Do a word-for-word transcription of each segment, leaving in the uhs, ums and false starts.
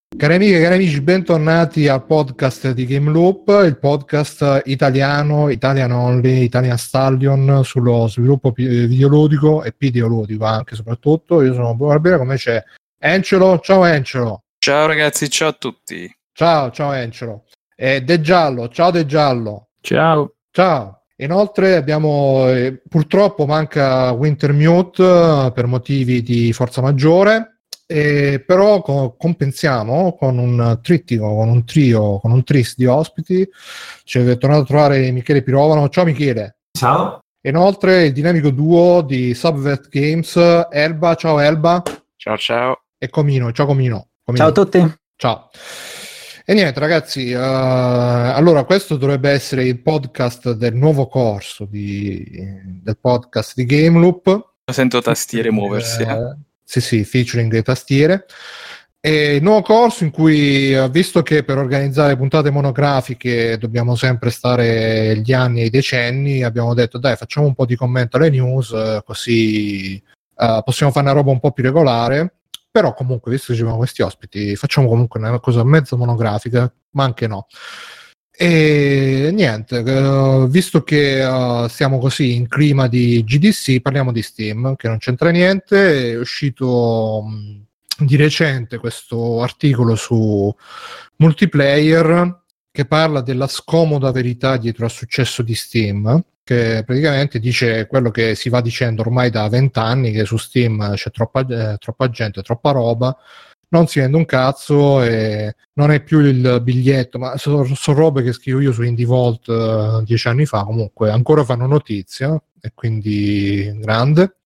Cari amiche e cari amici, bentornati al podcast di Game Loop, il podcast italiano, Italian Only, Italian Stallion sullo sviluppo videoludico e videoludico anche soprattutto. Io sono Bruno Barbera, come c'è Encelo. Ciao Encelo. Ciao ragazzi, ciao a tutti. Ciao, ciao Encelo. E De Giallo, ciao De Giallo. Ciao. Ciao. Inoltre abbiamo, eh, purtroppo manca Wintermute eh, per motivi di forza maggiore. Eh, però co- compensiamo con un trittico, con un trio, con un tris di ospiti. Ci è tornato a trovare Michele Pirovano. Ciao Michele. Ciao. Inoltre il dinamico duo di Subvert Games, Elba. Ciao Elba. Ciao ciao. E Comino. Ciao Comino. Comino. Ciao a tutti. Ciao. E niente ragazzi, uh, allora questo dovrebbe essere il podcast del nuovo corso di, del podcast di Game Loop. Sento tastiere muoversi. Eh? Eh, Sì, sì, featuring le tastiere. E nuovo corso in cui, visto che per organizzare puntate monografiche dobbiamo sempre stare gli anni e i decenni, abbiamo detto dai, facciamo un po' di commento alle news, così uh, possiamo fare una roba un po' più regolare. Però comunque, visto che ci abbiamo questi ospiti, facciamo comunque una cosa mezzo monografica, ma anche no. E niente, uh, visto che uh, siamo così in clima di G D C, parliamo di Steam, che non c'entra niente. È uscito um, di recente questo articolo su Multiplayer che parla della scomoda verità dietro al successo di Steam, che praticamente dice quello che si va dicendo ormai da vent'anni, che su Steam c'è troppa, eh, troppa gente, troppa roba, non si vende un cazzo e non è più il biglietto, ma sono, sono robe che scrivo io su IndieVault uh, dieci anni fa, comunque ancora fanno notizia e quindi grande.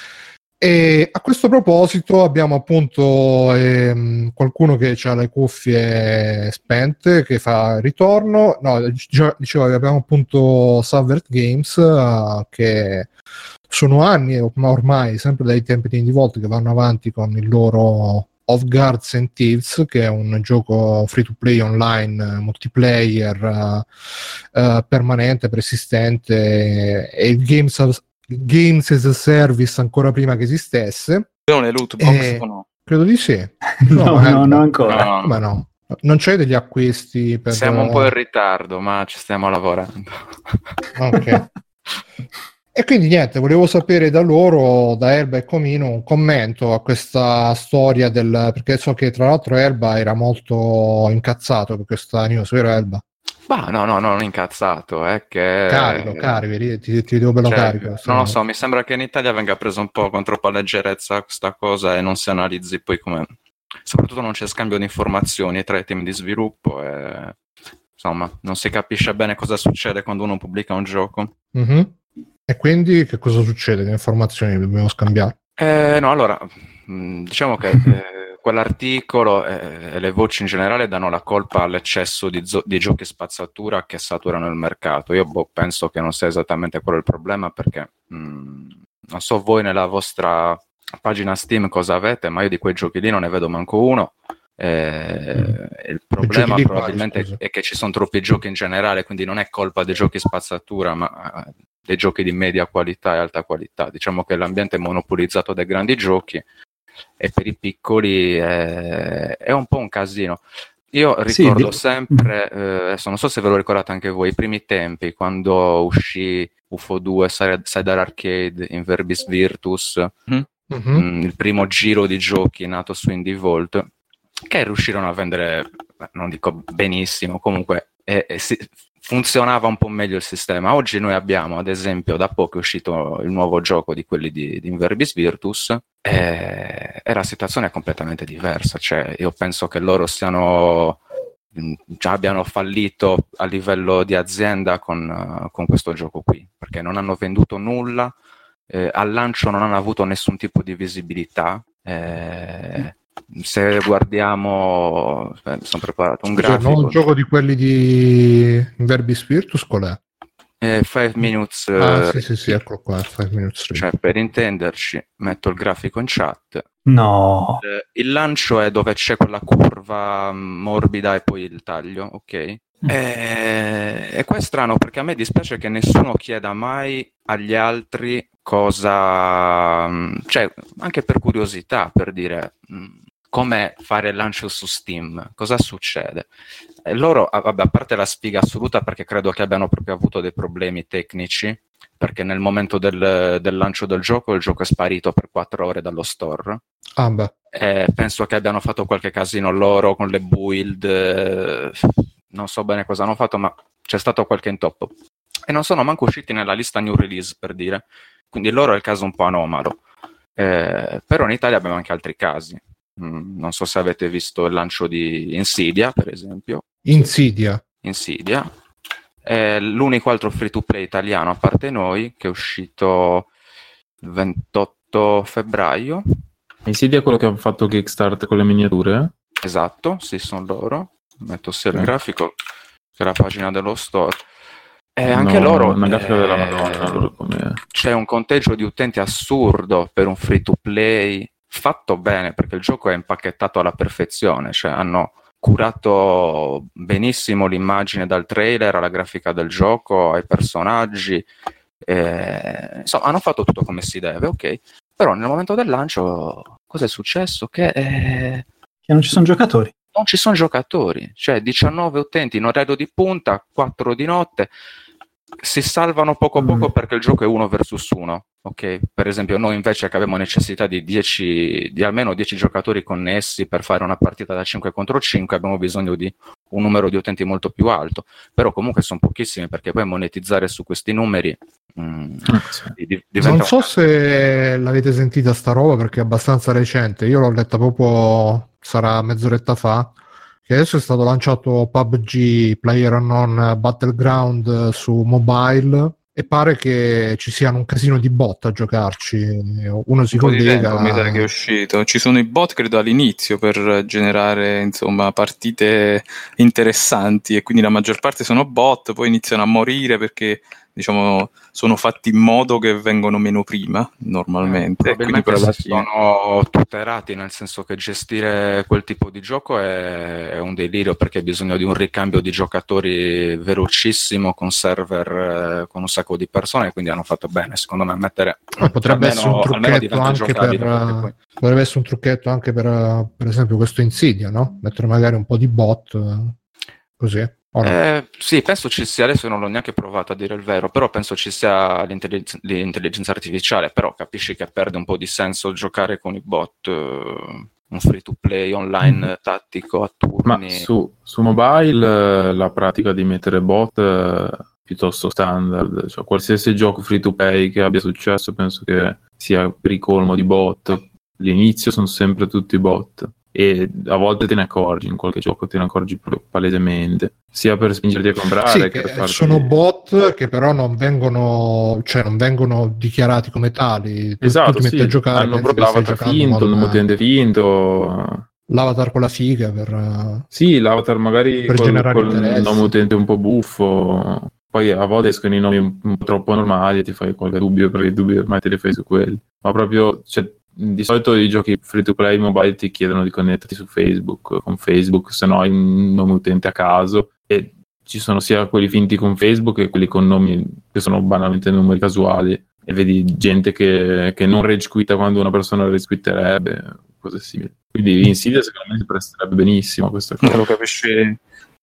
E a questo proposito abbiamo appunto ehm, qualcuno che ha le cuffie spente, che fa ritorno. No, dicevo, dicevo abbiamo appunto Subvert Games, uh, che sono anni, ma ormai sempre dai tempi di IndieVault, che vanno avanti con il loro Of Guards and Thieves, che è un gioco free to play online, multiplayer, uh, uh, permanente, persistente, e il Games as, Games as a Service ancora prima che esistesse. Sono le loot box e... o no? Credo di sì. No, no, no, no ancora. No, no. Ma no, non c'è degli acquisti per... Siamo un po' in ritardo, ma ci stiamo lavorando. Ok. E quindi niente, volevo sapere da loro, da Elba e Comino, un commento a questa storia del... perché so che tra l'altro Elba era molto incazzato per questa news, vero Elba? Bah, no, no, no, non incazzato, è che... Carico, carico, ti, ti vedo bello cioè, carico. Non lo so, mi sembra che in Italia venga preso un po' con troppa leggerezza questa cosa e non si analizzi poi come... Soprattutto non c'è scambio di informazioni tra i team di sviluppo e... Insomma, non si capisce bene cosa succede quando uno pubblica un gioco. Mm-hmm. E quindi che cosa succede? Che informazioni dobbiamo scambiare? Eh, no, allora, diciamo che eh, quell'articolo e eh, le voci in generale danno la colpa all'eccesso di, zo- di giochi spazzatura che saturano il mercato. Io boh, penso che non sia esattamente quello il problema, perché mh, non so voi nella vostra pagina Steam cosa avete, ma io di quei giochi lì non ne vedo manco uno. Eh, mm. Il problema probabilmente quali, è che ci sono troppi giochi in generale, quindi non è colpa dei giochi spazzatura, ma dei giochi di media qualità e alta qualità. Diciamo che l'ambiente è monopolizzato dai grandi giochi e per i piccoli è, è un po' un casino. Io ricordo sì, sempre, eh, adesso non so se ve lo ricordate anche voi, i primi tempi, quando uscì U F O due, Cyber Arcade, Inverbis Virtus, mm-hmm. mh, il primo giro di giochi nato su IndieVault, che riuscirono a vendere, non dico benissimo, comunque eh, eh, si, funzionava un po' meglio il sistema. Oggi noi abbiamo, ad esempio, da poco è uscito il nuovo gioco di quelli di, di Inverbis Virtus e, e la situazione è completamente diversa. Cioè, io penso che loro siano già abbiano fallito a livello di azienda con, uh, con questo gioco qui, perché non hanno venduto nulla, eh, al lancio non hanno avuto nessun tipo di visibilità. Eh, se guardiamo, eh, mi sono preparato un Scusa, grafico. No, un gioco di quelli di Inverbis Virtus qual è? Eh, five minutes. Ah, eh, sì, sì, sì, eccolo qua. Five minutes. Cioè, per intenderci, metto il grafico in chat. No. Eh, il lancio è dove c'è quella curva morbida e poi il taglio, ok? Mm. E, e qua è strano perché a me dispiace che nessuno chieda mai agli altri cosa, cioè anche per curiosità, per dire come fare il lancio su Steam. Cosa succede? E loro, vabbè, a parte la sfiga assoluta, perché credo che abbiano proprio avuto dei problemi tecnici, perché nel momento del, del lancio del gioco il gioco è sparito per quattro ore dallo store. Ah, beh. E penso che abbiano fatto qualche casino loro con le build, eh, non so bene cosa hanno fatto, ma c'è stato qualche intoppo. E non sono manco usciti nella lista new release, per dire. Quindi loro è il caso un po' anomalo. Eh, però in Italia abbiamo anche altri casi. Mm, non so se avete visto il lancio di Insidia, per esempio. Insidia. Insidia. È l'unico altro free-to-play italiano, a parte noi, che è uscito il ventotto febbraio. Insidia è quello che ha fatto Kickstarter con le miniature? Esatto, sì, sono loro. Metto sia il okay. grafico che la pagina dello store. E anche no, loro... Una grafica eh, della Madonna. Loro come... C'è un conteggio di utenti assurdo per un free-to-play, fatto bene, perché il gioco è impacchettato alla perfezione. Cioè, hanno curato benissimo l'immagine dal trailer alla grafica del gioco, ai personaggi. Eh, insomma, hanno fatto tutto come si deve, ok. Però nel momento del lancio cosa è successo? Che, eh, che non ci sono giocatori. Non ci sono giocatori, cioè diciannove utenti in orario di punta, quattro di notte, si salvano poco a poco mm. perché il gioco è uno versus uno, ok? Per esempio noi invece che avevamo necessità di dieci, di almeno dieci giocatori connessi per fare una partita da cinque contro cinque, abbiamo bisogno di un numero di utenti molto più alto, però comunque sono pochissimi, perché poi monetizzare su questi numeri mm, di, non so se l'avete sentita sta roba, perché è abbastanza recente, io l'ho letta proprio, sarà mezz'oretta fa, che adesso è stato lanciato P U B G PlayerUnknown Battleground su mobile e pare che ci siano un casino di bot a giocarci. Uno si un collega, mi sa che è uscito, ci sono i bot credo all'inizio per generare insomma partite interessanti, e quindi la maggior parte sono bot, poi iniziano a morire perché diciamo sono fatti in modo che vengono meno prima normalmente, eh, probabilmente quindi per sono tutelati, nel senso che gestire quel tipo di gioco è, è un delirio, perché hai bisogno di un ricambio di giocatori velocissimo con server eh, con un sacco di persone, quindi hanno fatto bene secondo me a mettere ma potrebbe almeno, essere un trucchetto anche per poi... potrebbe essere un trucchetto anche per per esempio questo Insidia, no? Mettere magari un po' di bot così. Oh no. Eh, sì, penso ci sia, adesso non l'ho neanche provato a dire il vero, però penso ci sia l'intelligenza, l'intelligenza artificiale, però capisci che perde un po' di senso giocare con i bot, uh, un free to play online mm. tattico a turni. Ma su, su mobile la pratica di mettere bot è piuttosto standard, cioè qualsiasi gioco free to play che abbia successo penso che sia ricolmo di bot, l'inizio sono sempre tutti bot. E a volte te ne accorgi, in qualche gioco te ne accorgi proprio palesemente, sia per spingerti a comprare sì, che, che per farti... sono bot che però non vengono, cioè non vengono dichiarati come tali. Esatto, tu ti metti sì, a giocare, hanno proprio l'avatar finto, il utente finto, l'avatar con la figa per sì, l'avatar magari per col, generare col interesse. nome utente un po' buffo, poi a volte escono i nomi un, un po' troppo normali e ti fai qualche dubbio, perché i dubbi ormai te li fai su quelli, ma proprio cioè, di solito i giochi free to play mobile ti chiedono di connetterti su Facebook con Facebook, se no hai un nome utente a caso, e ci sono sia quelli finti con Facebook che quelli con nomi che sono banalmente numeri casuali, e vedi gente che, che non rage quitta quando una persona rage quitterebbe, cose simili. Quindi Insidia secondo me si presterebbe benissimo a questa cosa. Lo capisci,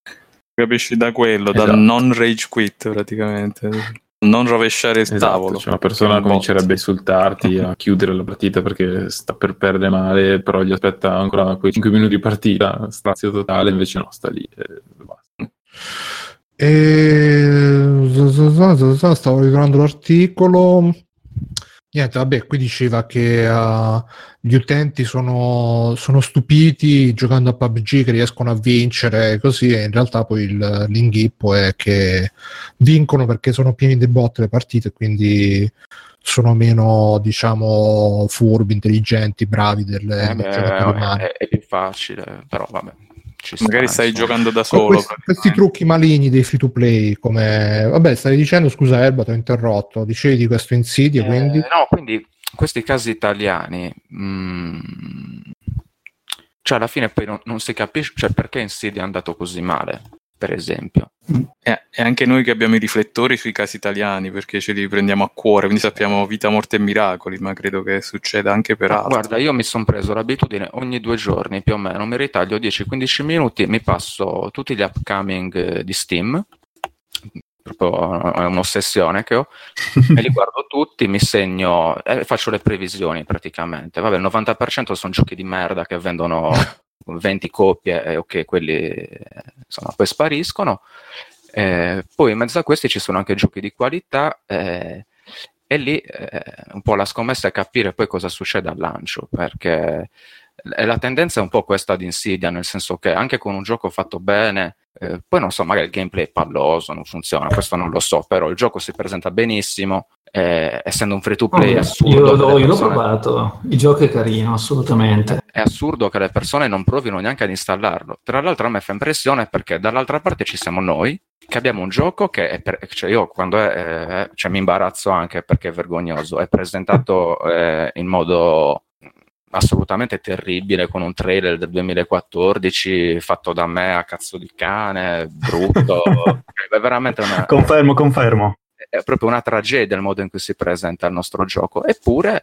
capisci da quello, esatto. Dal non rage quit praticamente, non rovesciare il esatto, tavolo. Cioè una persona comincerebbe a insultarti, a chiudere la partita perché sta per perdere male, però gli aspetta ancora quei cinque minuti di partita, strazio totale, invece no, sta lì e basta. E... stavo ritornando l'articolo. Niente, vabbè, qui diceva che uh, gli utenti sono, sono stupiti giocando a P U B G che riescono a vincere così, e in realtà poi il, l'inghippo è che vincono perché sono pieni di bot le partite, quindi sono meno, diciamo, furbi, intelligenti, bravi delle, eh beh, giocatori umani. È, è più facile, però vabbè. Ci magari sta, stai insomma. giocando da solo. Questi, questi trucchi maligni dei free to play, come vabbè, stavi dicendo, scusa Erba, ti ho interrotto, dicevi di questo Insidia, eh, quindi no, quindi questi casi italiani mh, cioè alla fine poi non, non si capisce, cioè perché Insidia è andato così male, per esempio. E, e anche noi che abbiamo i riflettori sui casi italiani, perché ce li prendiamo a cuore, quindi sappiamo vita, morte e miracoli, ma credo che succeda anche per altri. Guarda, io mi sono preso l'abitudine ogni due giorni più o meno, mi ritaglio dieci quindici minuti, mi passo tutti gli upcoming di Steam, proprio è un'ossessione che ho, e li guardo tutti, mi segno e faccio le previsioni praticamente. Vabbè, il novanta per cento sono giochi di merda che vendono venti copie e ok, quelli insomma poi spariscono. Eh, poi in mezzo a questi ci sono anche giochi di qualità, eh, e lì eh, un po' la scommessa è capire poi cosa succede al lancio, perché la tendenza è un po' questa di Insidia, nel senso che anche con un gioco fatto bene, eh, poi non so, magari il gameplay è palloso, non funziona, questo non lo so, però il gioco si presenta benissimo, eh, essendo un free to play oh, assurdo. Io, l'ho, io persone... l'ho provato, il gioco è carino, assolutamente. È assurdo che le persone non provino neanche ad installarlo. Tra l'altro a me fa impressione perché dall'altra parte ci siamo noi, che abbiamo un gioco che è per, cioè io quando è, eh, cioè mi imbarazzo anche perché è vergognoso, è presentato eh, in modo assolutamente terribile, con un trailer del duemilaquattordici fatto da me a cazzo di cane, brutto. È veramente una, confermo, confermo. È proprio una tragedia il modo in cui si presenta il nostro gioco, eppure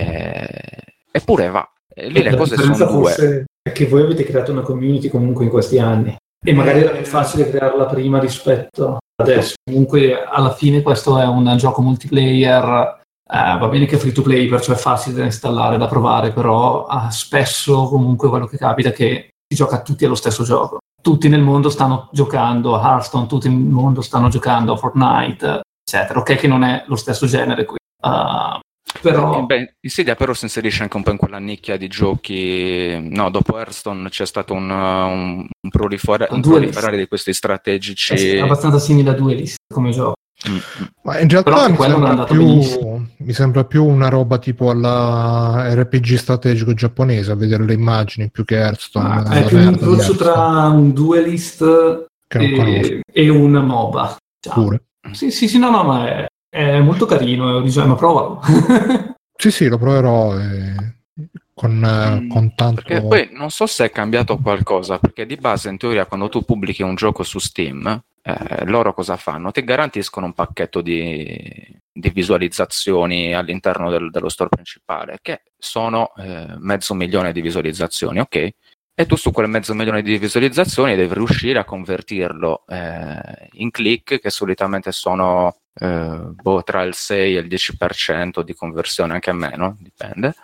eh, eppure va. E lì e le cose sono due. È che voi avete creato una community comunque in questi anni e magari era più facile crearla prima rispetto adesso. Comunque alla fine questo è un gioco multiplayer. Eh, va bene che è free to play, perciò è facile da installare, da provare, però ah, spesso comunque quello che capita è che si gioca tutti allo stesso gioco. Tutti nel mondo stanno giocando a Hearthstone, tutti nel mondo stanno giocando a Fortnite, eccetera. Ok che non è lo stesso genere qui. Uh, però... Beh, Insidia però si inserisce anche un po' in quella nicchia di giochi. No, dopo Hearthstone c'è stato un, un, un, prolifera- un proliferare di questi strategici. Eh sì, è abbastanza simile a Duelist come gioco. Ma in realtà mi sembra, più, mi sembra più una roba tipo alla R P G strategico giapponese, a vedere le immagini, più che Hearthstone. Ah, è più un incrocio tra un Duelist e, e un MOBA. Ciao. Pure. Sì, sì, sì, no, no, ma è, è molto carino, diciamo, provalo. Sì, sì, lo proverò eh, con, mm, con tanto... Perché poi non so se è cambiato qualcosa, perché di base in teoria quando tu pubblichi un gioco su Steam... Eh, loro cosa fanno? Ti garantiscono un pacchetto di, di visualizzazioni all'interno del, dello store principale, che sono eh, mezzo milione di visualizzazioni, ok? E tu su quel mezzo milione di visualizzazioni devi riuscire a convertirlo eh, in click, che solitamente sono eh, boh, tra il sei e il dieci per cento di conversione, anche meno, dipende.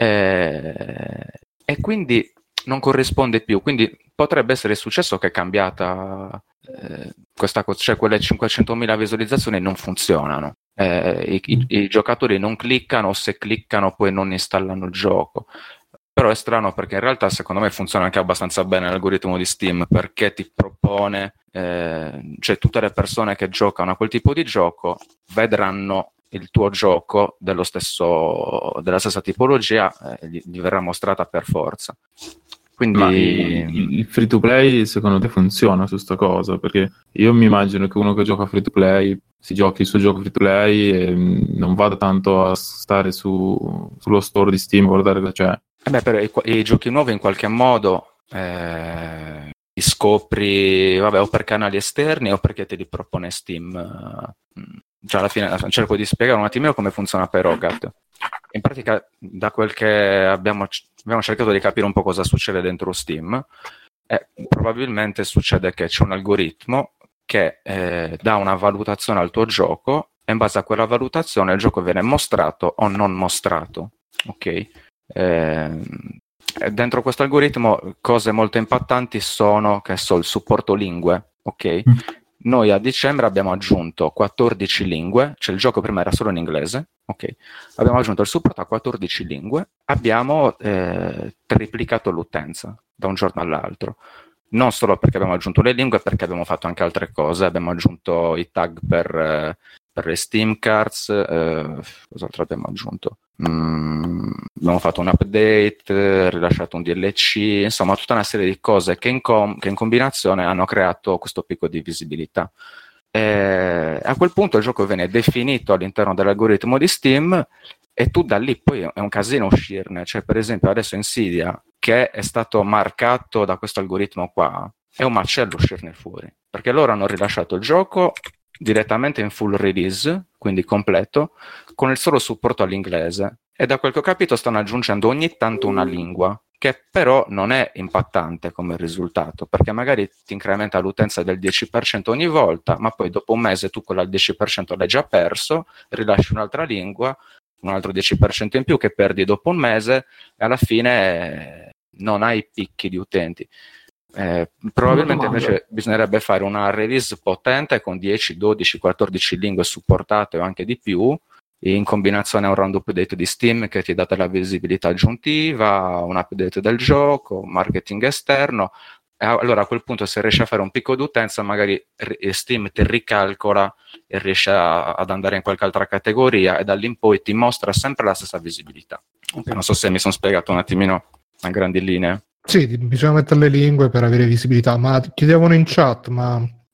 Eh, e quindi non corrisponde più, quindi potrebbe essere il successo che è cambiata eh, questa cosa, cioè quelle cinquecentomila visualizzazioni non funzionano, eh, i, i, i giocatori non cliccano, o se cliccano poi non installano il gioco. Però è strano perché in realtà secondo me funziona anche abbastanza bene l'algoritmo di Steam, perché ti propone eh, cioè tutte le persone che giocano a quel tipo di gioco vedranno il tuo gioco dello stesso, della stessa tipologia, eh, gli, gli verrà mostrata per forza. Quindi ma il, il free to play secondo te funziona su sta cosa? Perché io mi immagino che uno che gioca free to play si giochi il suo gioco free to play e non vada tanto a stare su, sullo store di Steam a guardare cosa c'è. Eh beh, per i, i giochi nuovi in qualche modo eh, li scopri, vabbè, o per canali esterni o perché te li propone Steam. Cioè alla fine cerco di spiegare un attimino come funziona per Rogat. In pratica, da quel che abbiamo, abbiamo cercato di capire un po' cosa succede dentro Steam, eh, probabilmente succede che c'è un algoritmo che eh, dà una valutazione al tuo gioco e in base a quella valutazione il gioco viene mostrato o non mostrato. Ok? Eh, dentro questo algoritmo cose molto impattanti sono, che so, il supporto lingue. Ok? Mm. Noi a dicembre abbiamo aggiunto quattordici lingue, cioè il gioco prima era solo in inglese, ok? Abbiamo aggiunto il supporto a quattordici lingue, abbiamo eh, triplicato l'utenza da un giorno all'altro. Non solo perché abbiamo aggiunto le lingue, perché abbiamo fatto anche altre cose, abbiamo aggiunto i tag per, eh, per le Steam Cards, eh, cos'altro abbiamo aggiunto? Mm, abbiamo fatto un update, rilasciato un D L C, insomma tutta una serie di cose che in, com- che in combinazione hanno creato questo picco di visibilità. E a quel punto il gioco viene definito all'interno dell'algoritmo di Steam e tu da lì poi è un casino uscirne, cioè per esempio adesso Insidia, che è stato marcato da questo algoritmo qua, è un macello uscirne fuori, perché loro hanno rilasciato il gioco direttamente in full release, quindi completo, con il solo supporto all'inglese, e da quel che ho capito stanno aggiungendo ogni tanto una lingua, che però non è impattante come risultato, perché magari ti incrementa l'utenza del dieci per cento ogni volta, ma poi dopo un mese tu quella al dieci per cento l'hai già perso, rilasci un'altra lingua, un altro dieci per cento in più che perdi dopo un mese, e alla fine non hai picchi di utenti. Eh, probabilmente invece bisognerebbe fare una release potente con dieci, dodici, quattordici lingue supportate o anche di più, in combinazione a un round update di Steam che ti dà della visibilità aggiuntiva, un update del gioco, marketing esterno. E allora a quel punto, se riesci a fare un picco d'utenza, magari Steam ti ricalcola e riesce a, ad andare in qualche altra categoria, e da lì in poi ti mostra sempre la stessa visibilità. Okay, non so se mi sono spiegato un attimino a grandi linee. Sì, bisogna mettere le lingue per avere visibilità, ma chiedevano in chat, ma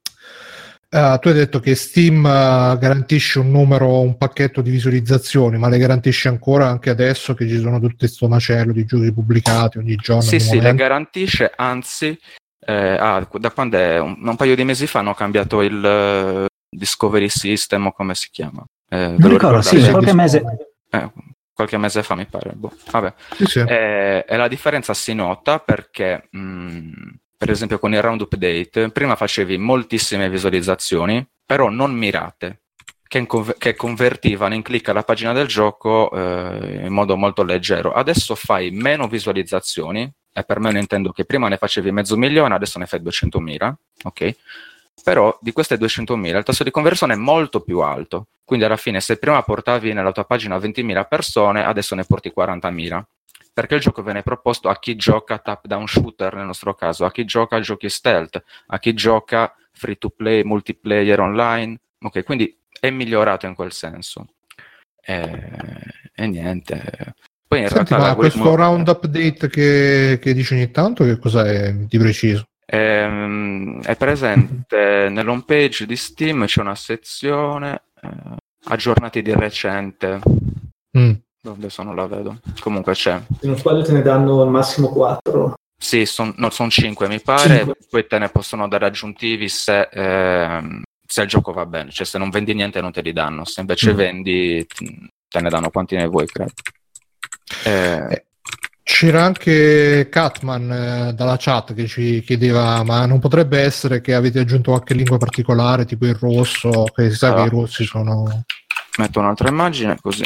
uh, tu hai detto che Steam uh, garantisce un numero, un pacchetto di visualizzazioni, ma le garantisce ancora anche adesso che ci sono tutto questo macello di giochi pubblicati ogni giorno? Sì, sì, momento. Le garantisce, anzi, eh, ah, da quando è un, un paio di mesi fa hanno cambiato il uh, Discovery System, o come si chiama? Eh, non ricordo, sì, qualche mese... Eh, qualche mese fa mi pare, boh. Vabbè. Sì, sì. E, e la differenza si nota perché mh, per esempio con il round update prima facevi moltissime visualizzazioni, però non mirate, che, inconver- che convertivano in click alla pagina del gioco eh, in modo molto leggero. Adesso fai meno visualizzazioni, e per me non intendo che prima ne facevi mezzo milione, adesso ne fai duecentomila, ok? Però di queste duecentomila il tasso di conversione è molto più alto, quindi alla fine se prima portavi nella tua pagina ventimila persone, adesso ne porti quarantamila, perché il gioco viene proposto a chi gioca top down shooter, nel nostro caso, a chi gioca giochi stealth, a chi gioca free to play, multiplayer online, ok, quindi è migliorato in quel senso. E, e niente. Poi in Senti, realtà ma l'algoritmo... questo round update che, che dici ogni tanto, che cos'è di preciso? È, è presente nell'home page di Steam, c'è una sezione eh, aggiornati di recente. Mm. Adesso non la vedo. Comunque c'è. Se non sbaglio te ne danno al massimo quattro. Sì, son, no, sono cinque mi pare. cinque. Poi te ne possono dare aggiuntivi se, eh, se il gioco va bene. Cioè se non vendi niente non te li danno. Se invece mm. vendi te ne danno quanti ne vuoi, credo. Eh, eh. C'era anche Catman eh, dalla chat che ci chiedeva: ma non potrebbe essere che avete aggiunto qualche lingua particolare, tipo il rosso, che si sa allora, che i rossi sono... Metto un'altra immagine così.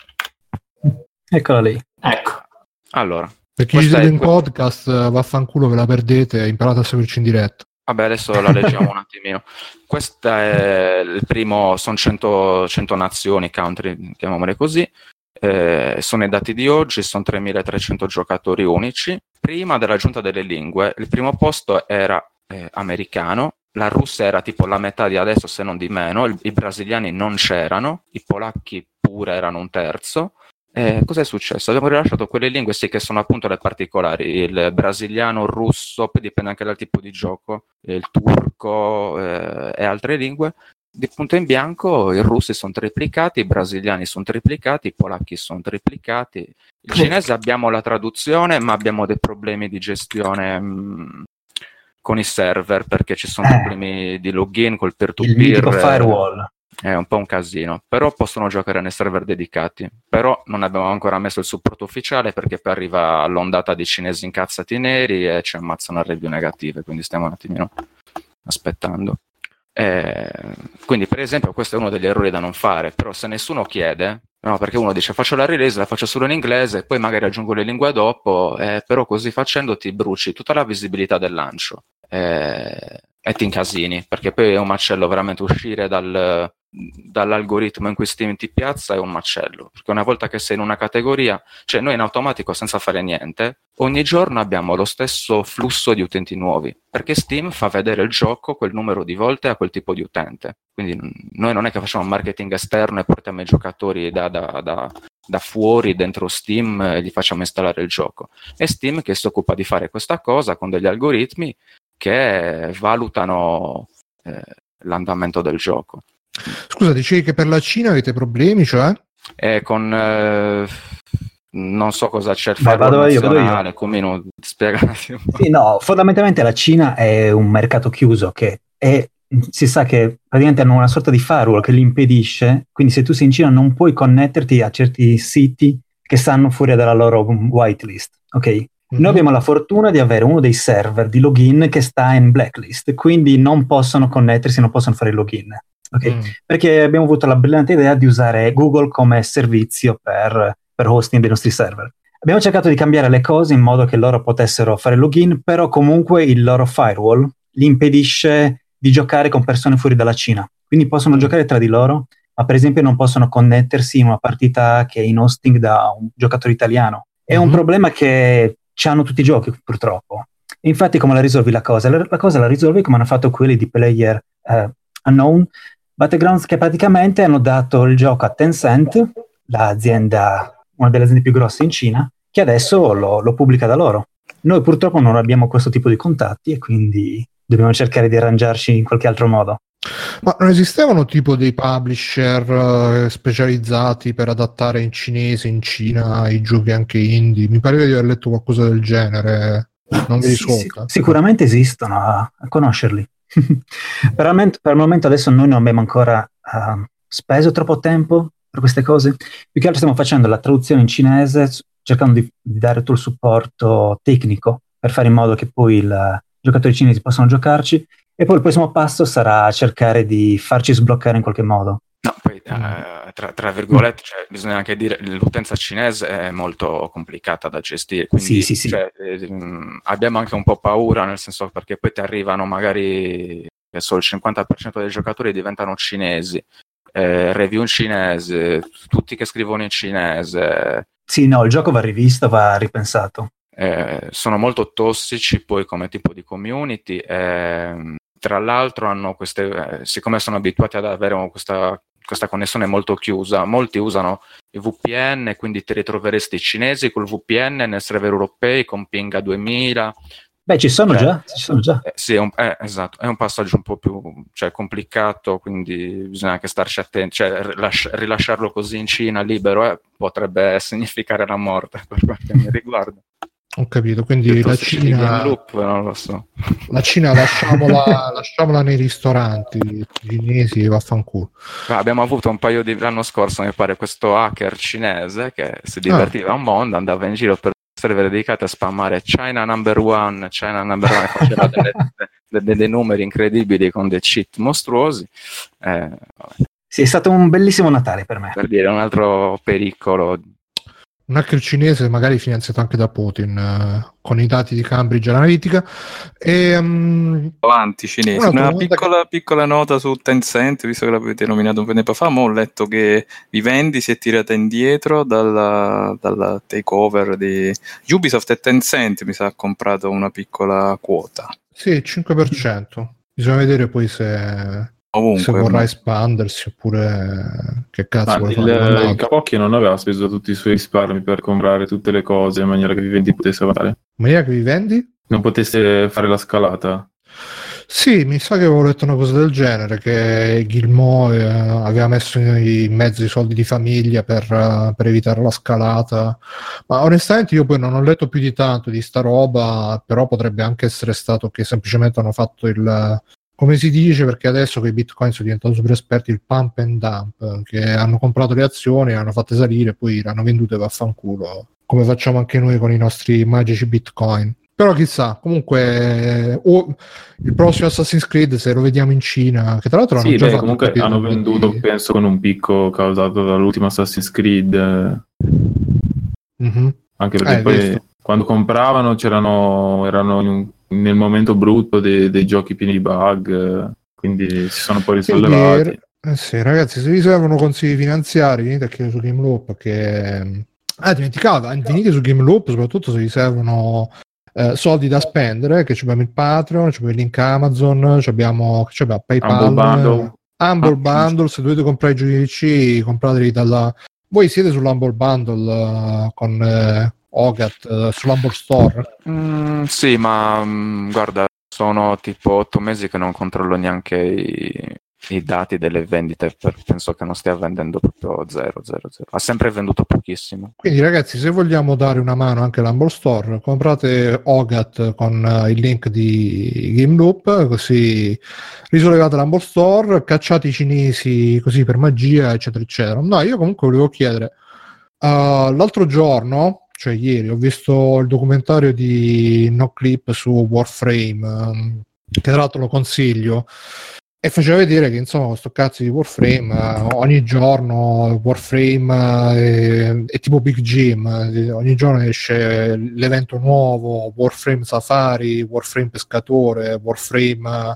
Eccola lì. Ecco. Allora, per chi siete in que- podcast, vaffanculo, ve la perdete, imparate a seguirci in diretta. Vabbè, adesso la leggiamo un attimino. Questa è il primo, sono cento, cento nazioni, country, chiamiamole così. Eh, sono i dati di oggi, sono tremilatrecento giocatori unici. Prima dell'aggiunta delle lingue, il primo posto era eh, americano, la Russia era tipo la metà di adesso, se non di meno, il, i brasiliani non c'erano, i polacchi pure erano un terzo. Eh, cos'è successo? Abbiamo rilasciato quelle lingue, sì, che sono appunto le particolari, il brasiliano, il russo, poi dipende anche dal tipo di gioco, il turco eh, e altre lingue. Di punto in bianco i russi sono triplicati, i brasiliani sono triplicati, i polacchi sono triplicati. Il cinese abbiamo la traduzione, ma abbiamo dei problemi di gestione mh, con i server, perché ci sono eh, problemi di login col peer-to-peer. Il mitico firewall. È un po' un casino, però possono giocare nei server dedicati. Però non abbiamo ancora messo il supporto ufficiale, perché poi arriva l'ondata di cinesi incazzati neri e ci ammazzano a review negative, quindi stiamo un attimino aspettando. Eh, quindi per esempio questo è uno degli errori da non fare, però se nessuno chiede, no, perché uno dice faccio la release, la faccio solo in inglese, poi magari aggiungo le lingue dopo, eh, però così facendo ti bruci tutta la visibilità del lancio eh, e ti incasini, perché poi è un macello veramente uscire dal, dall'algoritmo in cui Steam ti piazza, è un macello, perché una volta che sei in una categoria, cioè noi in automatico senza fare niente, ogni giorno abbiamo lo stesso flusso di utenti nuovi, perché Steam fa vedere il gioco quel numero di volte a quel tipo di utente, quindi noi non è che facciamo marketing esterno e portiamo i giocatori da, da, da, da fuori dentro Steam e gli facciamo installare il gioco, è Steam che si occupa di fare questa cosa con degli algoritmi che valutano eh, l'andamento del gioco. Scusa, dicevi che per la Cina avete problemi, cioè? Eh, con eh, non so cosa c'è il Beh, vado io, vado io. Come non spiega un attimo. Sì, no, fondamentalmente la Cina è un mercato chiuso che e si sa che praticamente hanno una sorta di firewall che li impedisce, quindi se tu sei in Cina non puoi connetterti a certi siti che stanno fuori dalla loro whitelist, ok? Mm-hmm. Noi abbiamo la fortuna di avere uno dei server di login che sta in blacklist, quindi non possono connettersi, non possono fare il login, ok? Mm. Perché abbiamo avuto la brillante idea di usare Google come servizio per, per hosting dei nostri server. Abbiamo cercato di cambiare le cose in modo che loro potessero fare login, però comunque il loro firewall li impedisce di giocare con persone fuori dalla Cina. Quindi possono mm. giocare tra di loro, ma per esempio non possono connettersi in una partita che è in hosting da un giocatore italiano. È mm-hmm. un problema che hanno tutti i giochi, purtroppo. E infatti come la risolvi la cosa? La, la cosa la risolvi come hanno fatto quelli di Player uh, Unknown Battlegrounds, che praticamente hanno dato il gioco a Tencent, l'azienda, una delle aziende più grosse in Cina, che adesso lo, lo pubblica da loro. Noi purtroppo non abbiamo questo tipo di contatti e quindi dobbiamo cercare di arrangiarci in qualche altro modo. Ma non esistevano tipo dei publisher eh, specializzati per adattare in cinese, in Cina, i giochi anche indie? Mi pareva di aver letto qualcosa del genere. Non mi risulta. Sì, sicuramente esistono, a, a conoscerli. per, il momento, per il momento adesso noi non abbiamo ancora uh, speso troppo tempo per queste cose. Più che altro stiamo facendo la traduzione in cinese, cercando di, di dare tutto il supporto tecnico per fare in modo che poi i giocatori cinesi possano giocarci. E poi il prossimo passo sarà cercare di farci sbloccare in qualche modo. No, poi uh, tra, tra virgolette, cioè, bisogna anche dire che l'utenza cinese è molto complicata da gestire, quindi sì, sì, sì. Cioè, eh, abbiamo anche un po' paura, nel senso perché poi ti arrivano magari che solo il cinquanta per cento dei giocatori diventano cinesi, eh, review in cinese, tutti che scrivono in cinese. Sì, no, il gioco va rivisto, va ripensato. Eh, sono molto tossici poi come tipo di community. Eh, Tra l'altro hanno queste, eh, siccome sono abituati ad avere questa, questa connessione molto chiusa, molti usano i V P N, quindi ti ritroveresti cinesi col V P N nel server europei con ping a duemila. Beh, ci sono cioè, già, ci sono già. Eh, sì, è un, eh, esatto, è un passaggio un po' più cioè, complicato, quindi bisogna anche starci attenti, cioè rilasci- rilasciarlo così in Cina libero eh, potrebbe significare la morte per quel che mi riguarda. Ho capito, quindi la Cina, loop, non lo so. La Cina lasciamola, lasciamola nei ristoranti cinesi, vaffanculo. Abbiamo avuto un paio di l'anno scorso, mi pare, questo hacker cinese che si divertiva ah. un mondo, andava in giro per server dedicati a spammare China number one, China number one, e faceva delle, dei, dei numeri incredibili con dei cheat mostruosi. Eh, sì, è stato un bellissimo Natale per me. Per dire, un altro pericolo. Un hacker cinese magari finanziato anche da Putin uh, con i dati di Cambridge Analytica. E, um, avanti cinesi. Una piccola, che... piccola nota su Tencent, visto che l'avete nominato un po' di tempo fa, ma ho letto che Vivendi si è tirata indietro dalla, dalla takeover di Ubisoft e Tencent mi sa ha comprato una piccola quota. Sì, cinque per cento. Bisogna vedere poi se... Ovunque, se vorrà ma... espandersi oppure che cazzo vuole il, fare. Il Capocchio non aveva speso tutti i suoi risparmi per comprare tutte le cose in maniera che Vivendi potesse fare. In maniera che Vivendi? Non potesse fare la scalata. Sì, mi sa che avevo letto una cosa del genere, che Guillemot eh, aveva messo in mezzo i soldi di famiglia per, uh, per evitare la scalata, ma onestamente io poi non ho letto più di tanto di sta roba, però potrebbe anche essere stato che semplicemente hanno fatto il... come si dice, perché adesso che i bitcoin sono diventati super esperti, il pump and dump, che hanno comprato le azioni, le hanno fatte salire, poi le hanno vendute vaffanculo, come facciamo anche noi con i nostri magici bitcoin. Però chissà, comunque oh, il prossimo Assassin's Creed, se lo vediamo in Cina, che tra l'altro sì, hanno già beh, fatto comunque hanno venduto, di... penso, con un picco causato dall'ultimo Assassin's Creed. Mm-hmm. Anche perché eh, poi questo. Quando compravano c'erano erano in un nel momento brutto dei, dei giochi pieni di bug, quindi si sono poi risollevati. Quindi, eh sì, ragazzi, se vi servono consigli finanziari venite a chiedere su GameLoop, che ah, dimenticavo, venite su GameLoop soprattutto se vi servono eh, soldi da spendere, che abbiamo il Patreon, abbiamo il link Amazon, abbiamo, abbiamo PayPal, Humble Bundle, Humble Bundle. Se dovete comprare i giochi di P C, comprateli dalla... Voi siete sull'Humble Bundle uh, con uh, Ogat uh, sull'Humble Store? Mm, sì, ma mm, guarda, sono tipo otto mesi che non controllo neanche i, i dati delle vendite, per, penso che non stia vendendo proprio zero, zero, zero. Ha sempre venduto pochissimo. Quindi ragazzi, se vogliamo dare una mano anche all'Humble Store, comprate Ogat con uh, il link di GameLoop, così risollevate l'Humble Store, cacciate i cinesi così per magia, eccetera eccetera. No, io comunque volevo chiedere, uh, l'altro giorno, cioè ieri, ho visto il documentario di NoClip su Warframe, um, che tra l'altro lo consiglio, e faceva vedere che insomma questo cazzo di Warframe uh, ogni giorno Warframe uh, è, è tipo Big Jim, uh, ogni giorno esce l'evento nuovo, Warframe Safari, Warframe Pescatore, Warframe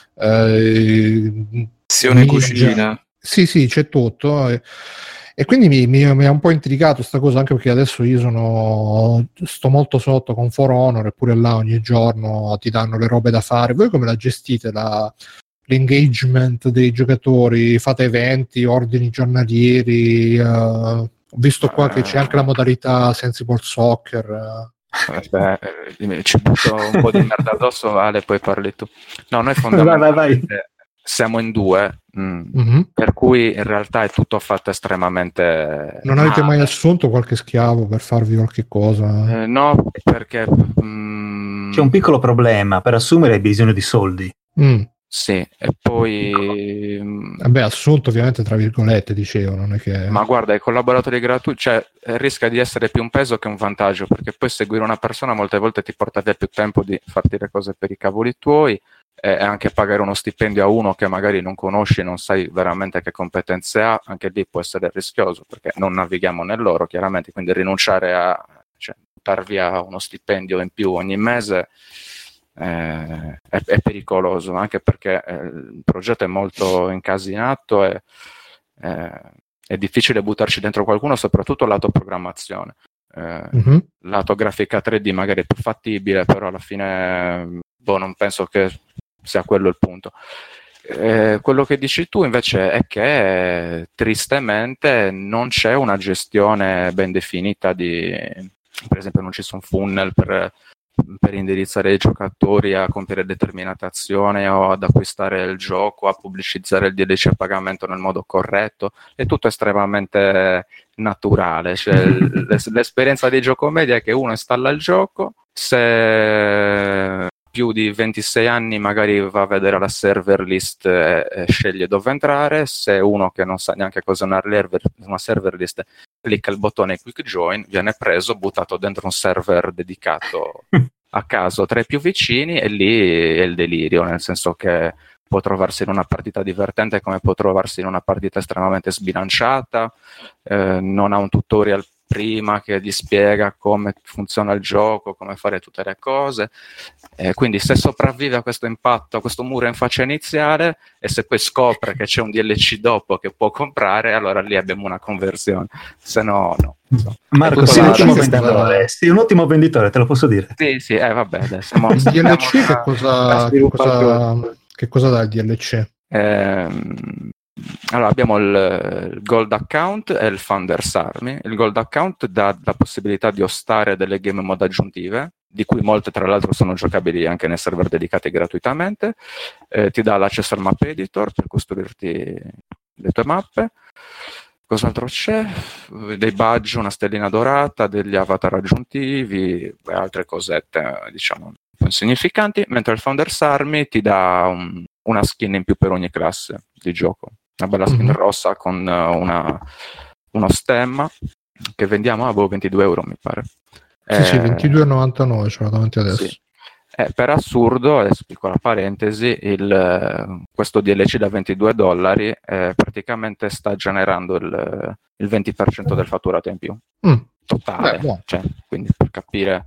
uh, Azione cucina. Sì, sì, c'è tutto. E, e quindi mi, mi, mi ha un po' intrigato questa cosa, anche perché adesso io sono sto molto sotto con For Honor, eppure là ogni giorno ti danno le robe da fare. Voi come la gestite la l'engagement dei giocatori? Fate eventi, ordini giornalieri? Uh, ho visto qua che c'è anche la modalità Sensible Soccer. Uh. Beh, ci butto un po' di merda addosso, Ale, poi parli tu. No, noi fondamentalmente vai, vai, vai. siamo in due, mh, Mm-hmm. per cui in realtà è tutto fatto estremamente... Non avete male. mai assunto qualche schiavo per farvi qualche cosa? Eh, no, perché... mh, C'è un piccolo problema: per assumere hai bisogno di soldi. Mm. Sì, e poi... mh, Vabbè, assunto ovviamente tra virgolette, dicevo, non è che... Ma guarda, i collaboratori gratuiti, cioè, eh, rischia di essere più un peso che un vantaggio, perché poi seguire una persona molte volte ti porta via più tempo di farti le cose per i cavoli tuoi, e anche pagare uno stipendio a uno che magari non conosci, non sai veramente che competenze ha, anche lì può essere rischioso, perché non navighiamo nell'oro, chiaramente, quindi rinunciare a, cioè, buttare via uno stipendio in più ogni mese eh, è, è pericoloso, anche perché eh, il progetto è molto incasinato e eh, è difficile buttarci dentro qualcuno, soprattutto lato programmazione. Eh, Mm-hmm. lato grafica tre D magari è più fattibile, però alla fine boh, non penso che sia quello il punto. Eh, quello che dici tu invece è che tristemente non c'è una gestione ben definita di, per esempio non ci sono funnel per, per indirizzare i giocatori a compiere determinate azioni o ad acquistare il gioco, a pubblicizzare il D L C a pagamento nel modo corretto, è tutto estremamente naturale, cioè l'esperienza di gioco media è che uno installa il gioco, se più di ventisei anni magari va a vedere la server list e, e sceglie dove entrare, se uno che non sa neanche cosa è una, una server list clicca il bottone quick join, viene preso, buttato dentro un server dedicato a caso tra i più vicini, e lì è il delirio, nel senso che può trovarsi in una partita divertente come può trovarsi in una partita estremamente sbilanciata, eh, non ha un tutorial prima che gli spiega come funziona il gioco, come fare tutte le cose, eh, quindi se sopravvive a questo impatto, a questo muro in faccia iniziale, e se poi scopre che c'è un D L C dopo che può comprare, allora lì abbiamo una conversione, se no no. Insomma. Marco, sei un, ottimo venditore. sei un ottimo venditore, te lo posso dire. Sì, sì, eh, vabbè, adesso mo, il D L C che cosa, che, cosa, che cosa dà il D L C? Ehm, allora abbiamo il, il Gold Account e il Founders Army. Il Gold Account dà la possibilità di ostare delle game mode aggiuntive, di cui molte tra l'altro sono giocabili anche nei server dedicati gratuitamente, eh, ti dà l'accesso al map editor per costruirti le tue mappe. Cos'altro c'è? Dei badge, una stellina dorata, degli avatar aggiuntivi e altre cosette, diciamo, un po' insignificanti, mentre il Founders Army ti dà un, una skin in più per ogni classe di gioco. Una bella skin mm-hmm. rossa con una, uno stemma che vendiamo a boh, ventidue euro mi pare. Sì, eh, sì, ventidue virgola novantanove ce l'ho davanti adesso. Sì. Eh, per assurdo, adesso piccola parentesi, il, questo D L C da ventidue dollari eh, praticamente sta generando il, il venti per cento del fatturato in più. Mm. Totale. Beh, cioè, quindi per capire...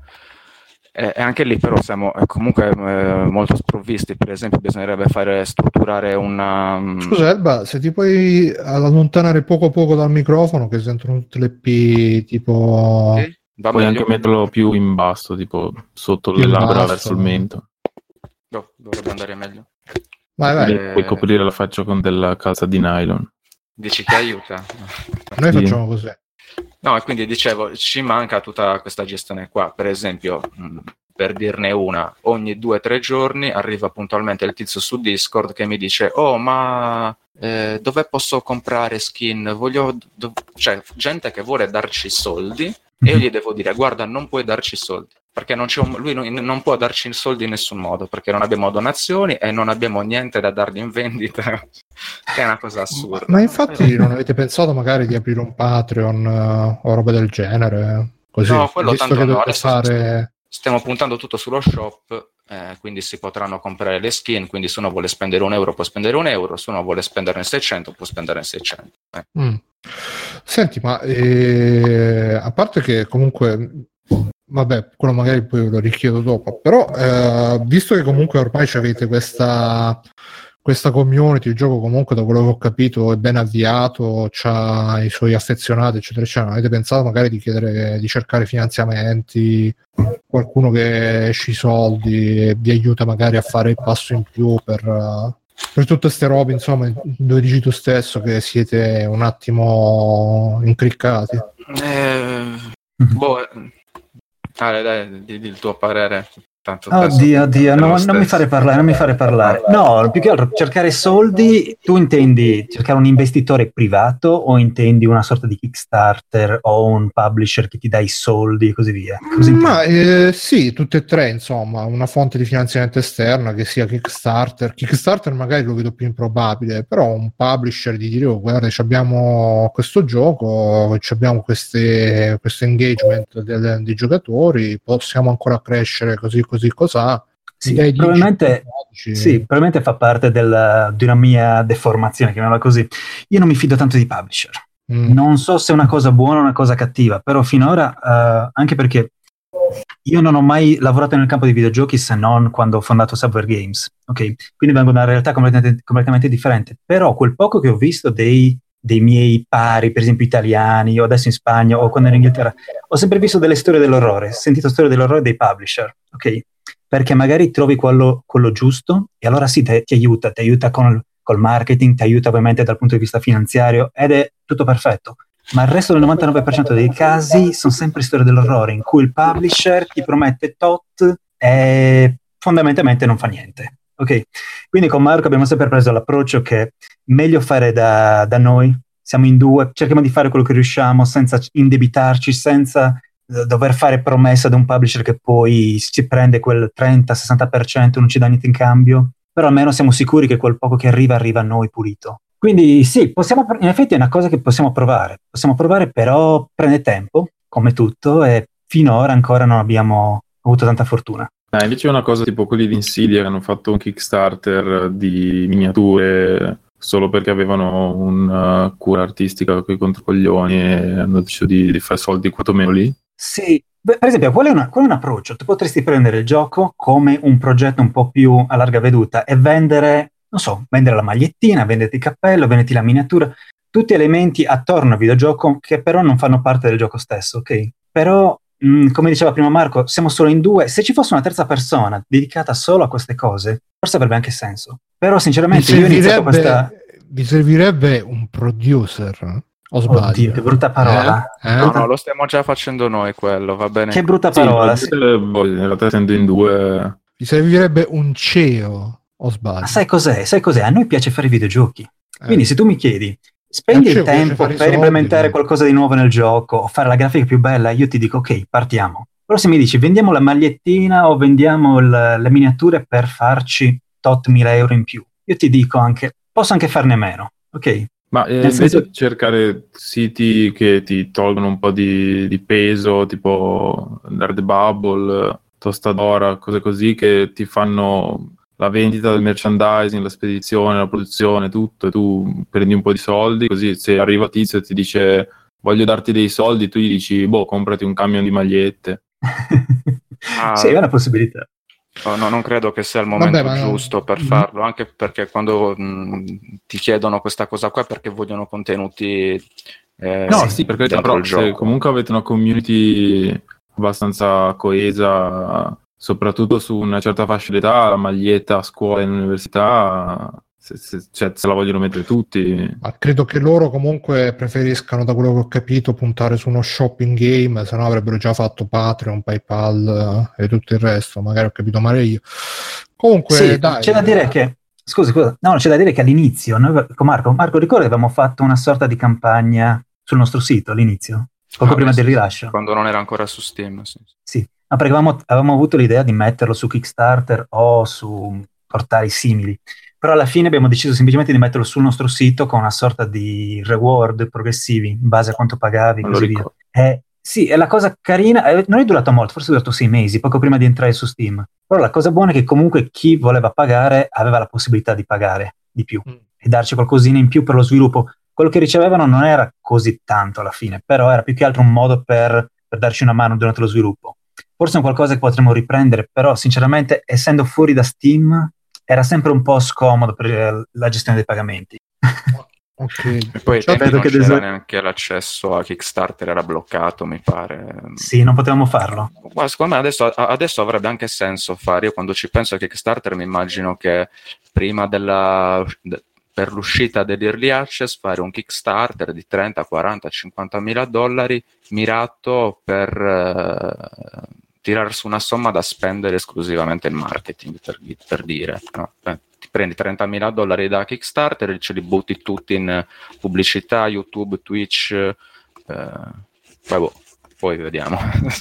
E eh, anche lì però siamo eh, comunque eh, molto sprovvisti. Per esempio bisognerebbe fare strutturare una... Scusa Elba, se ti puoi allontanare poco poco dal microfono che sentono tutte le P tipo... Sì? Va Puoi meglio? Anche metterlo più in basso, tipo sotto più le labbra verso il mento. No, dovrebbe andare meglio. Vai, vai. Eh... Puoi coprire la faccia con della calza di nylon. Dici che aiuta? Noi sì. facciamo così. No, e quindi dicevo, ci manca tutta questa gestione qua. Per esempio, mh, per dirne una, ogni due o tre giorni arriva puntualmente il tizio su Discord che mi dice oh ma eh, dove posso comprare skin? Voglio do-? Cioè gente che vuole darci soldi e io gli devo dire guarda non puoi darci soldi perché non c'è un, lui non, non può darci soldi in nessun modo perché non abbiamo donazioni e non abbiamo niente da dargli in vendita che è una cosa assurda. Ma infatti non avete pensato magari di aprire un Patreon uh, o roba del genere? Così, no, quello visto tanto che no, dovete adesso fare... stiamo puntando tutto sullo shop, eh, quindi si potranno comprare le skin, quindi se uno vuole spendere un euro può spendere un euro, se uno vuole spenderne seicento può spendere seicento. Eh. Mm. Senti, ma eh, a parte che comunque, vabbè, quello magari poi lo richiedo dopo, però eh, visto che comunque ormai avete questa... questa community, il gioco comunque da quello che ho capito è ben avviato, c'ha i suoi affezionati eccetera eccetera, avete pensato magari di chiedere di cercare finanziamenti, qualcuno che esce i soldi e vi aiuta magari a fare il passo in più per, uh, per tutte ste robe, insomma, dove dici tu stesso che siete un attimo incriccati? Eh, boh, dai, dai, di, di il tuo parere. Tanto oddio, oddio, no, non mi fare parlare, non mi fare parlare. No, più che altro cercare soldi, tu intendi cercare un investitore privato o intendi una sorta di Kickstarter o un publisher che ti dà i soldi e così via? Così Ma eh, sì, tutte e tre, insomma, una fonte di finanziamento esterna che sia Kickstarter. Kickstarter magari lo vedo più improbabile, però un publisher di dire, oh, guarda, abbiamo questo gioco, abbiamo queste, questo engagement del, dei giocatori, possiamo ancora crescere così così cos'ha. Sì, probabilmente, sì, probabilmente fa parte del, di una mia deformazione, chiamiamola così. Io non mi fido tanto di publisher. Mm. Non so se è una cosa buona o una cosa cattiva, però finora, uh, anche perché io non ho mai lavorato nel campo dei videogiochi se non quando ho fondato Subware Games, ok? Quindi vengo da una realtà completamente, completamente differente, però quel poco che ho visto dei, dei miei pari, per esempio italiani, o adesso in Spagna, o quando ero in Inghilterra, ho sempre visto delle storie dell'orrore, sentito storie dell'orrore dei publisher, ok? Perché magari trovi quello, quello giusto e allora sì, te, ti aiuta, ti aiuta con col marketing, ti aiuta ovviamente dal punto di vista finanziario ed è tutto perfetto. Ma il resto del novantanove per cento dei casi sono sempre storie dell'orrore in cui il publisher ti promette tot e fondamentalmente non fa niente. Ok? Quindi con Marco abbiamo sempre preso l'approccio che è meglio fare da, da noi, siamo in due, cerchiamo di fare quello che riusciamo senza indebitarci, senza uh, dover fare promesse ad un publisher che poi ci prende quel trenta sessanta per cento e non ci dà niente in cambio, però almeno siamo sicuri che quel poco che arriva arriva a noi pulito. Quindi sì, possiamo, in effetti è una cosa che possiamo provare, possiamo provare, però prende tempo, come tutto, e finora ancora non abbiamo avuto tanta fortuna. Ah, invece è una cosa tipo quelli di Insidia che hanno fatto un Kickstarter di miniature solo perché avevano una uh, cura artistica con i controcoglioni e hanno deciso di, di fare soldi quantomeno lì. Sì, beh, per esempio, qual è, una, qual è un approccio? Tu potresti prendere il gioco come un progetto un po' più a larga veduta e vendere, non so, vendere la magliettina, venderti il cappello, venderti la miniatura, tutti elementi attorno al videogioco che però non fanno parte del gioco stesso, ok? Però, mh, come diceva prima Marco, siamo solo in due, se ci fosse una terza persona dedicata solo a queste cose, forse avrebbe anche senso. Però sinceramente io ho iniziato questa... Vi servirebbe un producer, o sbaglio? Oddio, che brutta parola. Eh? Eh? No, no, lo stiamo già facendo noi quello, va bene. Che brutta parola. Sì, sì. In realtà essendo in due... Vi servirebbe un C E O, o sbaglio? Ma sai cos'è? Sai cos'è? A noi piace fare i videogiochi. Eh. Quindi se tu mi chiedi, spendi il tempo per soldi, implementare qualcosa di nuovo nel gioco o fare la grafica più bella, io ti dico ok, partiamo. Però se mi dici vendiamo la magliettina o vendiamo il, le miniature per farci tot mila euro in più, io ti dico anche, posso anche farne meno, ok? Ma eh, invece senso... cercare siti che ti tolgono un po' di, di peso, tipo Redbubble, Tostadora, cose così che ti fanno la vendita del merchandising, la spedizione, la produzione, tutto, e tu prendi un po' di soldi, così se arriva Tizio e ti dice voglio darti dei soldi, tu gli dici boh, comprati un camion di magliette. Ah, sì, è una possibilità. No, no, non credo che sia il momento Vabbè, giusto no. per farlo, anche perché quando mh, ti chiedono questa cosa qua è perché vogliono contenuti eh, no, sì, perché però, se comunque avete una community abbastanza coesa, soprattutto su una certa fascia d'età, la maglietta a scuola e all'università se, se, cioè, se la vogliono mettere tutti. Ma credo che loro comunque preferiscano, da quello che ho capito, puntare su uno shopping game, se no avrebbero già fatto Patreon, PayPal e tutto il resto. Magari ho capito male io. Comunque, sì, dai. C'è da dire che, scusi, scusa, no, c'è da dire che all'inizio, noi, con Marco, Marco, ricordi avevamo fatto una sorta di campagna sul nostro sito all'inizio, poco ah, prima beh, del sì, rilascio. Quando non era ancora su Steam, sì. Sì, ma perché avevamo, avevamo avuto l'idea di metterlo su Kickstarter o su portali simili, però alla fine abbiamo deciso semplicemente di metterlo sul nostro sito con una sorta di reward progressivi in base a quanto pagavi e Non così lo via. ricordo. Eh, sì, è la cosa carina, eh, non è durato molto, forse è durato sei mesi, poco prima di entrare su Steam, però la cosa buona è che comunque chi voleva pagare aveva la possibilità di pagare di più Mm. e darci qualcosina in più per lo sviluppo. Quello che ricevevano non era così tanto alla fine, però era più che altro un modo per, per darci una mano durante lo sviluppo. Forse è un qualcosa che potremmo riprendere, però sinceramente essendo fuori da Steam era sempre un po' scomodo per eh, la gestione dei pagamenti. Ok. E poi ai Cioè, tempi non che c'era des- neanche l'accesso a Kickstarter, era bloccato, mi pare. Sì, non potevamo farlo. Ma secondo me adesso, adesso avrebbe anche senso fare. Io quando ci penso a Kickstarter mi immagino che prima della, de, per l'uscita dell'Early Access fare un Kickstarter di trenta, quaranta, cinquanta mila dollari mirato per eh, tirare su una somma da spendere esclusivamente in marketing, per, per dire, no? Eh, ti prendi trentamila dollari da Kickstarter e ce li butti tutti in pubblicità, YouTube, Twitch, eh, poi, boh, poi vediamo.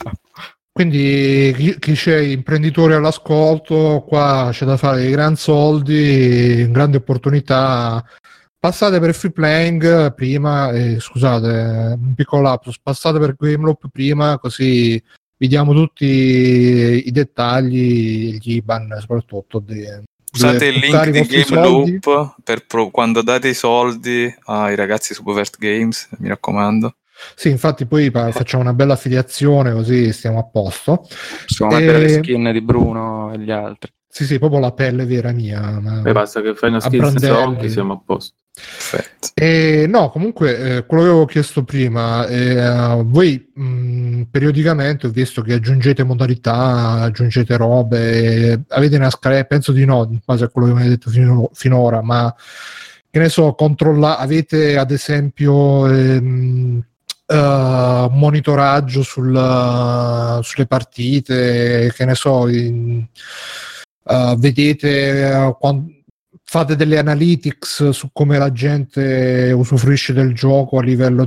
Quindi chi, chi c'è imprenditori all'ascolto, qua c'è da fare dei gran soldi, grande opportunità. Passate per Free Playing prima, eh, scusate, un piccolo lapsus, passate per Gameloop prima, così vi diamo tutti i dettagli, gli I B A N soprattutto. Di, usate il link di Gameloop Gameloop per pro- quando date i soldi ai ragazzi su Bovert Games, mi raccomando. Sì, infatti poi facciamo una bella affiliazione così stiamo a posto. Possiamo e... mettere le skin di Bruno e gli altri. Sì, sì, proprio la pelle vera mia. E basta che fai una skin senza occhi, siamo a posto. Perfetto. E no, comunque eh, quello che avevo chiesto prima, eh, voi mh, periodicamente ho visto che aggiungete modalità, aggiungete robe, avete una scaletta, penso di no, in base a quello che mi avete detto fino, finora, ma che ne so, controlla, avete ad esempio ehm, Uh, monitoraggio sul, uh, sulle partite, che ne so, in, uh, vedete uh, quando, fate delle analytics su come la gente usufruisce del gioco a livello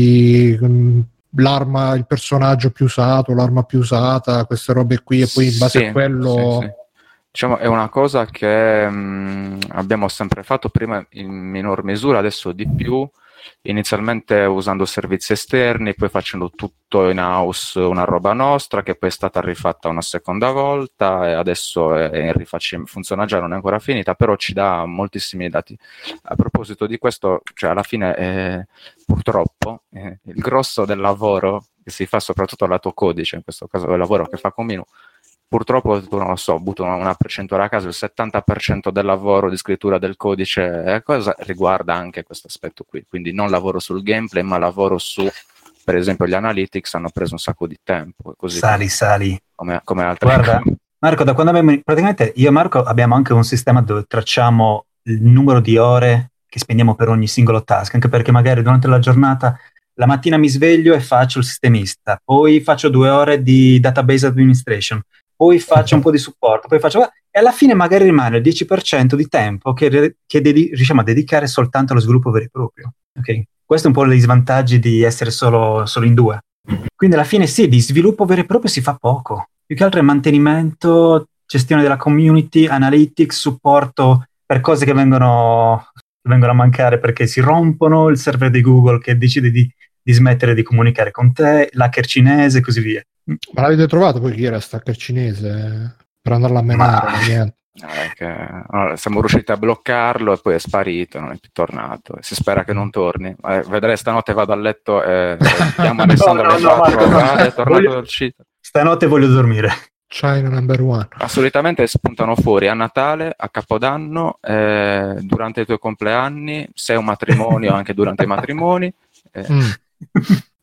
di um, l'arma, il personaggio più usato, l'arma più usata, queste robe qui, e poi in base sì, a quello sì, sì. Diciamo è una cosa che mh, abbiamo sempre fatto prima in minor misura, adesso di più. Inizialmente usando servizi esterni, poi facendo tutto in house, una roba nostra che poi è stata rifatta una seconda volta e adesso è in rifacimento, funziona già, non è ancora finita, però ci dà moltissimi dati. A proposito di questo, cioè alla fine eh, purtroppo eh, il grosso del lavoro che si fa soprattutto al lato codice, in questo caso il lavoro che fa Comino, purtroppo, non lo so, butto una, una percentuale a caso, il settanta per cento del lavoro di scrittura del codice eh, cosa riguarda anche questo aspetto qui, quindi non lavoro sul gameplay, ma lavoro su, per esempio, gli analytics hanno preso un sacco di tempo. Così sali, sali. Come, come altre Guarda, Marco, da quando abbiamo, praticamente io e Marco abbiamo anche un sistema dove tracciamo il numero di ore che spendiamo per ogni singolo task, anche perché magari durante la giornata la mattina mi sveglio e faccio il sistemista, poi faccio due ore di database administration, poi faccio un po' di supporto, poi faccio... e alla fine magari rimane il dieci per cento di tempo che, che dedi- riusciamo a dedicare soltanto allo sviluppo vero e proprio. Okay? Questo è un po' gli svantaggi di essere solo, solo in due. Quindi alla fine sì, di sviluppo vero e proprio si fa poco. Più che altro è mantenimento, gestione della community, analytics, supporto per cose che vengono, che vengono a mancare perché si rompono, il server di Google che decide di, di smettere di comunicare con te, l'hacker cinese e così via. Ma l'avete trovato poi chi era sta hacker cinese per andarla a menare? Ma... Niente. Eh, che, allora, siamo riusciti a bloccarlo e poi è sparito, non è più tornato. Si spera che non torni. Eh, vedrei stanotte vado a letto e chiamo Alessandro alle no, no, quattro. no, Ah, è tornato voglio... dal sito. Stanotte voglio dormire. China number one. Solitamente spuntano fuori a Natale, a Capodanno, eh, durante i tuoi compleanni, se è un matrimonio, anche durante i matrimoni. Eh. Mm.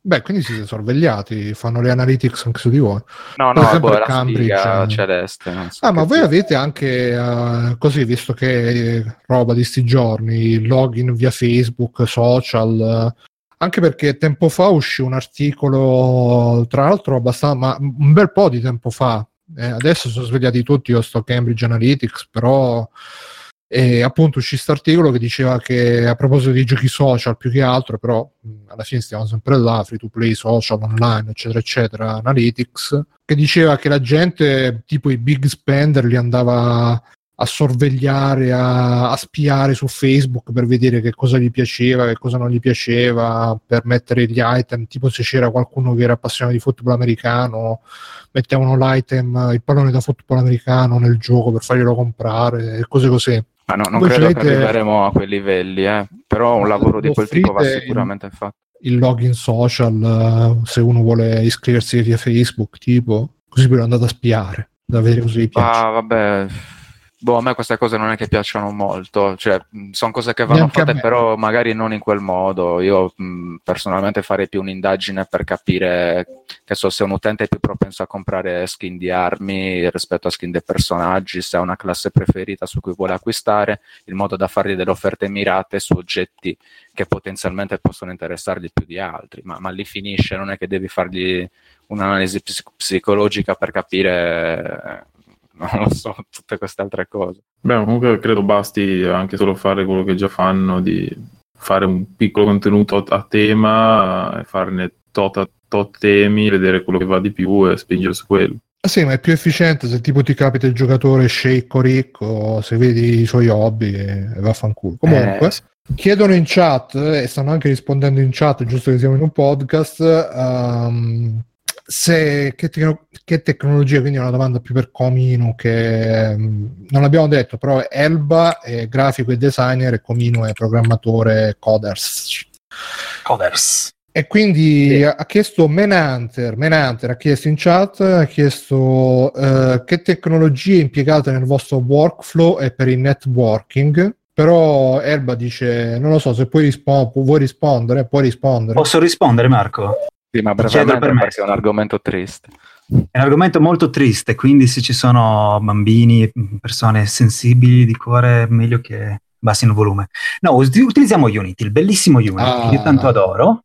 Beh, quindi siete sorvegliati, fanno le analytics anche su di voi. No, Per no, esempio boh, a la Cambridge. spiga celeste. Non so Ah, ma che voi dire. avete anche, uh, così, visto che eh, roba di sti giorni, il login via Facebook, social, uh, anche perché tempo fa uscì un articolo, tra l'altro abbastanza, ma un bel po' di tempo fa, eh, adesso sono svegliati tutti, io sto a Cambridge Analytics, però e appunto uscì questo articolo che diceva che a proposito di giochi social più che altro, però mh, alla fine stiamo sempre là, free to play, social, online, eccetera eccetera, analytics, che diceva che la gente, tipo i big spender, li andava a sorvegliare, a, a spiare su Facebook per vedere che cosa gli piaceva, che cosa non gli piaceva, per mettere gli item, tipo se c'era qualcuno che era appassionato di football americano, mettevano l'item, il pallone da football americano nel gioco per farglielo comprare, e cose così. Ma no, non Voi credo che avete- arriveremo a quei livelli, eh. Però un lavoro di quel tipo va offrite sicuramente fatto. il login social, uh, se uno vuole iscriversi via Facebook, tipo, così poi lo andate a spiare, da vedere cosa gli piace. Ah, vabbè. Boh, a me queste cose non è che piacciono molto, cioè sono cose che vanno Neanche a fatte, me. però magari non in quel modo. Io mh, personalmente farei più un'indagine per capire che so, se un utente è più propenso a comprare skin di armi rispetto a skin dei personaggi, se ha una classe preferita su cui vuole acquistare, in modo da fargli delle offerte mirate su oggetti che potenzialmente possono interessargli più di altri, ma, ma lì finisce, non è che devi fargli un'analisi psic- psicologica per capire, non lo so, tutte queste altre cose. Beh, comunque credo basti anche solo fare quello che già fanno, di fare un piccolo contenuto a tema e farne tot, a tot temi, vedere quello che va di più e spingere su quello. Ah, sì, ma è più efficiente se tipo ti capita il giocatore sceicco ricco, se vedi i suoi hobby e, e vaffanculo. Comunque, Eh, sì. chiedono in chat, e stanno anche rispondendo in chat, giusto che siamo in un podcast, um, se che, tecno- che tecnologia, quindi è una domanda più per Comino, che um, non l'abbiamo detto, però Elba è grafico e designer e Comino è programmatore coders. Coders. E quindi Sì. ha chiesto Menhunter, Menhunter ha chiesto in chat, ha chiesto uh, che tecnologie impiegate nel vostro workflow e per il networking. Però Elba dice, non lo so, se puoi rispo- vuoi rispondere, puoi rispondere. Posso rispondere, Marco? Sì, ma Chiedo il brevemente permesso. perché è un argomento triste. È un argomento molto triste, quindi se ci sono bambini, persone sensibili di cuore, meglio che abbassino il volume. No, us- utilizziamo Unity, il bellissimo Unity, Ah. che io tanto adoro,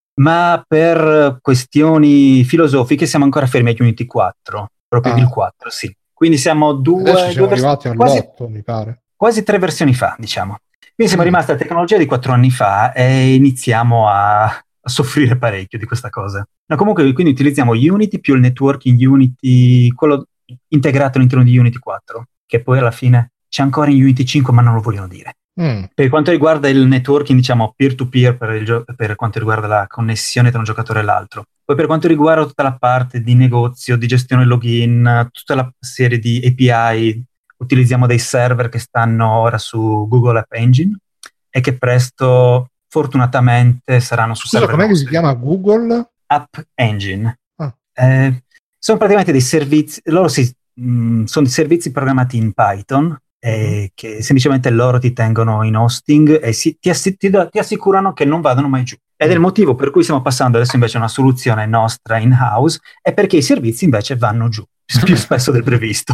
ma per questioni filosofiche siamo ancora fermi a Unity quattro, proprio Ah. il quattro, sì. Quindi siamo due, Adesso siamo due vers- arrivati quasi, all'otto, mi pare. quasi tre versioni fa, diciamo. Quindi siamo Mm. rimasti alla tecnologia di quattro anni fa e iniziamo a, a soffrire parecchio di questa cosa. No, comunque, quindi utilizziamo Unity più il networking Unity, quello integrato all'interno di Unity quattro, che poi alla fine c'è ancora in Unity cinque, ma non lo vogliono dire. Mm. Per quanto riguarda il networking, diciamo peer-to-peer, per, il gio- per quanto riguarda la connessione tra un giocatore e l'altro. Poi per quanto riguarda tutta la parte di negozio, di gestione login, tutta la serie di A P I, utilizziamo dei server che stanno ora su Google App Engine e che presto, fortunatamente, saranno su Scusa, server com'è che si nostri. chiama Google? App Engine. Ah. Eh, sono praticamente dei servizi, loro si, mh, sono dei servizi programmati in Python, eh, che semplicemente loro ti tengono in hosting e si, ti, assi- ti, da- ti assicurano che non vadano mai giù. Ed è il motivo per cui stiamo passando adesso invece a una soluzione nostra in-house, è perché i servizi invece vanno giù, più spesso del previsto.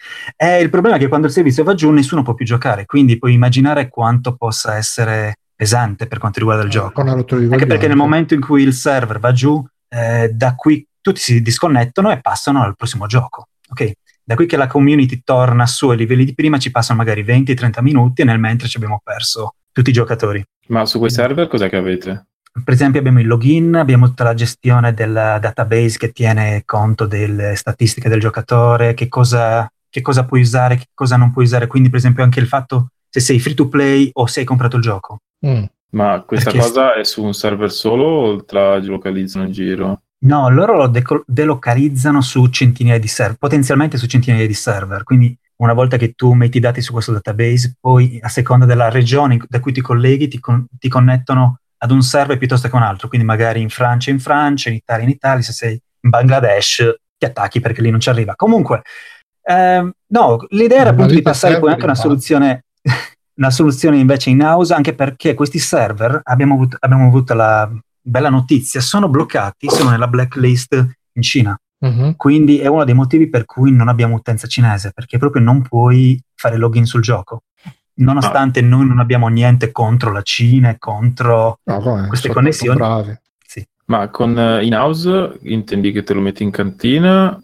E il problema è che quando il servizio va giù nessuno può più giocare, quindi puoi immaginare quanto possa essere pesante per quanto riguarda il gioco. Una rottura di Anche coglioni, perché nel sì. momento in cui il server va giù, eh, da qui tutti si disconnettono e passano al prossimo gioco. Ok? Da qui che la community torna su ai livelli di prima ci passano magari venti trenta minuti e nel mentre ci abbiamo perso tutti i giocatori. Ma su quei server cos'è che avete? Per esempio abbiamo il login, abbiamo tutta la gestione del database che tiene conto delle statistiche del giocatore, che cosa, che cosa puoi usare, che cosa non puoi usare, quindi per esempio anche il fatto se sei free to play o se hai comprato il gioco. Mm. Ma questa Perché- cosa è su un server solo o te la localizzano in giro? No, loro lo deco- delocalizzano su centinaia di server, potenzialmente su centinaia di server, quindi una volta che tu metti i dati su questo database, poi a seconda della regione da cui ti colleghi ti, con- ti connettono ad un server piuttosto che un altro, quindi magari in Francia in Francia, in Italia in Italia, se sei in Bangladesh ti attacchi perché lì non ci arriva. Comunque, ehm, no, l'idea era Ma appunto di dite passare poi server anche una in soluzione, una soluzione invece in house, anche perché questi server abbiamo avuto, abbiamo avuto la, bella notizia, sono bloccati, sono nella blacklist in Cina. Uh-huh. Quindi è uno dei motivi per cui non abbiamo utenza cinese, perché proprio non puoi fare login sul gioco. Nonostante ah. noi non abbiamo niente contro la Cina e contro no, come, queste connessioni. Bravi. Sì. Ma con uh, in-house intendi che te lo metti in cantina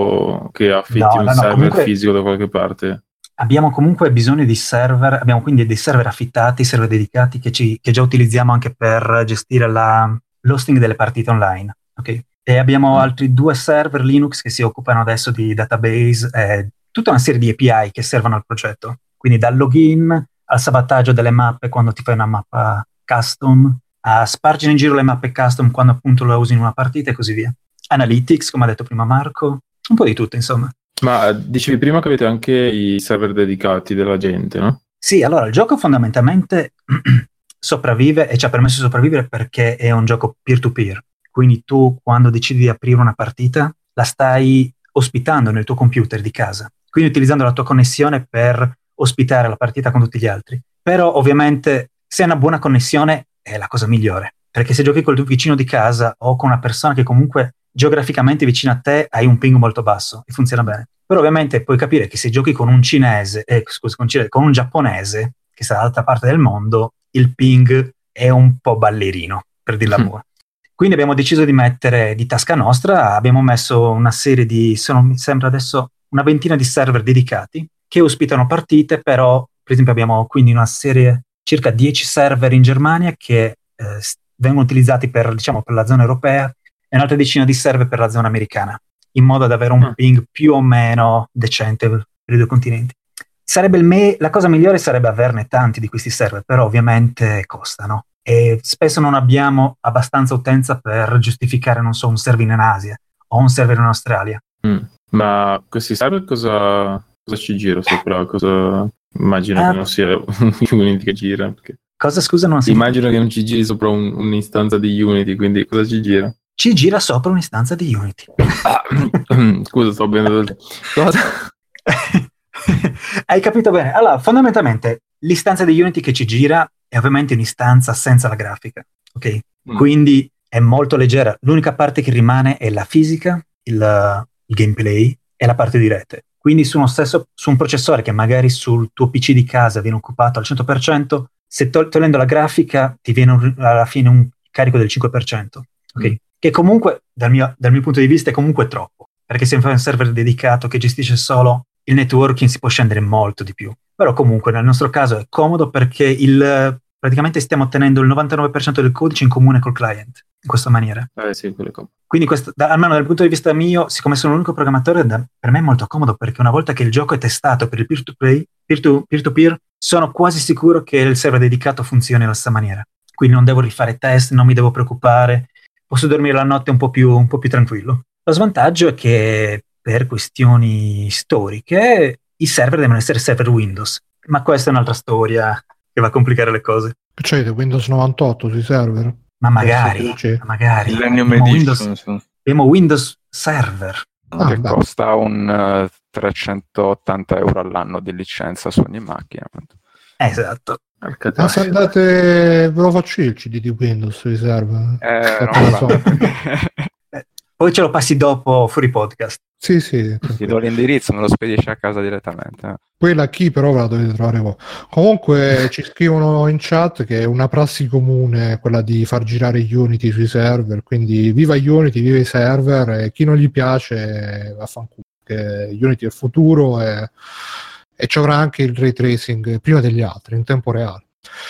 o che affitti no, un no, server comunque... fisico da qualche parte? Abbiamo comunque bisogno di server, abbiamo quindi dei server affittati, server dedicati che, ci, che già utilizziamo anche per gestire la, l'hosting delle partite online, ok? E abbiamo mm. altri due server Linux che si occupano adesso di database e tutta una serie di A P I che servono al progetto. Quindi dal login al salvataggio delle mappe quando ti fai una mappa custom, a spargere in giro le mappe custom quando appunto la usi in una partita e così via. Analytics, come ha detto prima Marco, un po' di tutto insomma. Ma dicevi prima che avete anche i server dedicati della gente, no? Sì, allora il gioco fondamentalmente sopravvive e ci ha permesso di sopravvivere perché è un gioco peer-to-peer. Quindi tu quando decidi di aprire una partita la stai ospitando nel tuo computer di casa, quindi utilizzando la tua connessione per ospitare la partita con tutti gli altri. Però ovviamente se hai una buona connessione è la cosa migliore, perché se giochi col tuo vicino di casa o con una persona che comunque geograficamente vicino a te hai un ping molto basso e funziona bene. Però ovviamente puoi capire che se giochi con un cinese, eh, scusa, con, con un giapponese che sta dall'altra parte del mondo, il ping è un po' ballerino, per dirla buona. Quindi abbiamo deciso di mettere di tasca nostra, abbiamo messo una serie di, sono, mi sembra adesso, una ventina di server dedicati che ospitano partite, però per esempio abbiamo quindi una serie, circa dieci server in Germania che eh, vengono utilizzati per, diciamo, per la zona europea e un'altra decina di server per la zona americana, in modo da avere un ping più o meno decente per i due continenti. Sarebbe il me- la cosa migliore sarebbe averne tanti di questi server, però ovviamente costano. E spesso non abbiamo abbastanza utenza per giustificare, non so, un server in Asia o un server in Australia. Mm. Ma questi server cosa, cosa ci gira sopra? Cosa... Immagino uh, che non sia Unity che gira. Perché... Cosa, scusa? Non si Immagino che non ci giri sopra un, un'istanza di Unity, quindi cosa ci gira? Ci gira sopra un'istanza di Unity. Ah, scusa, sto bene. Cosa? Hai capito bene? Allora, fondamentalmente, l'istanza di Unity che ci gira è ovviamente un'istanza senza la grafica, ok? Mm. Quindi è molto leggera. L'unica parte che rimane è la fisica, il, il gameplay e la parte di rete. Quindi su uno stesso, su un processore che magari sul tuo P C di casa viene occupato al cento per cento, se tol- togliendo la grafica ti viene un, alla fine un carico del cinque per cento, ok? Mm. Che comunque, dal mio, dal mio punto di vista, è comunque troppo, perché se fai un server dedicato che gestisce solo il networking si può scendere molto di più. Però comunque nel nostro caso è comodo perché il, praticamente stiamo ottenendo il novantanove per cento del codice in comune col client, in questa maniera. Eh sì, quello è comodo. Quindi questo, da, almeno dal punto di vista mio, siccome sono l'unico programmatore, da, per me è molto comodo perché una volta che il gioco è testato per il peer-to-play, peer-to, peer-to-peer, sono quasi sicuro che il server dedicato funzioni alla stessa maniera. Quindi non devo rifare test, non mi devo preoccupare, posso dormire la notte un po' più, un po' più tranquillo. Lo svantaggio è che per questioni storiche i server devono essere server Windows, ma questa è un'altra storia che va a complicare le cose. Che c'è Windows novantotto sui server? Ma magari, ma magari. Millennium abbiamo Edition, Windows, abbiamo Windows Server. Ah, che beh. Costa un uh, trecentottanta euro all'anno di licenza su ogni macchina. Esatto. Ma se andate, ve lo faccio io il C D di Windows sui server. Eh, non lo so. Poi ce lo passi dopo fuori podcast. Sì, sì. Ti do l'indirizzo, me lo spedisci a casa direttamente. Quella key però ve la dovete trovare voi. Comunque ci scrivono in chat che è una prassi comune quella di far girare Unity sui server, quindi viva Unity, viva i server, e chi non gli piace vaffanculo, che Unity è il futuro e, e ci avrà anche il ray tracing prima degli altri, in tempo reale.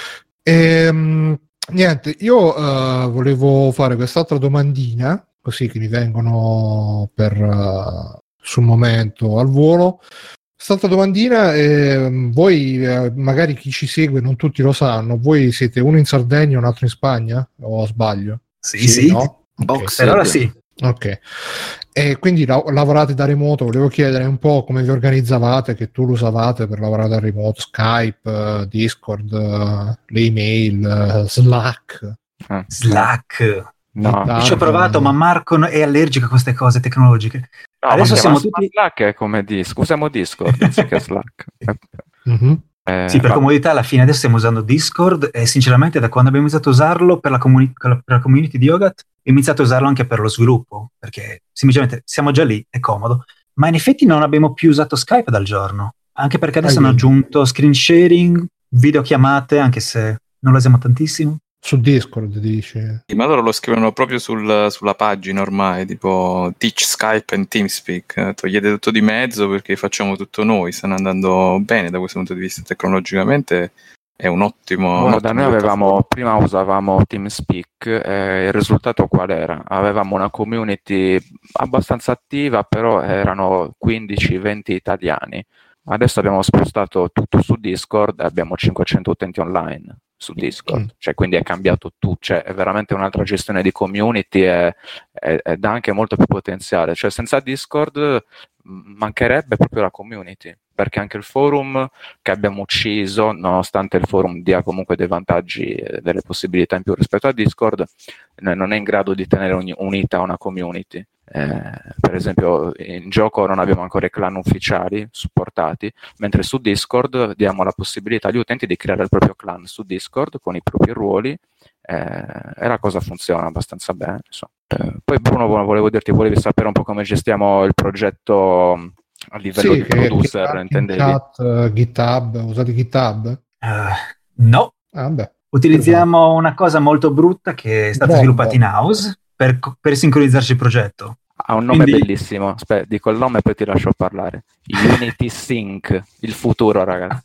E, niente, io uh, volevo fare quest'altra domandina, così che mi vengono per uh, sul momento al volo. Quest'altra domandina, eh, voi eh, magari chi ci segue non tutti lo sanno, voi siete uno in Sardegna e un altro in Spagna, o sbaglio? Sì, sì, sì. No? Okay. Per ora sì. Ok, e quindi la- lavorate da remoto. Volevo chiedere un po' come vi organizzavate, che tool usavate per lavorare da remoto, Skype, uh, Discord, uh, le email, uh, Slack. Ah. Slack. No. Io ci ho provato, ma Marco è allergico a queste cose tecnologiche. No, adesso ma siamo tutti Slack è come Discord, usiamo Discord anziché Slack. Mm-hmm. Eh, Sì, per ma- comodità alla fine adesso stiamo usando Discord e sinceramente da quando abbiamo iniziato a usarlo per la, comuni- per la community di Yogat, ho iniziato a usarlo anche per lo sviluppo, perché semplicemente siamo già lì, è comodo, ma in effetti non abbiamo più usato Skype dal giorno, anche perché adesso Ah, hanno io- aggiunto screen sharing, videochiamate, anche se non lo usiamo tantissimo. Su Discord dici. Ma loro lo scrivono proprio sul- sulla pagina ormai, tipo Teach Skype and TeamSpeak. Eh, togliete tutto di mezzo perché facciamo tutto noi. Stanno andando bene da questo punto di vista. Tecnologicamente è un ottimo. Guarda, un'ottima noi avevamo, piattaforma. prima usavamo TeamSpeak e il risultato qual era? Avevamo una community abbastanza attiva, però erano quindici venti italiani. Adesso abbiamo spostato tutto su Discord e abbiamo cinquecento utenti online su Discord, Mm. cioè quindi è cambiato tutto, cioè è veramente un'altra gestione di community e, e, e dà anche molto più potenziale, cioè senza Discord mh, mancherebbe proprio la community, perché anche il forum che abbiamo ucciso, nonostante il forum dia comunque dei vantaggi e delle possibilità in più rispetto a Discord, n- non è in grado di tenere uni- unita una community. Eh, per esempio in gioco non abbiamo ancora i clan ufficiali supportati, mentre su Discord diamo la possibilità agli utenti di creare il proprio clan su Discord con i propri ruoli eh, e la cosa funziona abbastanza bene, insomma. Eh, poi Bruno, volevo dirti, volevi sapere un po' come gestiamo il progetto a livello Sì, di che, che producer, anche in intendevi? chat uh, GitHub, usate GitHub? Eh, no, Ah, beh. utilizziamo una cosa molto brutta che è stata Bomba. sviluppata in house per, co- per sincronizzarci il progetto. Ha un nome Quindi- bellissimo, aspetta, dico il nome e poi ti lascio parlare. Unity Sync, il futuro, ragazzi.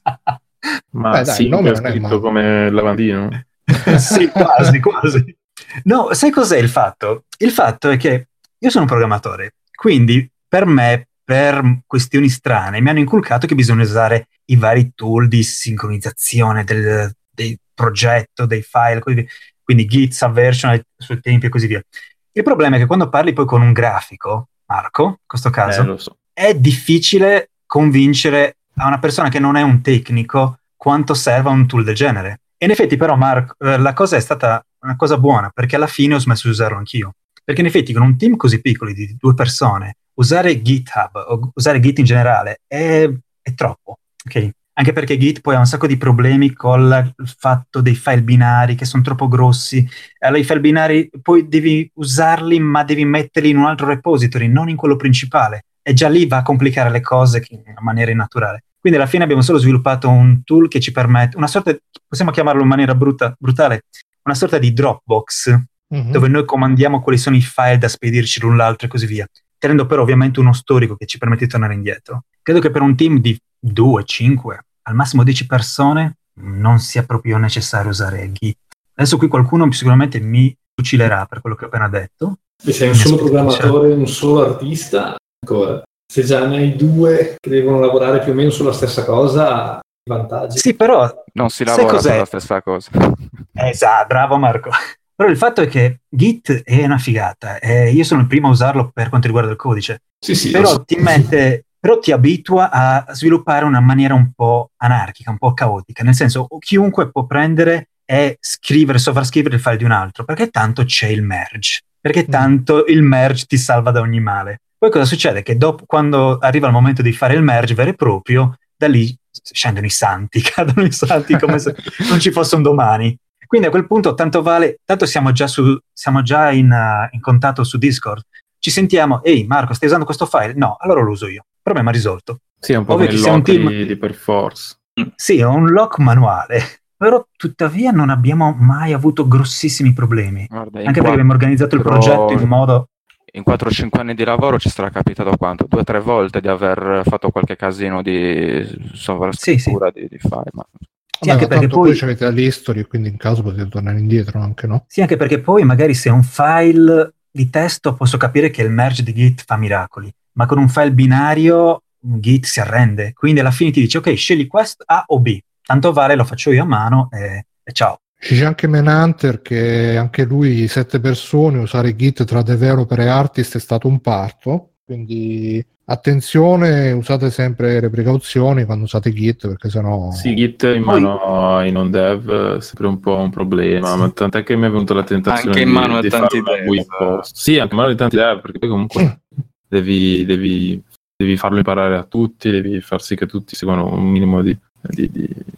Ma Beh, dai, il Sync nome è non è scritto male. come lavandino? Sì, quasi, quasi. No, sai cos'è il fatto? Il fatto è che io sono un programmatore, quindi per me, per questioni strane, mi hanno inculcato che bisogna usare i vari tool di sincronizzazione del, del progetto, dei file, così via. Quindi Git, Subversion ai suoi tempi e così via. Il problema è che quando parli poi con un grafico, Marco, in questo caso, Eh, lo so. è difficile convincere a una persona che non è un tecnico quanto serva un tool del genere. E in effetti però, Marco, eh, la cosa è stata una cosa buona, perché alla fine ho smesso di usarlo anch'io. Perché in effetti con un team così piccolo di due persone, usare GitHub o usare Git in generale è, è troppo, ok? Anche perché Git poi ha un sacco di problemi con il fatto dei file binari che sono troppo grossi. Allora i file binari poi devi usarli, ma devi metterli in un altro repository, non in quello principale. E già lì va a complicare le cose in maniera innaturale. Quindi alla fine abbiamo solo sviluppato un tool che ci permette, una sorta, possiamo chiamarlo in maniera brutta, brutale, una sorta di Dropbox, Mhm. dove noi comandiamo quali sono i file da spedirci l'un l'altro e così via, tenendo però ovviamente uno storico che ci permette di tornare indietro. Credo che per un team di due, cinque, al massimo dieci persone non sia proprio necessario usare Git. Adesso qui qualcuno sicuramente mi fucilerà per quello che ho appena detto. Se sei un Mi solo aspetto, programmatore, un solo artista, ancora. Se già ne hai due che devono lavorare più o meno sulla stessa cosa, vantaggi. Sì, però Non si sai lavora cos'è? sulla stessa cosa. Esatto, bravo Marco. Però il fatto è che Git è una figata e io sono il primo a usarlo per quanto riguarda il codice. Sì, sì, lo Però so. ti mette, però ti abitua a sviluppare una maniera un po' anarchica, un po' caotica, nel senso chiunque può prendere e scrivere, sovrascrivere il file di un altro, perché tanto c'è il merge, perché tanto il merge ti salva da ogni male. Poi cosa succede? Che dopo, quando arriva il momento di fare il merge vero e proprio, da lì scendono i santi, cadono i santi come se non ci fosse un domani. Quindi a quel punto tanto vale, tanto siamo già, su, siamo già in, uh, in contatto su Discord, ci sentiamo, ehi Marco, stai usando questo file? No, allora lo uso io. Problema risolto. Sì, è un po' Ovvio come che il sia un lock team- di, di Perforce. Sì, è un lock manuale, però tuttavia non abbiamo mai avuto grossissimi problemi. Guarda, in Anche perché abbiamo organizzato il quattro- progetto in modo... In quattro cinque anni di lavoro ci sarà capitato quanto? Due o tre volte di aver fatto qualche casino di sovrascrittura di, di file. Ma... Sì, anche Vabbè, ma perché tanto poi... voi avete l'history e quindi in caso potete tornare indietro anche, no? Sì, anche perché poi magari se è un file di testo posso capire che il merge di Git fa miracoli, ma con un file binario Git si arrende. Quindi alla fine ti dice, ok, scegli questo A o B. Tanto vale, lo faccio io a mano e, e ciao. C'è anche Manhunter che anche lui, sette persone, usare Git tra developer e artist è stato un parto, quindi attenzione, usate sempre le precauzioni quando usate Git, perché sennò... Sì, Git in Poi- mano ai non dev è sempre un po' un problema, Sì. ma tant'è che mi è venuta la tentazione Anche in di, mano a di tanti fare una dev. build post. Sì, anche in mano di tanti dev, perché poi comunque devi, devi, devi farlo imparare a tutti, devi far sì che tutti seguano un minimo di, di, di,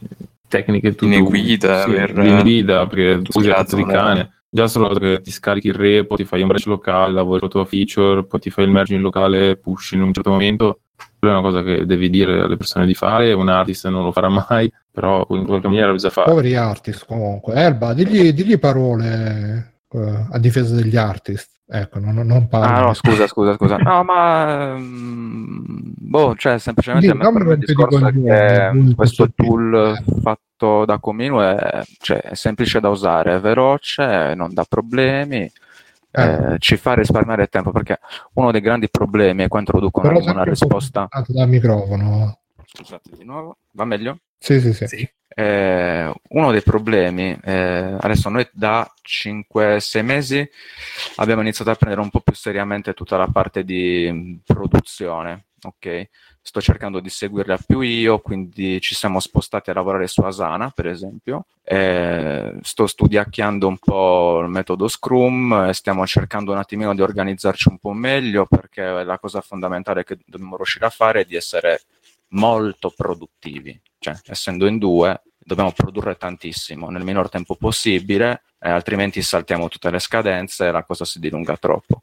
tecniche tu linee guida, sì, aver linee guida, perché tu usi la studiato, di cane. Già solo che ti scarichi il repo, ti fai un branch locale, lavori la tua feature, poi ti fai il merge in locale, push in un certo momento. Quella è una cosa che devi dire alle persone di fare, un artist non lo farà mai, però in qualche maniera bisogna fare. Poveri artist comunque. Elba, digli, digli parole eh, a difesa degli artist. Ecco, non, non parli. Ah no, scusa, scusa, scusa. No, ma mm, boh, cioè semplicemente Lì, a me per me il discorso è che questo tool fatto da Comino è, cioè, è semplice da usare, è veloce, non dà problemi, eh. Eh, ci fa risparmiare tempo, perché uno dei grandi problemi è quando introducono Però una risposta un dal microfono. Scusate di nuovo, va meglio? Sì, sì, sì. sì. Eh, uno dei problemi, eh, adesso noi da cinque sei mesi abbiamo iniziato a prendere un po' più seriamente tutta la parte di produzione, ok? Sto cercando di seguirla più io, quindi ci siamo spostati a lavorare su Asana, per esempio. Eh, sto studiacchiando un po' il metodo Scrum e stiamo cercando un attimino di organizzarci un po' meglio, perché la cosa fondamentale che dobbiamo riuscire a fare è di essere molto produttivi, cioè essendo in due dobbiamo produrre tantissimo nel minor tempo possibile, eh, altrimenti saltiamo tutte le scadenze e la cosa si dilunga troppo.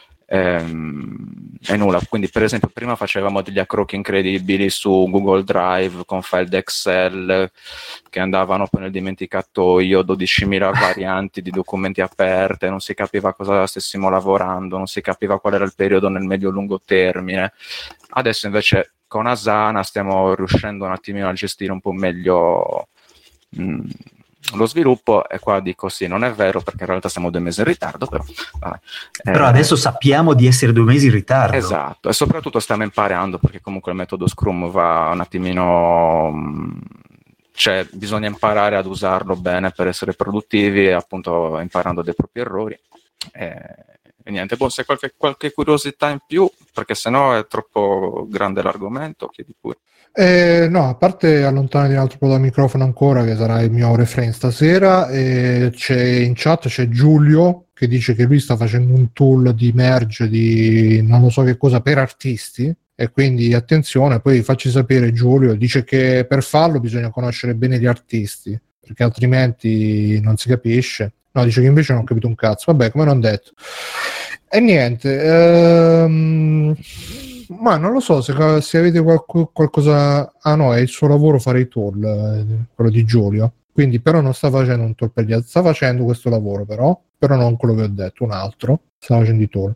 Ehm, e nulla, quindi per esempio prima facevamo degli accrocchi incredibili su Google Drive con file d'Excel che andavano poi nel dimenticatoio, dodicimila varianti di documenti aperte, non si capiva cosa stessimo lavorando, non si capiva qual era il periodo nel medio-lungo termine. Adesso invece con Asana stiamo riuscendo un attimino a gestire un po' meglio mh, lo sviluppo, e qua dico sì, non è vero, perché in realtà siamo due mesi in ritardo, però, vabbè. però eh, adesso sappiamo di essere due mesi in ritardo. Esatto, e soprattutto stiamo imparando, perché comunque il metodo Scrum va un attimino, mh, cioè bisogna imparare ad usarlo bene per essere produttivi, e appunto imparando dai propri errori. Eh, E niente, boh, se qualche, qualche curiosità in più, perché sennò è troppo grande l'argomento, chiedi pure. Eh, no, a parte allontanati un altro po' dal microfono ancora, che sarà il mio refrain stasera, eh, c'è in chat c'è Giulio che dice che lui sta facendo un tool di merge di non lo so che cosa per artisti, e quindi attenzione, poi facci sapere Giulio, dice che per farlo bisogna conoscere bene gli artisti, perché altrimenti non si capisce. No, dice che invece non ho capito un cazzo. Vabbè, come non detto. E niente, ehm, ma non lo so se, se avete qualco, qualcosa. Ah no, è il suo lavoro fare i tool, eh, quello di Giulio. Quindi però non sta facendo un tool per gli altri, sta facendo questo lavoro però, però non quello che ho detto, un altro, sta facendo i tool.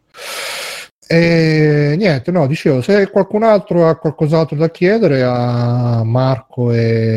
E niente, no, dicevo, se qualcun altro ha qualcos'altro da chiedere a Marco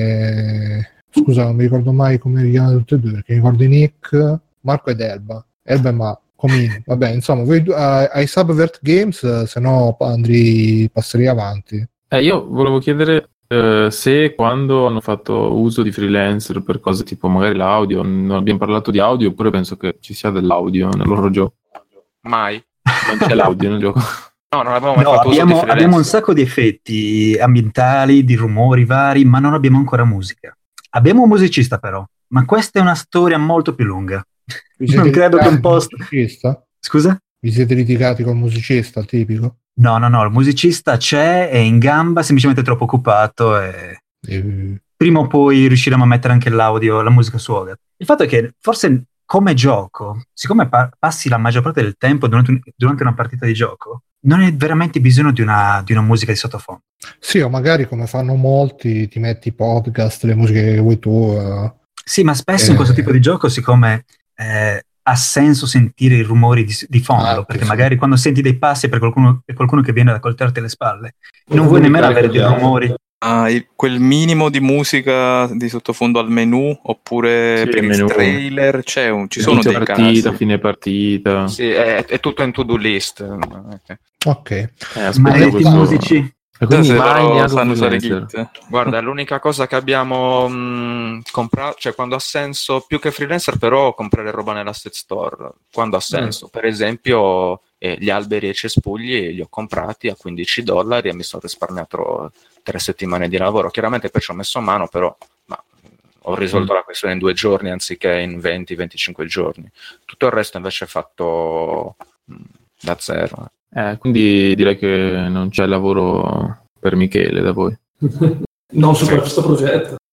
e... Scusa, non mi ricordo mai come li chiamano tutti e due, perché mi ricordo i nick, Marco ed Elba. Elba e Ma, Comino. Vabbè, insomma, voi uh, ai Subvert Games, uh, se no andrei, passerei avanti. Eh, io volevo chiedere uh, se quando hanno fatto uso di freelancer per cose tipo magari l'audio, non abbiamo parlato di audio, oppure penso che ci sia dell'audio nel loro gioco. Mai. Non c'è l'audio nel gioco. No, non abbiamo mai no, fatto abbiamo, uso di abbiamo un sacco di effetti ambientali, di rumori vari, ma non abbiamo ancora musica. Abbiamo un musicista però, ma questa è una storia molto più lunga. Non credo che un post... Musicista? Scusa? Vi siete litigati col musicista, tipico? No, no, no, il musicista c'è, è in gamba, semplicemente troppo occupato e... e... Prima o poi riusciremo a mettere anche l'audio, la musica su Ogat. Il fatto è che forse come gioco, siccome pa- passi la maggior parte del tempo durante, un, durante una partita di gioco, non hai veramente bisogno di una, di una musica di sottofondo. Sì, o magari come fanno molti, ti metti podcast, le musiche che vuoi tu. Uh, sì, ma spesso eh... in questo tipo di gioco, siccome eh, ha senso sentire i rumori di, di fondo, ah, perché sì. Magari quando senti dei passi per qualcuno, per qualcuno che viene ad accoltarti le spalle, non, non vuoi nemmeno avere dei rumori. Ah, quel minimo di musica di sottofondo al menu, oppure sì, per il menu. Trailer, c'è un, ci sono dei partita, canali. Fine partita. Sì, è, è tutto in to-do list. Ok. okay. Eh, ma i musici. E quindi mai sanno usare Git. Guarda, l'unica cosa che abbiamo mh, comprato, cioè quando ha senso, più che freelancer, però comprare roba nell'asset store, quando ha senso. Mm. Per esempio, eh, gli alberi e i cespugli li ho comprati a quindici dollari e mi sono risparmiato tre settimane di lavoro. Chiaramente poi ci ho messo a mano, però ma, ho risolto mm. la questione in due giorni anziché in venti venticinque giorni. Tutto il resto invece è fatto mh, da zero. Eh, quindi direi che non c'è lavoro per Michele da voi. Non su questo progetto.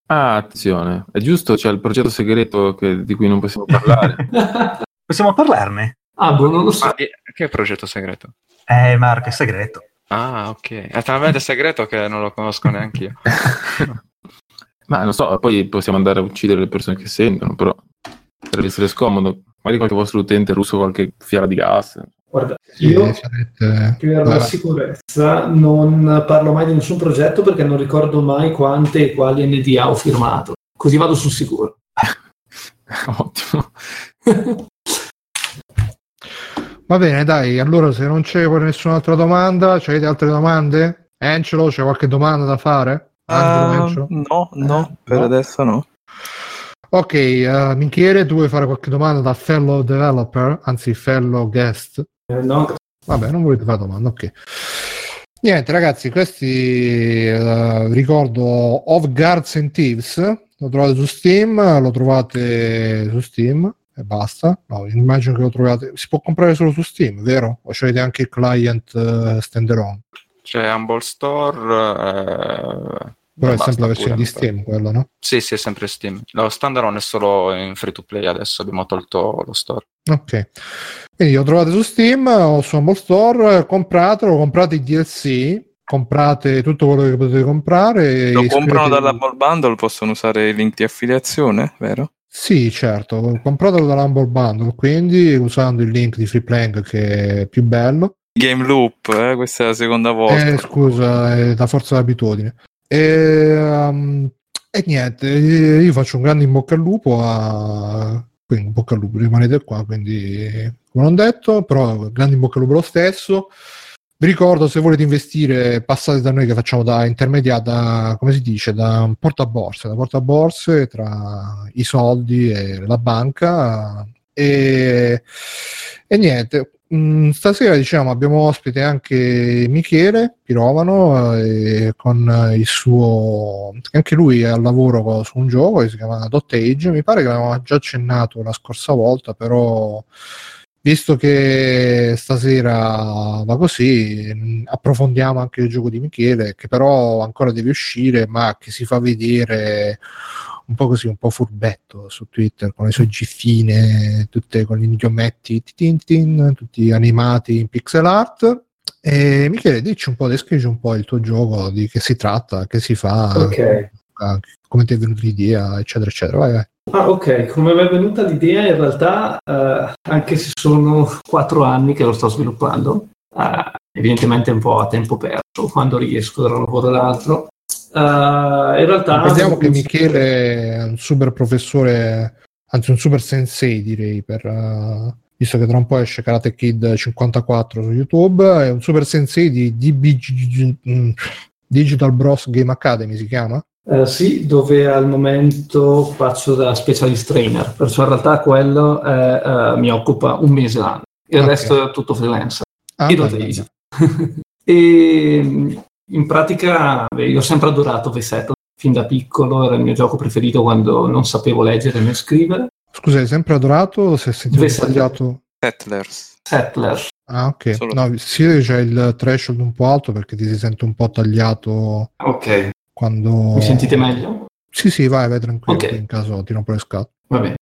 Ah, attenzione, è giusto, c'è il progetto segreto che, di cui non possiamo parlare. Possiamo parlarne? Ah, boh, non lo so. Ma che progetto segreto? Eh, Marco, è segreto. Ah, ok. È talmente segreto che non lo conosco neanche io. Ma non so, poi possiamo andare a uccidere le persone che sentono, però deve essere scomodo. Magari qualche vostro utente russo qualche fiala di gas. Guarda, Sì, io sarete... per la sicurezza non parlo mai di nessun progetto perché non ricordo mai quante e quali N D A ho firmato. Così vado sul sicuro. Ottimo. Va bene, dai, allora se non c'è nessun'altra domanda, avete altre domande? Angelo, c'è qualche domanda da fare? Angelo, Uh, Angelo? no, no, Eh, per no? adesso no. Ok, uh, Michele, tu vuoi fare qualche domanda da fellow developer, anzi fellow guest? Eh, no. Vabbè, non volete fare domanda, ok. Niente ragazzi, questi uh, ricordo Of Guards and Thieves, lo trovate su Steam, lo trovate su Steam e basta. No, immagino che lo trovate, si può comprare solo su Steam, vero? O c'avete anche il client uh, standalone? C'è Humble Store, eh, però è basta sempre la versione pure, di Steam quello, no? Sì, sì, è sempre Steam. Lo standalone è solo in free to play adesso, abbiamo tolto lo store. Ok, quindi lo trovate su Steam o su Humble Store, compratelo, comprate i D L C, comprate tutto quello che potete comprare. Lo e comprano iscrivetevi- dall'Humble Bundle, possono usare il link di affiliazione, vero? Sì, certo, compratelo dall'Humble Bundle, quindi usando il link di Freeplank che è più bello. Game Loop, eh? Questa è la seconda volta. Eh, scusa, è da forza d'abitudine. E, um, e niente, io faccio un grande in bocca al lupo a... Quindi in bocca al lupo, rimanete qua, quindi come non detto, però grande in bocca al lupo lo stesso. Vi ricordo, se volete investire, passate da noi che facciamo da intermediario, da, come si dice, da portaborse, da portaborse tra i soldi e la banca. E, e niente, mh, stasera diciamo abbiamo ospite anche Michele Pirovano, eh, con il suo, anche lui è al lavoro su un gioco che si chiama Dot Age. Mi pare che avevamo già accennato la scorsa volta, però visto che stasera va così, mh, approfondiamo anche il gioco di Michele, che però ancora deve uscire, ma che si fa vedere un po' così, un po' furbetto su Twitter, con le sue gifine, tutte con gli idiometti tin tin, tutti animati in pixel art. E Michele, dici un po', descrivi un po' il tuo gioco, di che si tratta, che si fa, Ok. come ti è venuta l'idea, eccetera, eccetera. Vai, vai. Ah, ok, come mi è venuta l'idea in realtà, eh, anche se sono quattro anni che lo sto sviluppando, eh, evidentemente un po' a tempo perso, quando riesco da un lavoro all'altro. Eh, in realtà... Vediamo che Michele è un super professore, anzi un super sensei direi, per, uh, visto che tra un po' esce Karate Kid cinquantaquattro su YouTube, è un super sensei di D B G, Digital Bros Game Academy si chiama? Uh, sì, dove al momento faccio da specialist trainer, perciò in realtà quello è, uh, mi occupa un mese l'anno, il Okay. resto è tutto freelance. Ah, E bello, Dot Age. bello. E in pratica beh, io ho sempre adorato V sette, fin da piccolo era il mio gioco preferito quando non sapevo leggere né scrivere. Scusa, hai sempre adorato? Se sentito V sette. sbagliato? Settlers. Settler. Ah, ok. Solo- No, sì, c'è il threshold un po' alto perché ti si sente un po' tagliato Ok, quando... mi sentite meglio? Sì, sì, vai, vai tranquillo, Ok. poi in caso tiro un po' le scatole. Va bene.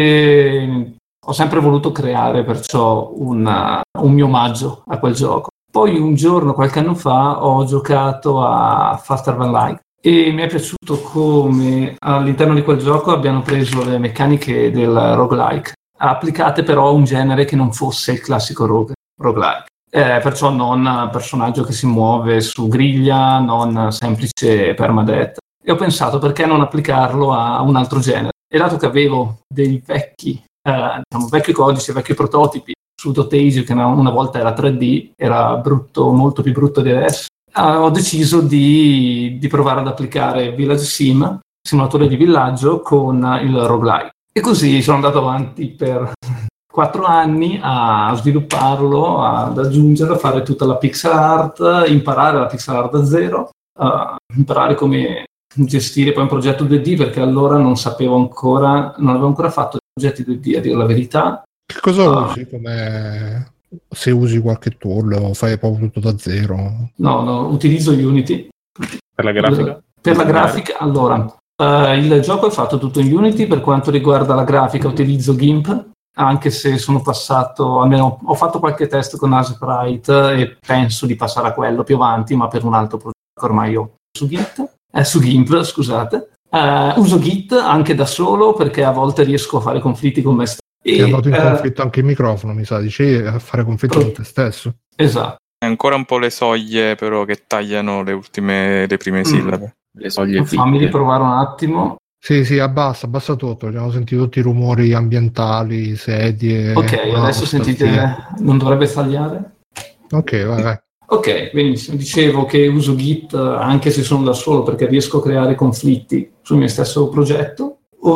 E ho sempre voluto creare perciò una- un mio omaggio a quel gioco. Poi un giorno, qualche anno fa, ho giocato a Faster Than Light e mi è piaciuto come all'interno di quel gioco abbiano preso le meccaniche del roguelike, applicate però a un genere che non fosse il classico rogue, roguelike. Eh, perciò non personaggio che si muove su griglia, non semplice permadeath. E ho pensato perché non applicarlo a un altro genere. E dato che avevo dei vecchi, eh, diciamo, vecchi codici, vecchi prototipi su Dot Age, che una, una volta era tre D, era brutto, molto più brutto di adesso, eh, ho deciso di, di provare ad applicare Village Sim, simulatore di villaggio, con il roguelike. E così sono andato avanti per quattro anni a svilupparlo, ad aggiungere, a fare tutta la pixel art, imparare la pixel art da zero, uh, imparare come gestire poi un progetto due D, perché allora non sapevo ancora, non avevo ancora fatto progetti due D, a dire la verità. Che cosa Ah. usi come... se usi qualche tool o fai proprio tutto da zero? No, no, utilizzo Unity. Per la grafica? Per la grafica, allora, Uh, il gioco è fatto tutto in Unity. Per quanto riguarda la grafica utilizzo GIMP, anche se sono passato, almeno ho fatto qualche test con Sprite e penso di passare a quello più avanti, ma per un altro progetto che ormai ho su Git, eh, su GIMP, scusate. Uh, uso Git anche da solo perché a volte riesco a fare conflitti con me stesso. È andato in uh, conflitto anche il microfono, mi sa, dicevi, a fare conflitto pro- con te stesso. Esatto. È ancora un po' le soglie però che tagliano le ultime, le prime sillabe. Mm. Le soglie fammi riprovare un attimo. Sì, sì, abbassa, abbassa tutto. Abbiamo sentito tutti i rumori ambientali, sedie. Ok, adesso sentite, via. Non dovrebbe tagliare? Ok, vai, vai. Ok, benissimo. Dicevo che uso Git anche se sono da solo perché riesco a creare conflitti sul mio stesso progetto.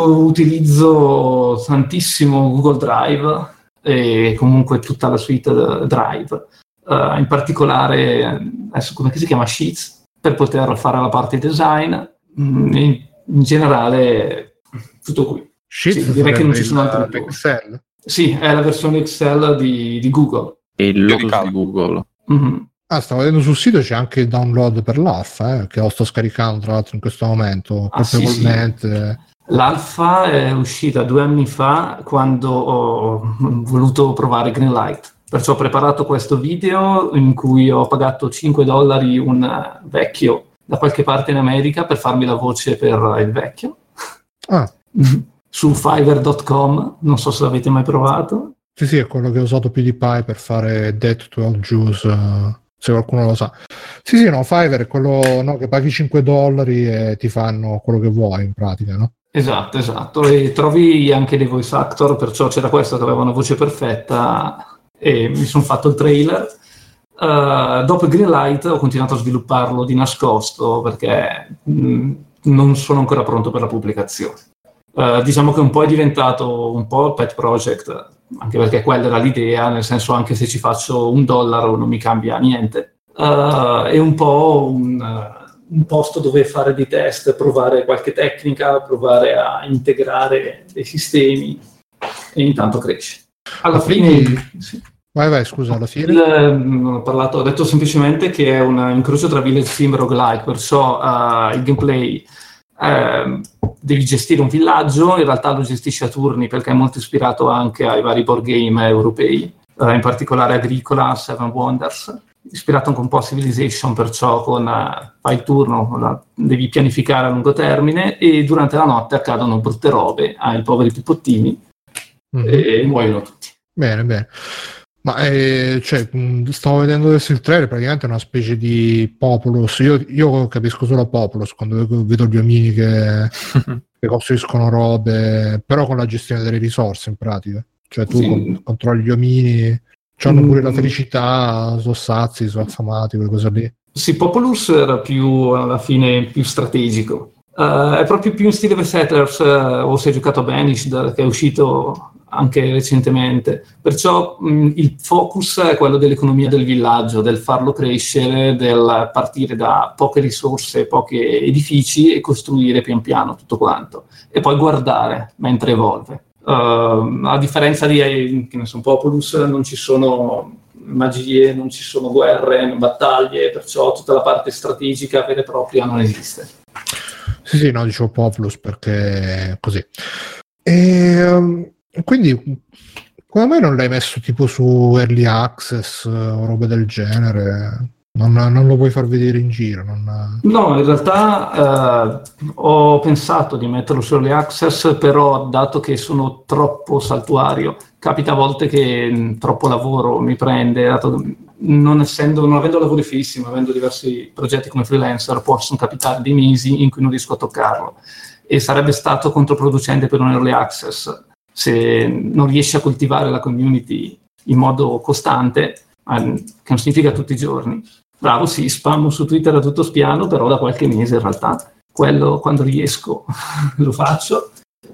Utilizzo tantissimo Google Drive e comunque tutta la suite Drive. Uh, in particolare, adesso come si chiama, Sheets, per poter fare la parte design. Mm, in, in generale, tutto qui. Sheets, sì, direi che non ci sono altri Excel. Sì, è la versione Excel di, di Google. E il logo di Google. Mm-hmm. Ah, stavo vedendo sul sito, c'è anche il download per l'alfa, eh, che lo sto scaricando tra l'altro in questo momento, ah, colpevolmente. Sì, sì. L'alfa è uscita due anni fa quando ho voluto provare Greenlight. Perciò ho preparato questo video in cui ho pagato cinque dollari un vecchio da qualche parte in America per farmi la voce per il vecchio. Ah. Su Fiverr punto com, non so se l'avete mai provato. Sì, sì, è quello che ho usato PewDiePie per fare Death to All Jews, uh, se qualcuno lo sa. Sì, sì, no, Fiverr è quello, no, che paghi cinque dollari e ti fanno quello che vuoi in pratica, no? Esatto, esatto. E trovi anche dei voice actor, perciò c'era questo che aveva una voce perfetta e mi sono fatto il trailer. Uh, dopo Greenlight ho continuato a svilupparlo di nascosto perché mh, non sono ancora pronto per la pubblicazione. Uh, diciamo che un po' è diventato un po' il pet project, anche perché quella era l'idea, nel senso anche se ci faccio un dollaro non mi cambia niente. Uh, è un po' un, uh, un posto dove fare dei test, provare qualche tecnica, provare a integrare dei sistemi e intanto cresce. Alla fine... Quindi... Sì. Vai, vai, scusa, alla fine. Il, non ho parlato, ho detto semplicemente che è un incrocio tra Village Sim e roguelike, perciò uh, il gameplay uh, devi gestire un villaggio, in realtà lo gestisci a turni perché è molto ispirato anche ai vari board game europei, uh, in particolare Agricola, Seven Wonders, ispirato anche un po' a Civilization, perciò con uh, fai il turno, la, devi pianificare a lungo termine e durante la notte accadono brutte robe ai poveri pipottini mm-hmm. e, e muoiono tutti. Bene, bene. Ma eh, cioè, mh, stavo vedendo adesso il trailer, praticamente è una specie di Populous. Io, io capisco solo Populous quando vedo gli omini che, che costruiscono robe, però con la gestione delle risorse in pratica. Cioè tu sì. con, controlli gli omini, hanno mm. pure la felicità, sono sazi, sono affamati, quelle cose lì. Sì, Populous era più alla fine più strategico. Uh, è proprio più in stile The Settlers, uh, o se hai giocato a Banished, che è uscito anche recentemente. Perciò mh, il focus è quello dell'economia del villaggio, del farlo crescere, del partire da poche risorse, pochi edifici e costruire pian piano tutto quanto. E poi guardare mentre evolve. Uh, a differenza di che ne so, Populous non ci sono magie, non ci sono guerre, battaglie, perciò tutta la parte strategica vera e propria non esiste. Sì, sì, no, dicevo Populous perché così. E, um, quindi, come mai non l'hai messo tipo su Early Access o robe del genere? Non, non lo puoi far vedere in giro? Non... No, in realtà eh, ho pensato di metterlo su Early Access, però dato che sono troppo saltuario, capita a volte che mh, troppo lavoro mi prende, dato, non, essendo, non avendo lavori fissi, ma avendo diversi progetti come freelancer, possono capitare dei mesi in cui non riesco a toccarlo e sarebbe stato controproducente per un Early Access se non riesci a coltivare la community in modo costante, eh, che non significa tutti i giorni. Bravo, sì, spammo su Twitter a tutto spiano, però da qualche mese in realtà, quello quando riesco lo faccio.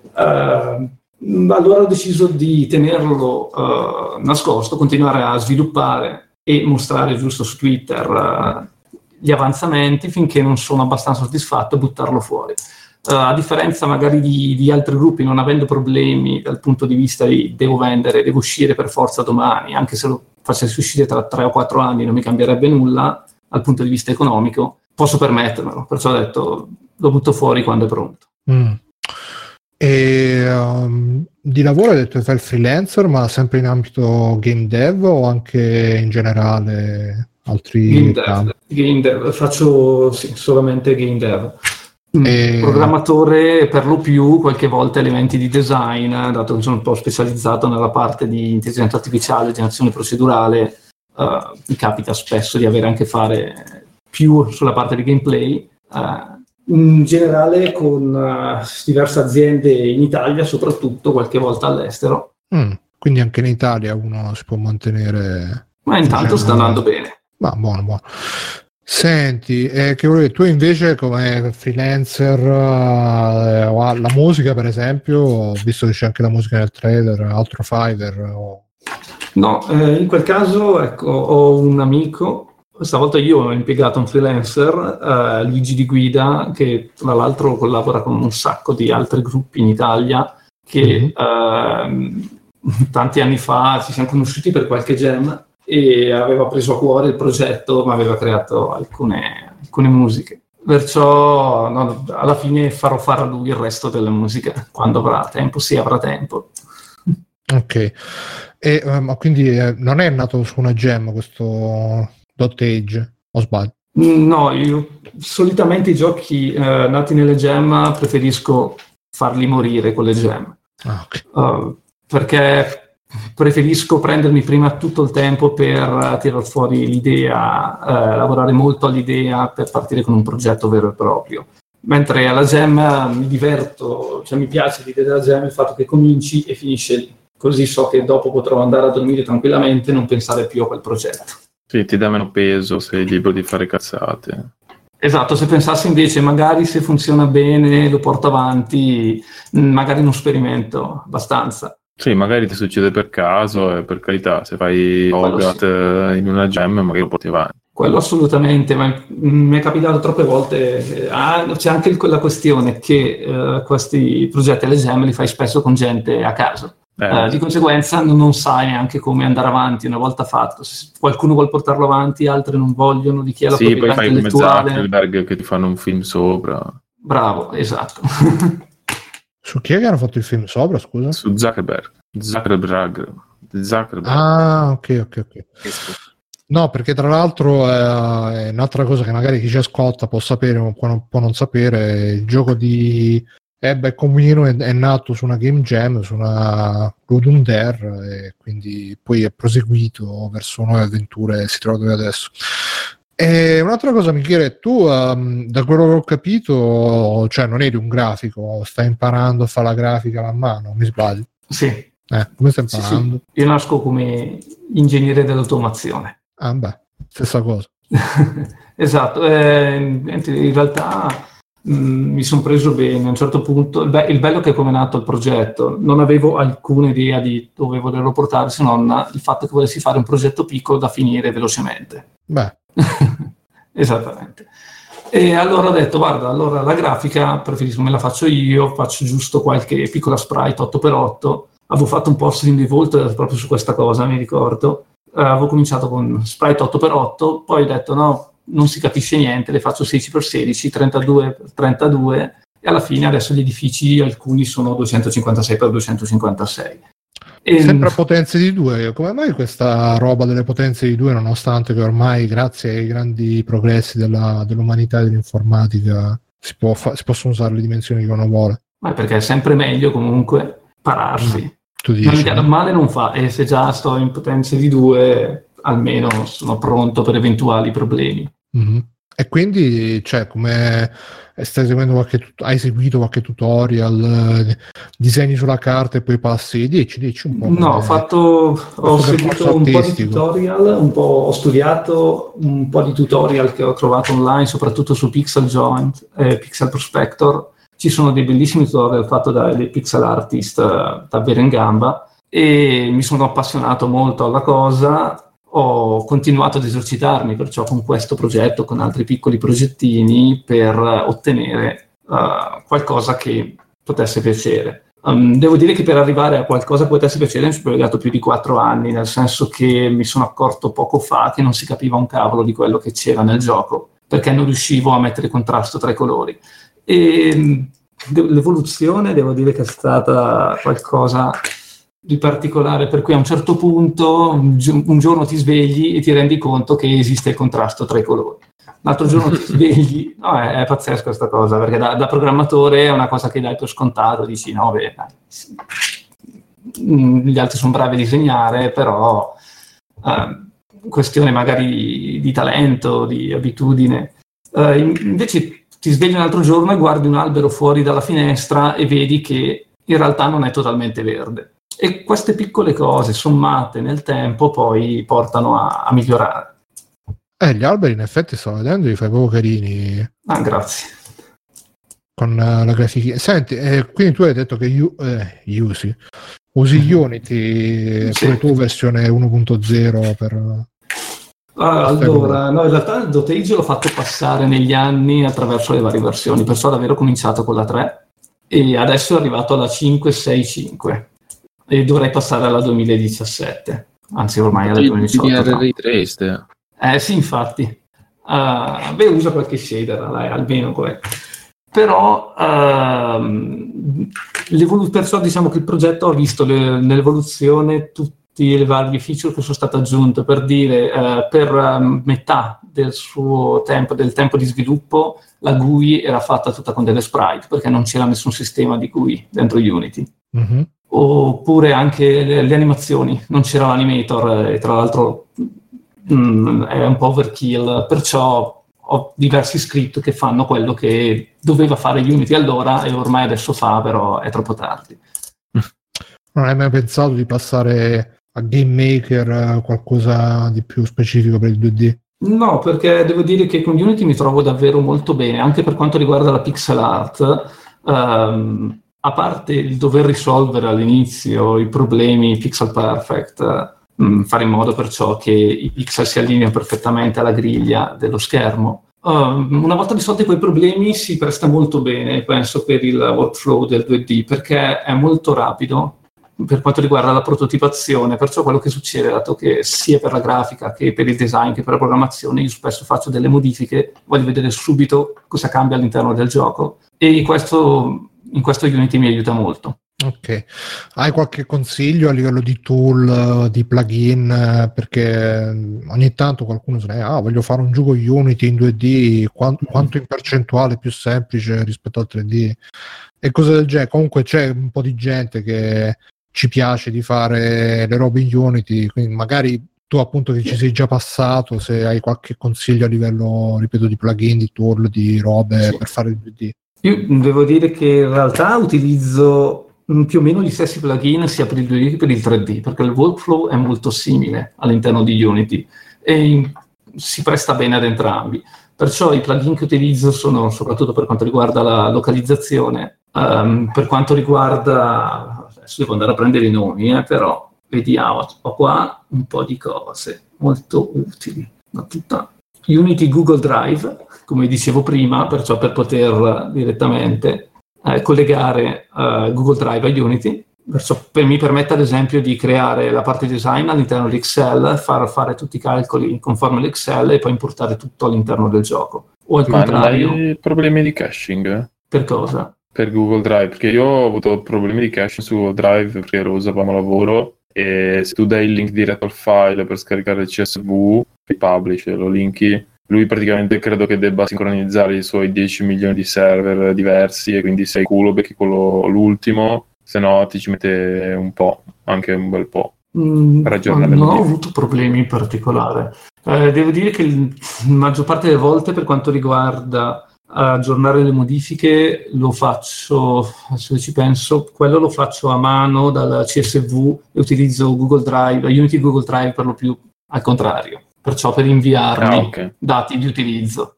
Uh, allora ho deciso di tenerlo uh, nascosto, continuare a sviluppare e mostrare giusto su Twitter uh, gli avanzamenti finché non sono abbastanza soddisfatto e buttarlo fuori. Uh, a differenza magari di, di altri gruppi, non avendo problemi dal punto di vista di devo vendere, devo uscire per forza domani, anche se lo facessi uscire tra tre o quattro anni non mi cambierebbe nulla dal punto di vista economico, posso permettermelo, perciò ho detto lo butto fuori quando è pronto. Mm. E um, di lavoro hai detto che fai il freelancer, ma sempre in ambito game dev o anche in generale altri game dev, game dev. Faccio sì, solamente game dev. E... Programmatore per lo più, qualche volta elementi di design, dato che sono un po' specializzato nella parte di intelligenza artificiale, generazione procedurale, uh, mi capita spesso di avere anche a fare più sulla parte di gameplay. Uh, in generale con uh, diverse aziende in Italia, soprattutto qualche volta all'estero. Mm, quindi anche in Italia uno si può mantenere... Ma intanto sta andando bene. Ma buono, buono. Senti, eh, che volevi, tu invece come freelancer uh, la musica per esempio, visto che c'è anche la musica nel trailer, altro Fiverr o... No, eh, in quel caso ecco, ho un amico, stavolta io ho impiegato un freelancer, eh, Luigi Di Guida, che tra l'altro collabora con un sacco di altri gruppi in Italia, che mm-hmm. eh, tanti anni fa ci siamo conosciuti per qualche jam e aveva preso a cuore il progetto, ma aveva creato alcune, alcune musiche. Perciò no, alla fine farò fare a lui il resto della musica, quando avrà tempo, sì, avrà tempo. Ok, e, uh, ma quindi eh, non è nato su una jam questo Dot Age, o sbaglio? No, io solitamente i giochi eh, nati nelle jam preferisco farli morire con le jam. Ah, okay. uh, perché preferisco prendermi prima tutto il tempo per tirar fuori l'idea, eh, lavorare molto all'idea per partire con un progetto vero e proprio. Mentre alla jam mi diverto, cioè mi piace l'idea della jam, il fatto che cominci e finisce lì. Così so che dopo potrò andare a dormire tranquillamente e non pensare più a quel progetto. Sì, ti dà meno peso, sei libero di fare cazzate. Esatto, se pensassi invece magari se funziona bene, lo porto avanti, magari non sperimento abbastanza. Sì, magari ti succede per caso e per carità, se fai Hogat sì. in una jam magari lo porti avanti. Quello assolutamente, ma mi è capitato troppe volte. Ah, c'è anche la questione che uh, questi progetti alle jam li fai spesso con gente a caso. Eh. Uh, di conseguenza non, non sai neanche come andare avanti una volta fatto. Se qualcuno vuole portarlo avanti, altri non vogliono, di chi è la sì, proprietà intellettuale. Sì, poi fai come Zuckerberg che ti fanno un film sopra. Bravo, esatto. Su chi è che hanno fatto il film sopra, scusa? Su Zuckerberg. Zuckerberg. Zuckerberg. Ah, ok, ok, ok. No, perché tra l'altro eh, è un'altra cosa che magari chi ci ascolta può sapere o può, può non sapere, il gioco di Ebba e Comino è, è nato su una game jam, su una Ludum Dare, e quindi poi è proseguito verso nuove avventure e si trova dove adesso. E un'altra cosa, Michele, tu um, da quello che ho capito, cioè non eri un grafico, stai imparando a fare la grafica man mano, mi sbaglio? Sì. Eh, come stai imparando? Sì, sì. Io nasco come ingegnere dell'automazione. Ah beh, stessa cosa. Esatto, eh, in realtà mh, mi sono preso bene a un certo punto. Il, be- il bello è che come è nato il progetto, non avevo alcuna idea di dove volerlo portare, se non il fatto che volessi fare un progetto piccolo da finire velocemente. Beh. Esattamente. E allora ho detto, guarda, allora la grafica preferisco me la faccio io, faccio giusto qualche piccola sprite otto per otto. Avevo fatto un post in Default proprio su questa cosa, mi ricordo. Uh, avevo cominciato con sprite otto per otto, poi ho detto no, non si capisce niente, le faccio sedici per sedici, trentadue per trentadue e alla fine adesso gli edifici alcuni sono duecentocinquantasei per duecentocinquantasei. E... sempre a potenze di due, come mai questa roba delle potenze di due, nonostante che ormai grazie ai grandi progressi della, dell'umanità e dell'informatica si, può fa- si possono usare le dimensioni che uno vuole? Ma perché è sempre meglio comunque pararsi. Mm. Tu dici, non, male non fa, e se già sto in potenze di due almeno sono pronto per eventuali problemi. Mm-hmm. E quindi, cioè, come stai seguendo qualche tut- hai seguito qualche tutorial, eh, disegni sulla carta e poi passi, dici, dici un po'. No, ho fatto, ho seguito un po' di tutorial, un po' ho studiato un po' di tutorial che ho trovato online, soprattutto su Pixel Joint, eh, Pixel Prospector. Ci sono dei bellissimi tutorial fatti da dei pixel artist uh, davvero in gamba e mi sono appassionato molto alla cosa, ho continuato ad esercitarmi perciò con questo progetto, con altri piccoli progettini per uh, ottenere uh, qualcosa che potesse piacere. Um, devo dire che per arrivare a qualcosa che potesse piacere mi sono legato più di quattro anni, nel senso che mi sono accorto poco fa che non si capiva un cavolo di quello che c'era nel gioco, perché non riuscivo a mettere contrasto tra i colori. E l'evoluzione devo dire che è stata qualcosa di particolare, per cui a un certo punto un, gi- un giorno ti svegli e ti rendi conto che esiste il contrasto tra i colori. L'altro giorno ti svegli, no, è, è pazzesca questa cosa, perché da, da programmatore è una cosa che dai per scontato, dici no, beh, dai, sì. Gli altri sono bravi a disegnare, però eh, questione magari di, di talento, di abitudine. Eh, invece ti svegli un altro giorno e guardi un albero fuori dalla finestra e vedi che in realtà non è totalmente verde. E queste piccole cose sommate nel tempo poi portano a, a migliorare. Eh, gli alberi in effetti sto vedendo, li fai proprio carini. Ah, grazie. Con uh, la grafica. Senti, eh, quindi tu hai detto che you, eh, usi, usi mm-hmm. Unity, sì. Pure tu versione uno punto zero per... Ah, allora, no, in realtà il dotage l'ho fatto passare negli anni attraverso le varie versioni, perciò davvero ho cominciato con la tre e adesso è arrivato alla cinque sei cinque e dovrei passare alla duemiladiciassette, anzi ormai alla duemiladiciotto. No? Eh sì, infatti. Uh, beh, usa qualche shader, dai, almeno quello. Però uh, perciò diciamo che il progetto ha visto le, nell'evoluzione tutti le varie feature che sono state aggiunte, per dire uh, per uh, metà del suo tempo, del tempo di sviluppo, la G U I era fatta tutta con delle sprite, perché non c'era nessun sistema di G U I dentro Unity. Mm-hmm. Oppure anche le, le animazioni, non c'era l'animator, e tra l'altro Mm, è un po' overkill, perciò ho diversi script che fanno quello che doveva fare Unity allora e ormai adesso fa, però è troppo tardi. Non hai mai pensato di passare a Game Maker, qualcosa di più specifico per il due D? No, perché devo dire che con Unity mi trovo davvero molto bene, anche per quanto riguarda la pixel art. Um, a parte il dover risolvere all'inizio i problemi pixel perfect, fare in modo perciò che i pixel si allineino perfettamente alla griglia dello schermo. Uh, una volta risolti quei problemi si presta molto bene, penso, per il workflow del due D, perché è molto rapido per quanto riguarda la prototipazione, perciò quello che succede, dato che sia per la grafica che per il design che per la programmazione io spesso faccio delle modifiche, voglio vedere subito cosa cambia all'interno del gioco e questo, in questo Unity mi aiuta molto. Ok, hai qualche consiglio a livello di tool, di plugin? Perché ogni tanto qualcuno se ne ah, voglio fare un gioco Unity in due D, quanto, quanto in percentuale più semplice rispetto al tre D e cose del genere. Comunque c'è un po' di gente che ci piace di fare le robe in Unity, quindi magari tu appunto che ci sei già passato, se hai qualche consiglio a livello, ripeto, di plugin, di tool, di robe sì. per fare il due D. Io devo dire che in realtà utilizzo più o meno gli stessi plugin sia per il due D che per il tre D, perché il workflow è molto simile all'interno di Unity e in, si presta bene ad entrambi. Perciò i plugin che utilizzo sono soprattutto per quanto riguarda la localizzazione, um, per quanto riguarda, adesso devo andare a prendere i nomi, eh, però vediamo, ho qua un po' di cose molto utili. Ma tutta Unity Google Drive, come dicevo prima, perciò per poter direttamente Eh, collegare uh, Google Drive a Unity, perciò per, mi permette ad esempio di creare la parte design all'interno di Excel, far fare tutti i calcoli conforme all'Excel e poi importare tutto all'interno del gioco. O al Ma contrario. non hai problemi di caching? Per cosa? Per Google Drive, perché io ho avuto problemi di caching su Google Drive perché lo usavamo a lavoro e se tu dai il link diretto al file per scaricare il C S V, il publish, lo linki, lui praticamente credo che debba sincronizzare i suoi dieci milioni di server diversi e quindi se hai culo becchi quello l'ultimo, se no ti ci mette un po', anche un bel po'. Mm, non ho avuto problemi in particolare. Eh, devo dire che la maggior parte delle volte per quanto riguarda aggiornare le modifiche lo faccio, se ci penso, quello lo faccio a mano dal C S V e utilizzo Google Drive, Unity Google Drive per lo più al contrario. Perciò per inviarmi ah, okay. dati di utilizzo.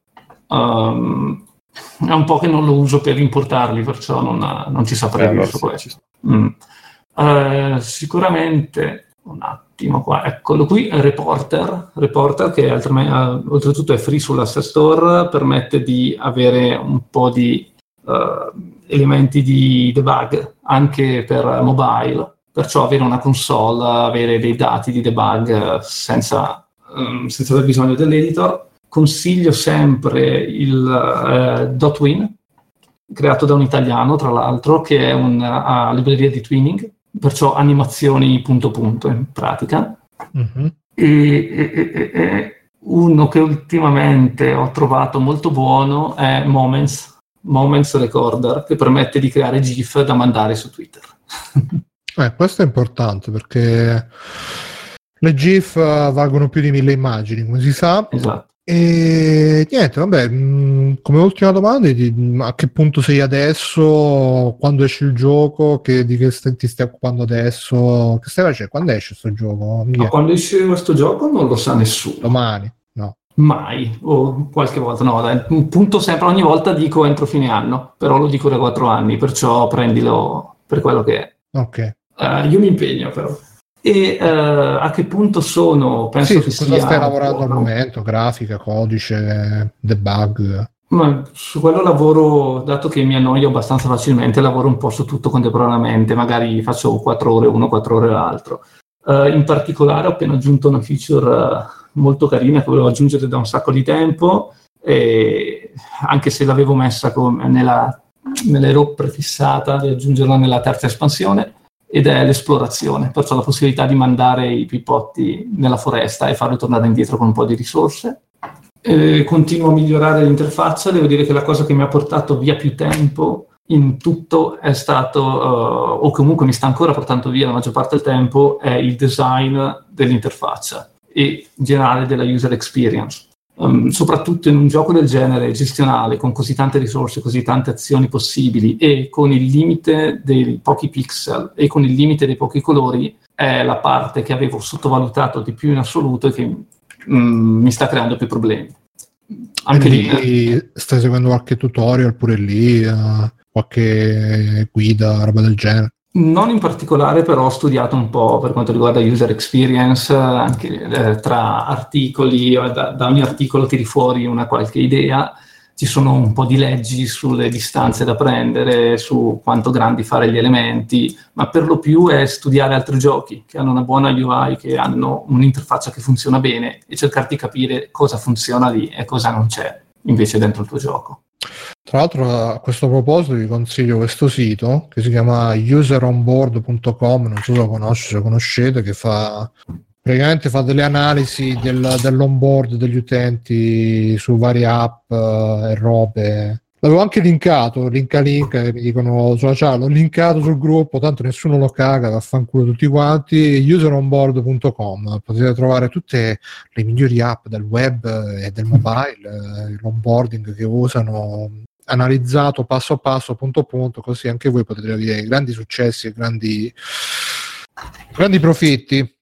Um, è un po' che non lo uso per importarli, perciò non, non ci saprei eh, dire su questo. Mm. Uh, sicuramente, un attimo qua, eccolo qui, Reporter, Reporter che altrimenti, uh, oltretutto è free sull'Asset Store, permette di avere un po' di uh, elementi di debug anche per mobile, perciò avere una console, avere dei dati di debug senza... senza aver bisogno dell'editor. Consiglio sempre il uh, .win, creato da un italiano, tra l'altro, che è una uh, libreria di twinning, perciò animazioni punto punto in pratica. Mm-hmm. E, e, e, e uno che ultimamente ho trovato molto buono è Moments, Moments Recorder, che permette di creare GIF da mandare su Twitter. Eh, questo è importante perché le GIF valgono più di mille immagini, come si sa. Esatto. E niente, vabbè, mh, come ultima domanda, di, a che punto sei adesso? Quando esce il gioco? Che, di che stai, ti stai occupando adesso? Che stai facendo? Quando esce questo gioco? No, quando esce questo gioco non lo sa nessuno. Domani? No. Mai, o qualche volta, no, dai, punto sempre, ogni volta dico entro fine anno, però lo dico da quattro anni, perciò prendilo per quello che è. Ok. Uh, io mi impegno però. E uh, a che punto sono? Penso sì, che su cosa sia stai lavorando al momento? Grafica, codice, debug? Ma su quello lavoro, dato che mi annoio abbastanza facilmente, lavoro un po' su tutto contemporaneamente, magari faccio quattro ore uno, quattro ore l'altro. Uh, in particolare ho appena aggiunto una feature uh, molto carina che volevo aggiungere da un sacco di tempo, e anche se l'avevo messa come nella, nell'ero prefissata di aggiungerla nella terza espansione, ed è l'esplorazione, perciò la possibilità di mandare i pippotti nella foresta e farli tornare indietro con un po' di risorse. Eh, continuo a migliorare l'interfaccia, devo dire che la cosa che mi ha portato via più tempo in tutto è stato, uh, o comunque mi sta ancora portando via la maggior parte del tempo, è il design dell'interfaccia e in generale della user experience. Um, soprattutto in un gioco del genere gestionale, con così tante risorse, così tante azioni possibili e con il limite dei pochi pixel e con il limite dei pochi colori, è la parte che avevo sottovalutato di più in assoluto e che mm, mi sta creando più problemi. Anche lì, lì eh. Stai seguendo qualche tutorial pure lì, uh, qualche guida, roba del genere? Non in particolare, però ho studiato un po' per quanto riguarda user experience, anche eh, tra articoli, da, da ogni articolo tiri fuori una qualche idea, ci sono un po' di leggi sulle distanze da prendere, su quanto grandi fare gli elementi, ma per lo più è studiare altri giochi che hanno una buona U I, che hanno un'interfaccia che funziona bene e cercare di capire cosa funziona lì e cosa non c'è invece dentro il tuo gioco. Tra l'altro a questo proposito vi consiglio questo sito che si chiama user on board punto com, non so se lo conosci, se lo conoscete, che fa praticamente fa delle analisi del, dell'onboard degli utenti su varie app uh, e robe. L'avevo anche linkato, linka link, mi dicono sulla chat, l'ho linkato sul gruppo, tanto nessuno lo caga, vaffanculo tutti quanti. user on board punto com, potete trovare tutte le migliori app del web e del mobile, l'onboarding che usano, analizzato passo a passo, punto a punto, così anche voi potete avere grandi successi e grandi, grandi profitti.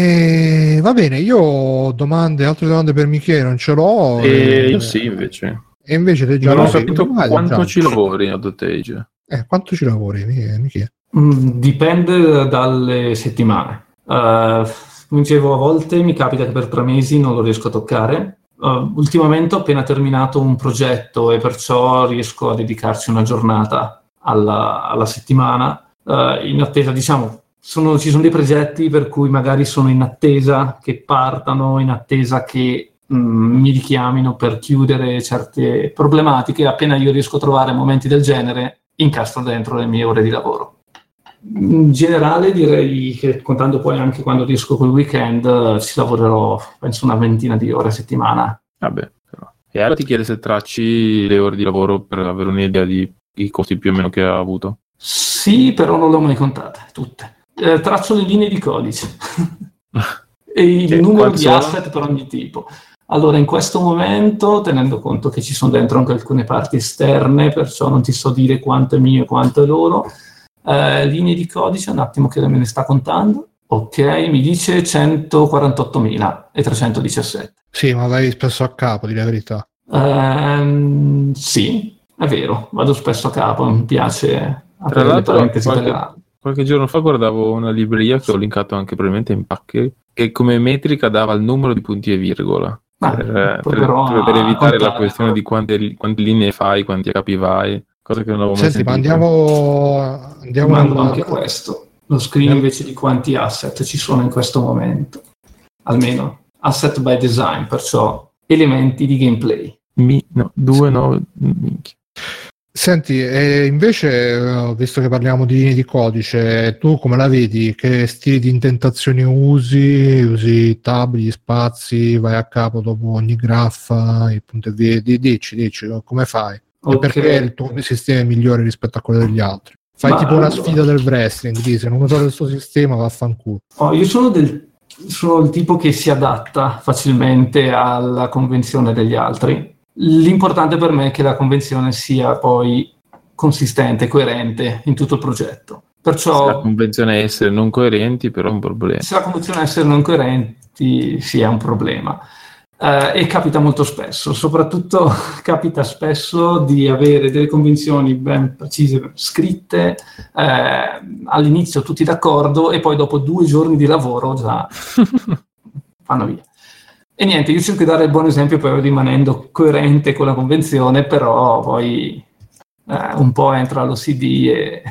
E va bene, io domande, altre domande per Michele non ce l'ho. E e... io sì, invece. E invece te già non ho sei, capito vai, quanto già. ci lavori a Dottage. Eh, quanto ci lavori, Michele? Mm, dipende dalle settimane. Uh, come dicevo, a volte mi capita che per tre mesi non lo riesco a toccare. Uh, ultimamente ho appena terminato un progetto e perciò riesco a dedicarci una giornata alla, alla settimana. Uh, in attesa, diciamo, sono, ci sono dei progetti per cui magari sono in attesa che partano, in attesa che mh, mi richiamino per chiudere certe problematiche. Appena io riesco a trovare momenti del genere, incastro dentro le mie ore di lavoro. In generale direi che, contando poi anche quando riesco col weekend, ci lavorerò penso una ventina di ore a settimana. Vabbè, però. E allora ti chiede se tracci le ore di lavoro per avere un'idea di i costi più o meno che ha avuto. Sì, però non le ho mai contate tutte. Eh, traccio le linee di codice e il e numero di sono? asset per ogni tipo. Allora, in questo momento, tenendo conto che ci sono dentro anche alcune parti esterne, perciò non ti so dire quanto è mio e quanto è loro, eh, linee di codice, un attimo che me ne sta contando. Ok, mi dice centoquarantottomila trecentodiciassette. Sì, ma vai spesso a capo, di la verità. Um, sì, è vero, vado spesso a capo, mi piace Tra l'altro, parentesi qualche, per... qualche giorno fa guardavo una libreria che ho linkato anche probabilmente in Packer, che come metrica dava il numero di punti e virgola. Ah, per, per, per evitare la questione di quante, quante linee fai, quanti capi vai, cosa che non avevo mai Senti, sentito. ma andiamo, andiamo Mando a... anche questo, lo screen invece di quanti asset ci sono in questo momento, almeno asset by design, perciò elementi di gameplay. Mi, no, due, nove, minchia. Senti, e invece, visto che parliamo di linee di codice, tu come la vedi? Che stili di indentazione usi? Usi tab, gli spazi, vai a capo dopo ogni graffa, i punti e via? Dici, dici, come fai? Okay. E perché il tuo sistema è migliore rispetto a quello degli altri? Fai Ma tipo allora... una sfida del wrestling, dici, se non uso il suo sistema vaffanculo. Oh, io sono del sono il tipo che si adatta facilmente alla convenzione degli altri. L'importante per me è che la convenzione sia poi consistente, coerente in tutto il progetto. Perciò, se la convenzione è essere non coerenti, però è un problema. Se la convenzione è essere non coerenti, sì, è un problema. Uh, e capita molto spesso, soprattutto capita spesso di avere delle convenzioni ben precise, scritte, eh, all'inizio tutti d'accordo e poi dopo due giorni di lavoro già vanno via. E niente, io cerco di dare il buon esempio poi rimanendo coerente con la convenzione, però poi eh, un po' entra l'O C D e,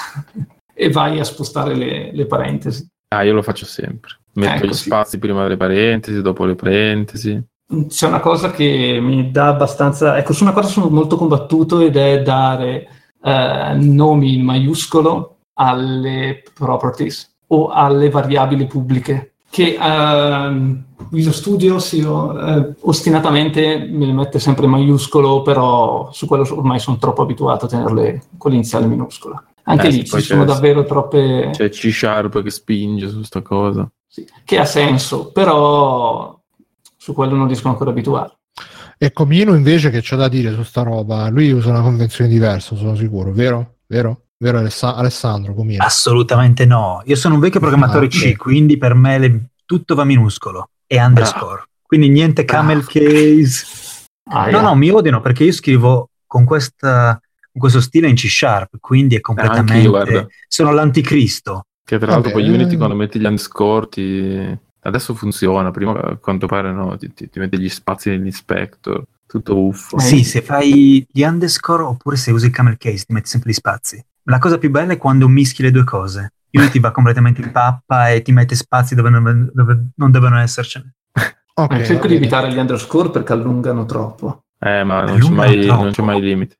e vai a spostare le, le parentesi. Ah, io lo faccio sempre. Metto ecco, gli spazi sì. prima delle parentesi, dopo le parentesi. C'è una cosa che mi dà abbastanza... Ecco, su una cosa sono molto combattuto ed è dare eh, nomi in maiuscolo alle properties o alle variabili pubbliche. Che uh, Visual Studio si, uh, ostinatamente me le mette sempre in maiuscolo, però su quello ormai sono troppo abituato a tenerle con l'iniziale minuscola. Anche eh, lì ci sono davvero troppe... C'è C Sharp che spinge su sta cosa. Sì, che ha senso, però su quello non riesco ancora a abituare. E Comino invece che c'ha da dire su sta roba? Lui usa una convenzione diversa, sono sicuro, vero? Vero? Vero Aless- Alessandro Comino? Assolutamente no. Io sono un vecchio programmatore ah, C, okay. quindi per me le... tutto va minuscolo e underscore. Ah. Quindi niente camel ah. case. Ah, no, yeah. no, mi odiano perché io scrivo con questa... con questo stile in C Sharp, quindi è completamente... Io, sono l'anticristo. Che tra l'altro poi Unity quando metti gli underscore ti... adesso funziona, prima a quanto pare no, ti, ti, ti metti gli spazi nell'inspector, tutto uffo. Sì, se fai gli underscore oppure se usi il camel case ti metti sempre gli spazi. La cosa più bella è quando mischi le due cose. Unity va completamente in pappa e ti mette spazi dove non, dove non devono essercene. Okay, eh, cerco di evitare gli underscore perché allungano troppo. Eh, ma non c'è, mai, non c'è mai limite.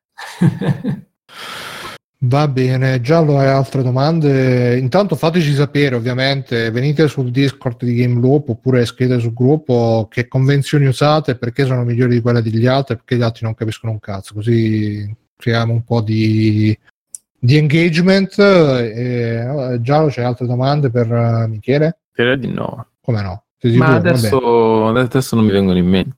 Va bene, Giallo, hai altre domande? Intanto fateci sapere, ovviamente, venite sul Discord di Game Loop oppure scrivete sul gruppo che convenzioni usate, perché sono migliori di quelle degli altri, perché gli altri non capiscono un cazzo, così creiamo un po' di, di engagement. E, Giallo, c'hai altre domande per uh, Michele? Direi di no. Come no? Ma adesso, adesso non mi vengono in mente.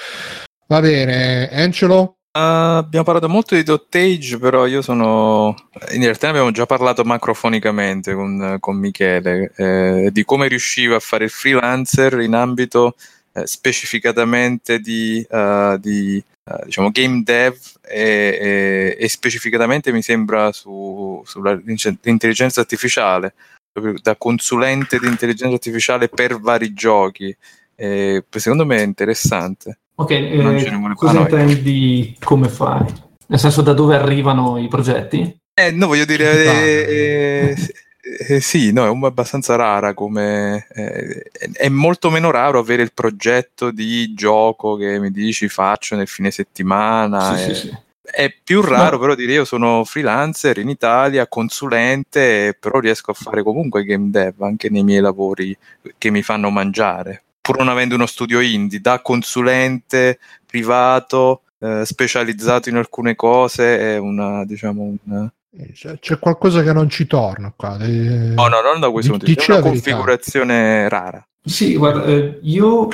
Va bene, Angelo? Uh, abbiamo parlato molto di dottage, però io sono... In realtà ne abbiamo già parlato macrofonicamente con, con Michele, eh, di come riusciva a fare il freelancer in ambito eh, specificatamente di, uh, di uh, diciamo, game dev e, e, e specificatamente mi sembra su, sull'intelligenza artificiale, proprio da consulente di intelligenza artificiale per vari giochi. Eh, secondo me è interessante. Ok, eh, cosa intendi come fai? Nel senso, da dove arrivano i progetti? Eh, no, voglio dire, eh, eh, eh, sì, no, è abbastanza rara come... Eh, è molto meno raro avere il progetto di gioco che mi dici faccio nel fine settimana. Sì, eh. sì, sì. È più raro, no. però dire io sono freelancer in Italia, consulente, però riesco a fare comunque game dev anche nei miei lavori che mi fanno mangiare. Pur non avendo uno studio indie, da consulente privato eh, specializzato in alcune cose è una, diciamo, una... C'è, c'è qualcosa che non ci torna qua. Eh, no, no, non da questo punto di vista, è una configurazione rara. Sì, guarda, eh, io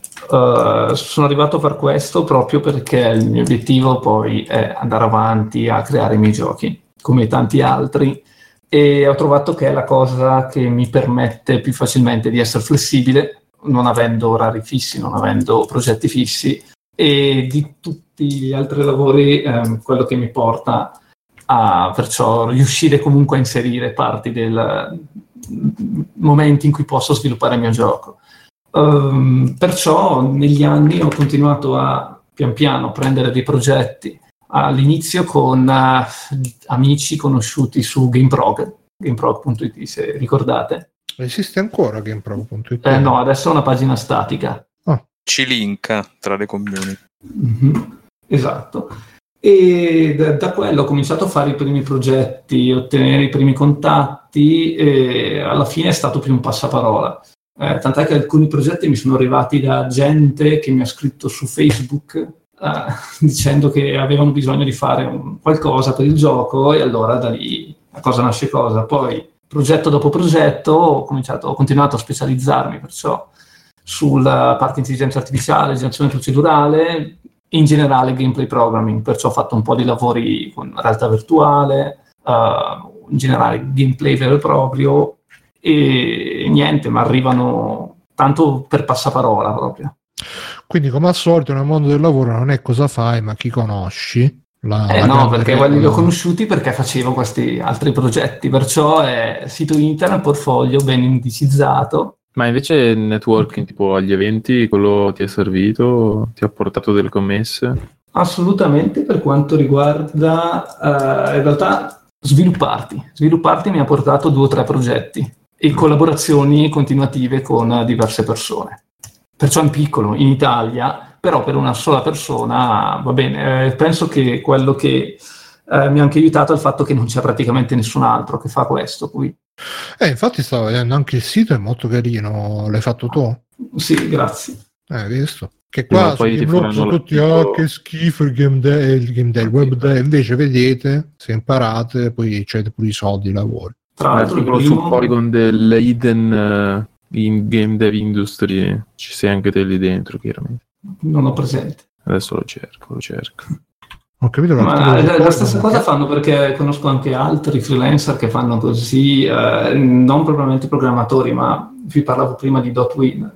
uh, sono arrivato a far questo proprio perché il mio obiettivo poi è andare avanti a creare i miei giochi, come tanti altri, e ho trovato che è la cosa che mi permette più facilmente di essere flessibile, non avendo orari fissi, non avendo progetti fissi, e di tutti gli altri lavori ehm, quello che mi porta a perciò riuscire comunque a inserire parti del momenti in cui posso sviluppare il mio gioco. Um, perciò negli anni ho continuato a pian piano prendere dei progetti, all'inizio con uh, amici conosciuti su GameProg, gameprog punto it, se ricordate. Esiste ancora GameProg punto it? Eh, no, adesso è una pagina statica. Oh. Ci linka tra le community. Mm-hmm. Esatto. e da, da quello ho cominciato a fare i primi progetti, ottenere i primi contatti, e alla fine è stato più un passaparola. Eh, tant'è che alcuni progetti mi sono arrivati da gente che mi ha scritto su Facebook eh, dicendo che avevano bisogno di fare un, qualcosa per il gioco, e allora da lì cosa nasce cosa. Poi progetto dopo progetto ho, cominciato, ho continuato a specializzarmi perciò sulla parte intelligenza artificiale, generazione procedurale, in generale gameplay programming, perciò ho fatto un po' di lavori con realtà virtuale, uh, in generale gameplay vero e proprio, e niente, ma arrivano tanto per passaparola proprio. Quindi come al solito nel mondo del lavoro non è cosa fai ma chi conosci. La, eh la no, perché regola... li ho conosciuti perché facevo questi altri progetti, perciò è sito internet, portfolio ben indicizzato. Ma invece il networking, tipo agli eventi, quello ti è servito? Ti ha portato delle commesse? Assolutamente, per quanto riguarda uh, in realtà svilupparti. Svilupparti mi ha portato due o tre progetti e collaborazioni continuative con diverse persone. Perciò in piccolo, in Italia, però per una sola persona va bene. Eh, penso che quello che eh, mi ha anche aiutato è il fatto che non c'è praticamente nessun altro che fa questo qui. Eh, infatti stavo vedendo anche il sito, è molto carino, l'hai fatto tu? Sì, grazie. Eh, hai visto? Che qua no, poi su blog sono tutti, tipo... oh, che schifo il game day, il game day, il web day, invece vedete, se imparate, poi c'è pure i soldi, i lavori. Tra l'altro il primo... primo... su Polygon delle hidden uh, in game dev industry, ci sei anche te lì dentro, chiaramente. Non ho presente. Adesso lo cerco, lo cerco. Ho capito, ma la, la stessa cosa fanno, perché conosco anche altri freelancer che fanno così, eh, non propriamente programmatori, ma vi parlavo prima di Dotwin.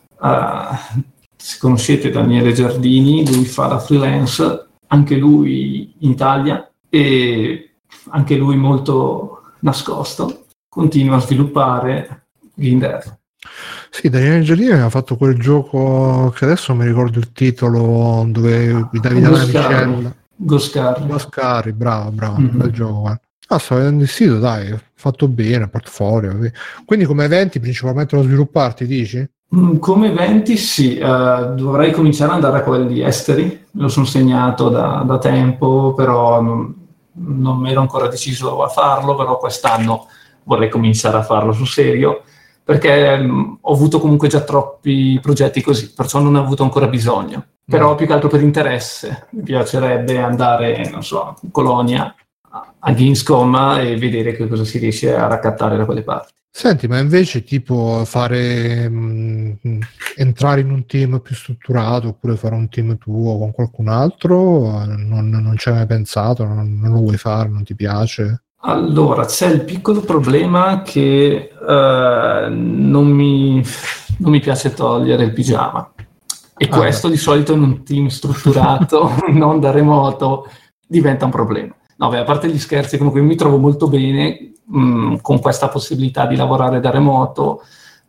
Uh, se conoscete Daniele Giardini, lui fa la freelance, anche lui in Italia, e anche lui molto nascosto, continua a sviluppare game dev. Sì, Daniele Giardini ha fatto quel gioco che adesso non mi ricordo il titolo, dove guidavi la navicella. Goscari. Goscari, bravo, bravo, Mm-hmm. bel gioco. Eh. Ah, sto vedendo il sito, dai, fatto bene, portfolio. Quindi come eventi principalmente lo svilupparti, dici? Mm, come eventi sì, uh, dovrei cominciare ad andare a quelli esteri, lo sono segnato da, da tempo, però non, non mi ero ancora deciso a farlo, però quest'anno vorrei cominciare a farlo sul serio, perché um, ho avuto comunque già troppi progetti così, perciò non ne ho avuto ancora bisogno. Però più che altro per interesse, mi piacerebbe andare, non so, in Colonia, a Gamescom, e vedere che cosa si riesce a raccattare da quelle parti. Senti, ma invece tipo fare mh, entrare in un team più strutturato, oppure fare un team tuo con qualcun altro, non, non ci hai mai pensato, non, non lo vuoi fare, non ti piace? Allora, c'è il piccolo problema che uh, non, mi, non mi piace togliere il pigiama. E ah, questo beh. Di solito in un team strutturato, non da remoto, diventa un problema. No, beh, a parte gli scherzi, comunque mi trovo molto bene mh, con questa possibilità di lavorare da remoto,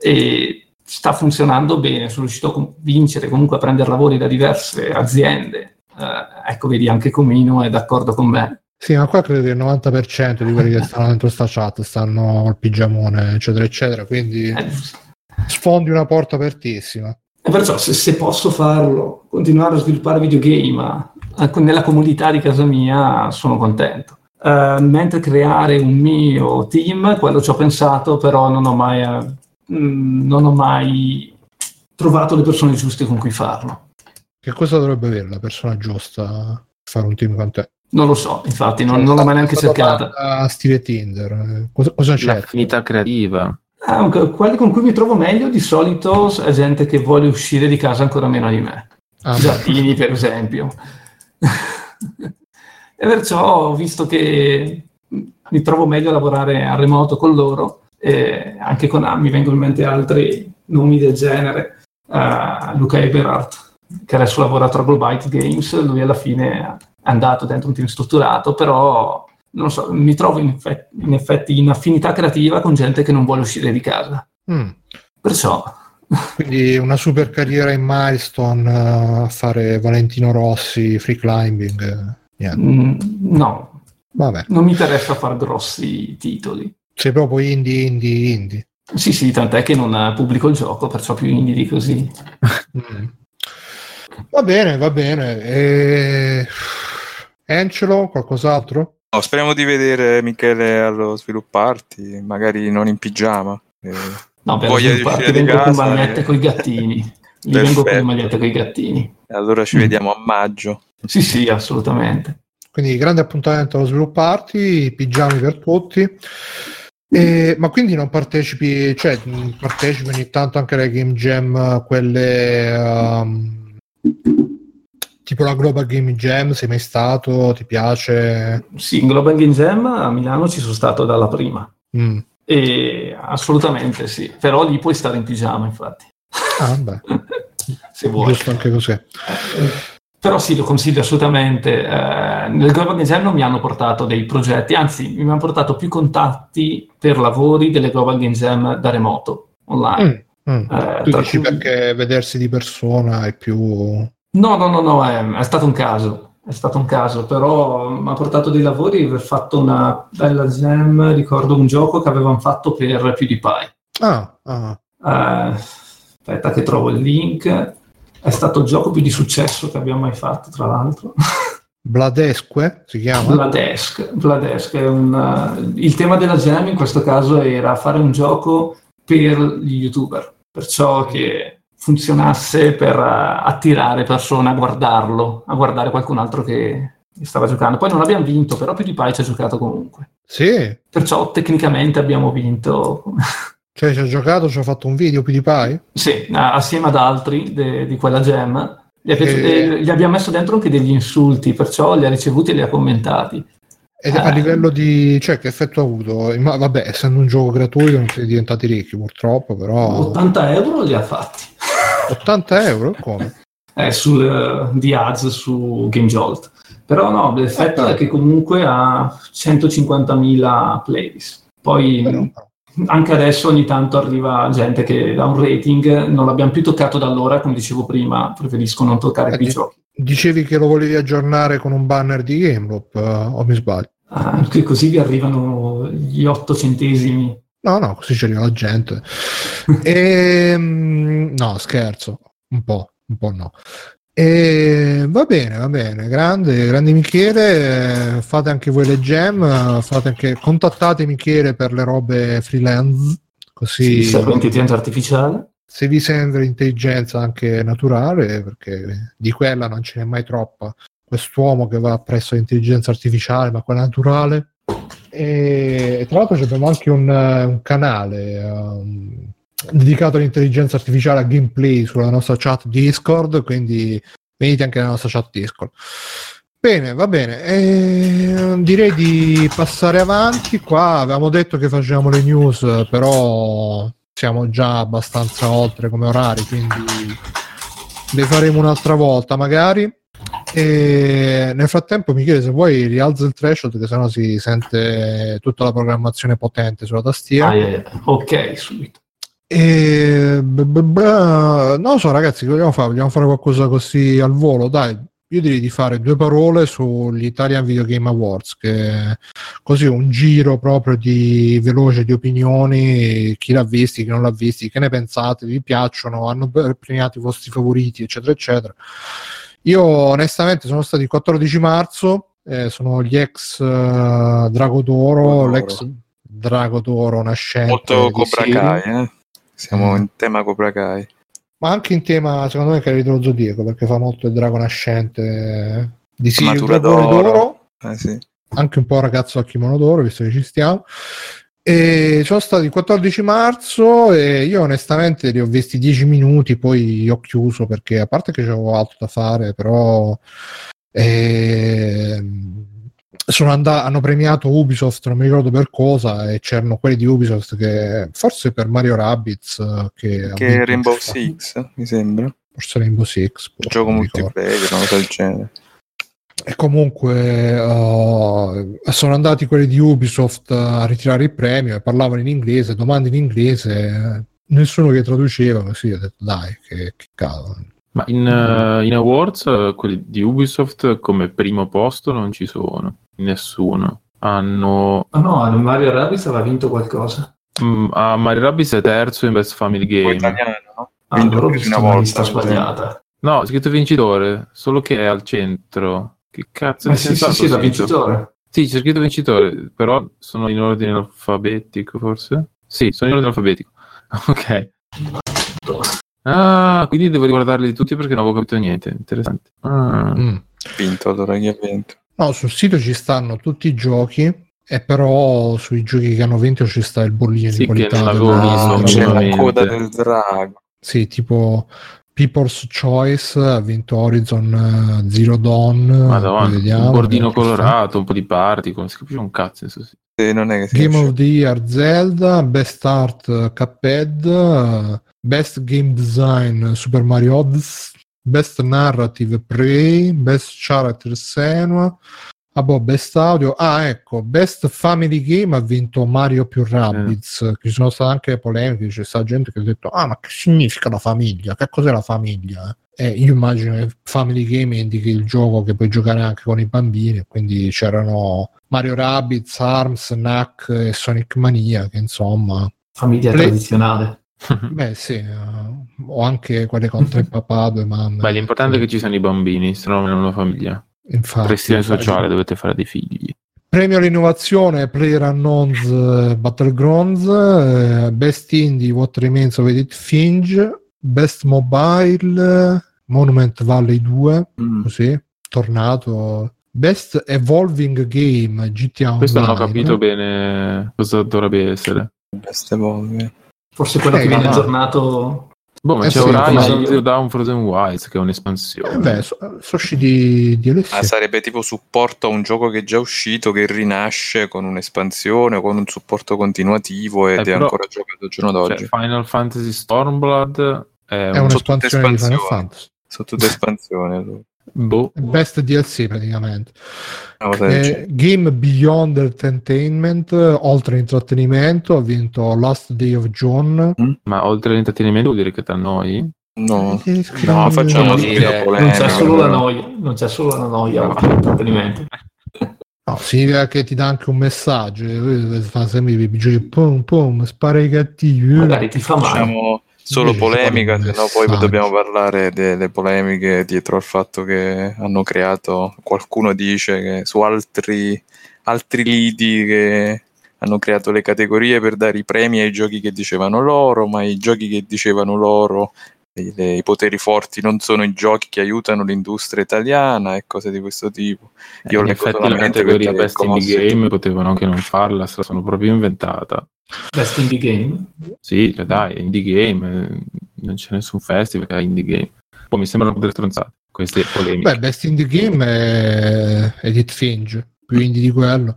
e sta funzionando bene, sono riuscito a convincere comunque a prendere lavori da diverse aziende. Eh, ecco, vedi, anche Comino è d'accordo con me. Sì, ma qua credo che il novanta per cento di quelli che stanno dentro sta chat stanno al pigiamone, eccetera, eccetera, quindi eh. sfondi una porta apertissima. E perciò se, se posso farlo, continuare a sviluppare videogame eh, nella comunità di casa mia, sono contento. Uh, mentre creare un mio team, quello ci ho pensato, però non ho mai, uh, non ho mai trovato le persone giuste con cui farlo. Che cosa dovrebbe avere la persona giusta a fare un team con te? Non lo so, infatti, non, cioè, non l'ho mai neanche cercata. A stile Tinder, cosa, cosa c'è? L'affinità creativa. Ah, quelli con cui mi trovo meglio di solito è gente che vuole uscire di casa ancora meno di me. Ah, Giardini, per esempio. E perciò ho visto che mi trovo meglio a lavorare a remoto con loro, e anche con ah, mi vengono in mente altri nomi del genere. Uh, Luca Eberhardt, che adesso lavora a Trouble Byte Games, lui alla fine è andato dentro un team strutturato, però non so, mi trovo in effetti, in effetti in affinità creativa con gente che non vuole uscire di casa. Mm. Perciò quindi una super carriera in Milestone a uh, fare Valentino Rossi, free climbing, yeah. mm, no, vabbè, non mi interessa fare grossi titoli. Sei proprio indie, indie, indie. Sì, sì, tant'è che non pubblico il gioco, perciò più indie di così. mm. Va bene, va bene. E... Angelo, qualcos'altro? No, speriamo di vedere Michele allo svilupparti, magari non in pigiama. Eh, No, per voglia di svilupparti uscire di vengo con casa, magliette eh. con i gattini. Li Perfetto. vengo con le magliette con i gattini. Allora ci Mm. vediamo a maggio. Sì, sì, assolutamente. Quindi grande appuntamento allo svilupparti, pigiami per tutti. E, ma quindi non partecipi, cioè partecipi ogni tanto anche alle Game Jam, quelle um, tipo la Global Game Jam, sei mai stato? Ti piace? Sì, in Global Game Jam a Milano ci sono stato dalla prima. Mm. E assolutamente sì, però lì puoi stare in pigiama, infatti. Ah, beh. Se vuoi. Giusto anche così. Eh, però sì, lo consiglio assolutamente. Eh, nel Global Game Jam non mi hanno portato dei progetti, anzi mi hanno portato più contatti per lavori delle Global Game Jam da remoto, online. Mm, mm. Eh, Tu tra dici cui- perché vedersi di persona è più... No, no, no, no, è, è stato un caso, è stato un caso, però mi ha portato dei lavori di aver fatto una bella jam, ricordo un gioco che avevamo fatto per PewDiePie. Ah, ah. Eh, aspetta che trovo il link, è stato il gioco più di successo che abbiamo mai fatto, tra l'altro. Bladesque si chiama? Bladesk, Bladesk è un, uh, il tema della jam in questo caso era fare un gioco per gli youtuber, perciò che funzionasse per uh, attirare persone a guardarlo, a guardare qualcun altro che stava giocando. Poi non abbiamo vinto, però PewDiePie ci ha giocato comunque. Sì, Perciò tecnicamente abbiamo vinto. cioè ci ha giocato, ci ha fatto un video PewDiePie? Sì, assieme ad altri de, di quella jam. Gli, è piaciuto, E- e gli abbiamo messo dentro anche degli insulti, perciò li ha ricevuti e li ha commentati. Ed a Eh. livello di... cioè che effetto ha avuto? Ma vabbè, essendo un gioco gratuito non siete diventati ricchi purtroppo, però... ottanta euro li ha fatti. ottanta euro? Come? Eh, sul, uh, di ads su GameJolt. Però no, l'effetto Ah. è che comunque ha centocinquantamila plays. Poi Però- anche adesso ogni tanto arriva gente che dà un rating, non l'abbiamo più toccato da allora, come dicevo prima, preferisco non toccare Eh, più i di- giochi. Dicevi che lo volevi aggiornare con un banner di Gameloop, eh, o mi sbaglio? Ah, che così vi arrivano gli otto centesimi. No, no, così ci arriva la gente. E, no, scherzo, un po', un po' no. E va bene, va bene, grande, grande Michele, eh, fate anche voi le jam, eh, fate anche, contattate Michele per le robe freelance, così Sì, serve intelligenza artificiale. se vi serve intelligenza anche naturale, perché di quella non ce n'è mai troppa, quest'uomo che va presso l'intelligenza artificiale, ma quella naturale. E tra l'altro abbiamo anche un, uh, un canale um, dedicato all'intelligenza artificiale, a gameplay sulla nostra chat Discord, quindi venite anche nella nostra chat Discord. Bene, va bene, e direi di passare avanti. Qua avevamo detto che facevamo le news, però siamo già abbastanza oltre come orari, quindi le faremo un'altra volta magari. E nel frattempo, Michele, se vuoi rialza il threshold, che sennò si sente tutta la programmazione potente sulla tastiera. Ah, eh, ok, subito. E b- b- b- non lo so, ragazzi, che vogliamo fare? Vogliamo fare qualcosa così al volo? Dai, io direi di fare due parole sugli Italian Video Game Awards, che così un giro proprio di veloce di opinioni, chi l'ha visti, chi non l'ha visti, che ne pensate, vi piacciono, hanno premiato i vostri favoriti, eccetera eccetera. Io onestamente sono stato il quattordici marzo, eh, sono gli ex uh, Drago d'Oro, Drago l'ex Drago d'Oro nascente Molto di Cobra Siri. Kai, eh? Siamo Mm. in tema Cobra Kai. Ma anche in tema, secondo me, Cavalieri dello Zodiaco, perché fa molto il drago nascente di Siri, il Matura dragone d'oro. d'oro, Eh, sì. anche un po' ragazzo al kimono d'oro, visto che ci stiamo. E sono stati il quattordici marzo e io onestamente li ho visti dieci minuti, poi ho chiuso perché, a parte che c'avevo altro da fare, però ehm, sono andati, hanno premiato Ubisoft, non mi ricordo per cosa, e c'erano quelli di Ubisoft che forse per Mario Rabbids, eh, che, ha Che vinto Rainbow un FIFA. Six, mi sembra. Forse Rainbow Six, boh, Gioco non mi ricordo. multiplayer, una cosa del genere. E comunque uh, sono andati quelli di Ubisoft a ritirare il premio e parlavano in inglese, domande in inglese, nessuno che traduceva, così ho detto dai, che, che cavolo. Ma in, uh, in Awards uh, quelli di Ubisoft come primo posto non ci sono, nessuno. Hanno Ma no, Mario Rabbids aveva vinto qualcosa. mm, a Mario Rabbids è terzo in Best Family Poi Game. italiano, no? Ah, Vinto allora ho più di visto una una volta, lista mi sembra. sbagliata. No, è scritto vincitore, solo che è al centro. Che cazzo Eh di sì, senso sì, ha sì, da sto sito? vincitore. Sì, c'è scritto vincitore, però sono in ordine alfabetico, forse? Sì, sono in ordine alfabetico. Ok. Ah, quindi devo riguardarli tutti perché non avevo capito niente. Interessante. Ah. Mm. Vinto, allora chi ha vinto? No, sul sito ci stanno tutti i giochi, e però sui giochi che hanno vinto ci sta il bollino di Sì, che qualità non avevo della- visto della C'è la roba. coda minimamente. del drago. Sì, tipo People's Choice ha vinto Horizon eh, Zero Dawn. Poi Madonna, vediamo, un bordino vediamo che fa. colorato, un po' di party, come si capisce un cazzo. Adesso sì. Eh, non è che si Game esce. of the Year Zelda, Best Art eh, Cuphead, eh, Best Game Design Super Mario Odyssey, Best Narrative Prey, Best Character Senua, ah, boh, Best Audio, ah ecco, Best Family Game ha vinto Mario più Rabbids, eh. Ci sono state anche polemiche, c'è stata gente che ha detto ah ma che significa la famiglia, che cos'è la famiglia? Eh, io immagino che Family Game indichi il gioco che puoi giocare anche con i bambini, quindi c'erano Mario Rabbids, Arms, Knack e Sonic Mania, che insomma Famiglia Play- tradizionale. beh sì, eh, o anche quelle con tre papà, due mamme. Beh, l'importante è che ci siano i bambini, se no non è una famiglia. Infatti, Pressione infatti. sociale, dovete fare dei figli. Premio all'innovazione PlayerUnknown's eh, Battlegrounds, eh, Best Indie What Remains of Edith Finch, Best Mobile eh, Monument Valley due, Mm. così, tornato. Best Evolving Game G T A Questo non ho Online. capito bene cosa dovrebbe essere. Best Evolve. Forse quello Eh, che viene no. aggiornato. Boh, ma Eh c'è sì, Horizon come- Zero Dawn Frozen Wilds che è un'espansione. Eh beh, so- sono usciti di Alessia. Ah, sarebbe tipo supporto a un gioco che è già uscito, che rinasce con un'espansione o con un supporto continuativo ed Eh, è però- ancora giocato al giorno d'oggi. Cioè, Final Fantasy Stormblood è, È un... un'espansione di Final espansioni. Fantasy. Sono tutte espansioni. allora. boh. Best D L C praticamente. Una cosa del Eh, genere. Game Beyond Entertainment, oltre intrattenimento, ha vinto Last Day of John. Ma oltre all'intrattenimento vuol dire che ti annoi? No, Eh, no, facciamo Vuol subito dire- polemica. Non c'è solo la però. noia, non c'è solo la noia, No. ma l'intrattenimento. No, significa che ti dà anche un messaggio. eh, Fa sempre i giochi pum pum, spara ai cattivi. eh. Magari ti fa male. Facciamo solo Invece ci polemica, vuole un se no poi messaggio. dobbiamo parlare delle polemiche dietro al fatto che hanno creato, qualcuno dice che su altri, altri lidi che hanno creato le categorie per dare i premi ai giochi che dicevano loro, ma i giochi che dicevano loro, i, le- i poteri forti non sono i giochi che aiutano l'industria italiana e cose di questo tipo. Eh, Io in leggo effetti la solamente categoria perché Best Indie Gossip- Game potevano anche non farla, se la sono proprio inventata. Best Indie Game. Sì, cioè, dai, Indie Game, eh, non c'è nessun festival che ha Indie Game. Poi mi sembrano delle stronzate queste polemiche. Beh, Best Indie Game è Edith Finch, più indie di quello.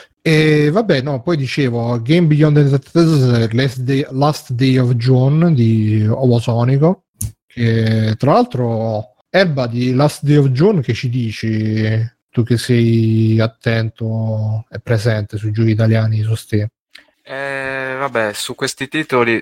E vabbè, no, poi dicevo Game Beyond Entertainment, Last Day, Last Day of John di Ovosonico, che tra l'altro Erba di Last Day of John, che ci dici tu che sei attento e presente sui giochi italiani su Steam? Eh, vabbè, su questi titoli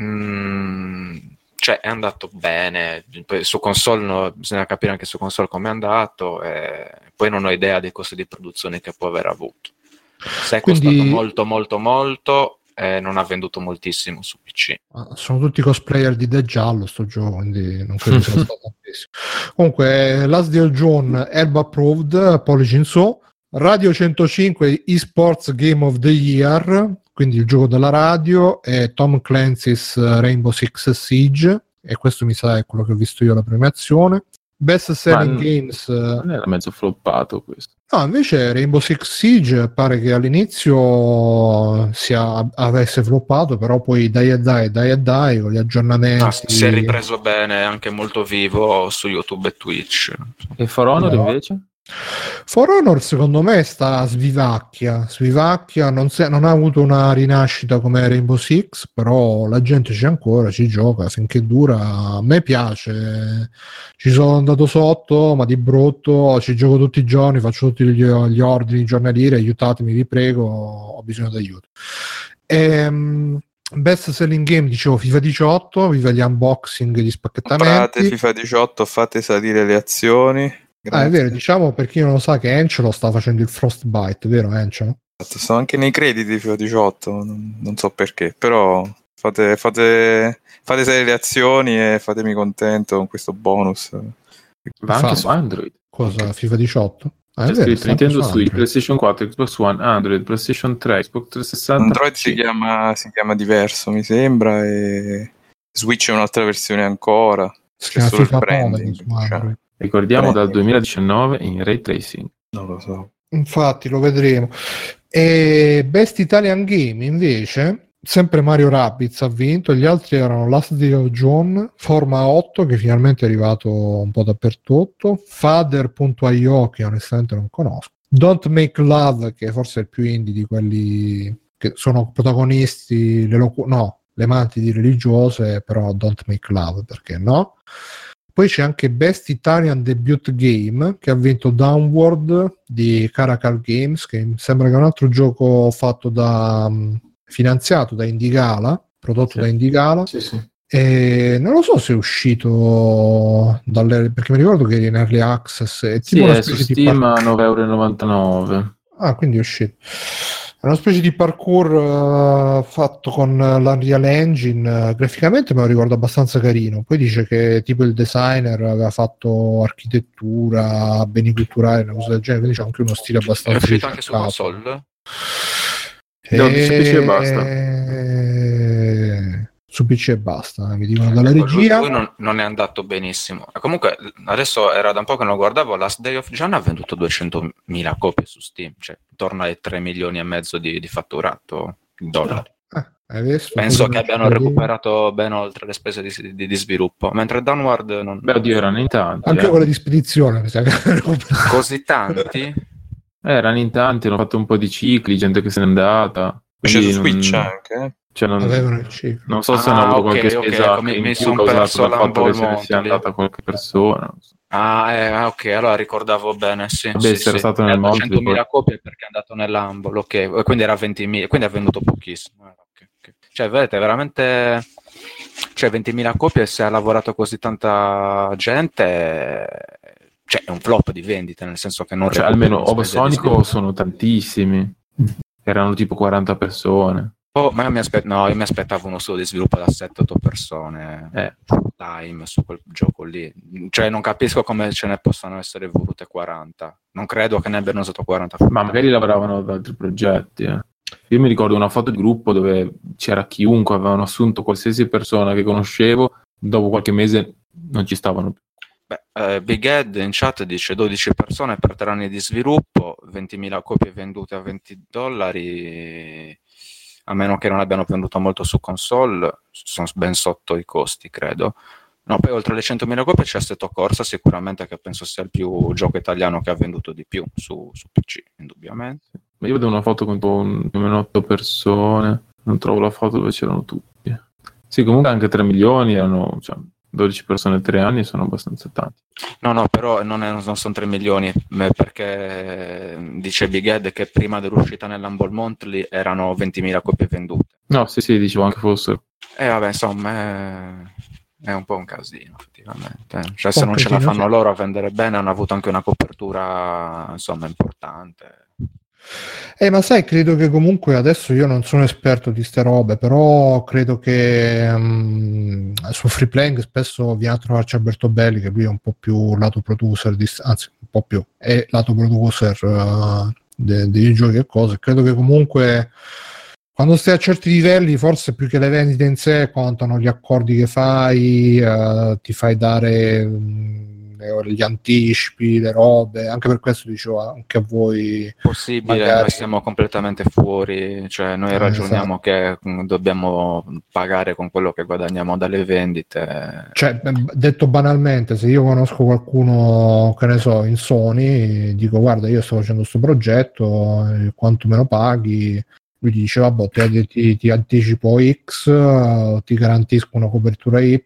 mm, cioè è andato bene. Poi su console no, bisogna capire anche su console come è andato, e poi non ho idea dei costi di produzione che può aver avuto. Se è Quindi- costato molto molto molto, eh, non ha venduto moltissimo su P C. Ah, sono tutti cosplayer di Dead Giallo sto gioco, quindi non credo sia stato tantissimo. Comunque Last Day of John, Erba Approved, Pollice in So, Radio centocinque eSports Game of the Year, quindi il gioco della radio, e Tom Clancy's Rainbow Six Siege, e questo mi sa è quello che ho visto io alla premiazione. Best Selling Ma- Games, Non era mezzo floppato questo. no, invece Rainbow Six Siege pare che all'inizio sia, avesse floppato, però poi dai e dai, dai e dai, con gli aggiornamenti. Ah, si è ripreso bene, anche molto vivo su YouTube e Twitch. E For Honor No. invece? For Honor secondo me sta svivacchia, svivacchia, non, se- non ha avuto una rinascita come Rainbow Six, però la gente c'è ancora, ci gioca, finché dura, a me piace, ci sono andato sotto, ma di brutto, ci gioco tutti i giorni, faccio tutti gli, gli ordini giornalieri, aiutatemi vi prego, ho bisogno d'aiuto. Ehm, Best Selling Game, dicevo FIFA diciotto, viva gli unboxing, gli Comprate spacchettamenti. FIFA diciotto, fate salire le azioni. Ah, è Grazie. vero, diciamo per chi non lo sa che Encelo sta facendo il Frostbite, vero Encelo? Sono anche nei crediti di FIFA diciotto, non, non so perché, però fate, fate, fate salire le azioni e fatemi contento con questo bonus. Va anche Fa- su Android. Cosa? FIFA diciotto? Ah, C'è è vero, scritto sta Nintendo su Switch, Android. PlayStation quattro, Xbox One, Android, PlayStation tre, Xbox trecentosessanta. Android si chiama, si chiama diverso, mi sembra, e Switch è un'altra versione ancora. Si C'è chiama solo il FIFA nove branding, su diciamo. Android. Ricordiamo dal Branding. duemiladiciannove in ray tracing. Non lo so. Infatti lo vedremo. E Best Italian Game invece, sempre Mario Rabbids ha vinto, gli altri erano Last Day of John, Forma otto che finalmente è arrivato un po' dappertutto, Father punto io che onestamente non conosco, Don't Make Love che forse è il più indie di quelli che sono protagonisti, le locu- no, le mantidi religiose, però Don't Make Love perché no. Poi c'è anche Best Italian Debut Game che ha vinto Downward di Caracal Games, che mi sembra che è un altro gioco fatto da um, finanziato da Indigala, prodotto Sì. da Indigala. Sì, sì. E non lo so se è uscito dalle, perché mi ricordo che era in Early Access, è Sì, tipo una è su specie di Steam par- a nove virgola novantanove euro. Ah, quindi è uscito. È una specie di parkour uh, fatto con l'Unreal Engine, uh, graficamente me lo ricordo abbastanza carino. Poi dice che tipo il designer aveva fatto architettura, beni culturali, una cosa del genere, quindi c'è anche uno stile È abbastanza uscito anche su ricercato. console? No, su P C e basta. E... Su P C e basta, mi dicono dalla Ecco, lui, regia. lui non, non è andato benissimo. Comunque, adesso era da un po' che non lo guardavo. Last Day of John ha venduto duecentomila copie su Steam, cioè torna ai tre milioni e mezzo di, di fatturato in dollari. Eh, hai visto? Penso Pure che abbiano non ci recuperato ben oltre le spese di, di, di sviluppo, mentre Downward non... Beh, oddio, erano in tanti. anche eh. quella di spedizione mi sa che hanno recuperato. Così tanti? Eh, erano in tanti, hanno fatto un po' di cicli, gente che se n'è andata. C'è su quindi non- Switch anche, eh? cioè non, Avevano il ciclo. non so se Ah, hanno avuto ok, qualche ok, spesa ecco, mi- in mi più son causato perso dal fatto che se ne l'Humble sia Monthly. andata qualche persona. non so. Ah, eh, ah, ok, allora ricordavo bene, sì, Vabbè, sì, se era sì. stato nel Era Monthly, duecentomila copie perché è andato nell'Humble, ok, quindi era ventimila, quindi ha venduto pochissimo. eh, ok, ok. Cioè, vedete, veramente, cioè ventimila copie se ha lavorato così tanta gente, cioè è un flop di vendite, nel senso che non Cioè, recuperano almeno spese di Obsonico sviluppo. sono tantissimi. Erano tipo quaranta persone. Oh, ma io mi, aspe- no, io mi aspettavo uno studio di sviluppo da sette otto persone Eh. full time su quel gioco lì. Cioè non capisco come ce ne possano essere volute quaranta. Non credo che ne abbiano usato quaranta. Ma magari lavoravano ad altri progetti. eh. Io mi ricordo una foto di gruppo dove c'era chiunque, avevano assunto qualsiasi persona che conoscevo, dopo qualche mese non ci stavano più. Beh, eh, Big Ed in chat dice dodici persone per tre anni di sviluppo, ventimila copie vendute a venti dollari, a meno che non abbiano venduto molto su console, sono ben sotto i costi, credo. No, poi oltre le centomila copie c'è Assetto Corsa, sicuramente, che penso sia il più gioco italiano che ha venduto di più su, su P C, indubbiamente. Ma io vedo una foto con tipo un- più o meno otto persone, non trovo la foto dove c'erano tutti. Sì, comunque anche tre milioni erano, cioè, dodici persone tre anni sono abbastanza tanti. No, no, però non, è, non sono tre milioni, eh, perché dice Big Ed che prima dell'uscita nell'Humble Monthly erano ventimila copie vendute. No, sì, sì, dicevo anche fossero. E vabbè, insomma, è, è un po' un casino, effettivamente. Cioè, se Un non ce la casino, fanno sì. loro a vendere bene, hanno avuto anche una copertura, insomma, importante. Eh, ma sai, credo che comunque adesso io non sono esperto di ste robe, però credo che um, su Free Playing spesso viene a trovarci Alberto Belli, che lui è un po' più lato producer, di, anzi un po' più, è lato producer uh, de, dei giochi e cose. Credo che comunque quando stai a certi livelli, forse più che le vendite in sé, contano gli accordi che fai, uh, ti fai dare um, gli anticipi, le robe, anche per questo dicevo anche a voi Possibile, magari... noi siamo completamente fuori, cioè noi Eh, ragioniamo che mh, dobbiamo pagare con quello che guadagniamo dalle vendite. Cioè, detto banalmente, se io conosco qualcuno, che ne so, in Sony, dico guarda, io sto facendo questo progetto, eh, quanto me lo paghi? Lui dice vabbè, ti, ti, ti anticipo X, uh, ti garantisco una copertura Y,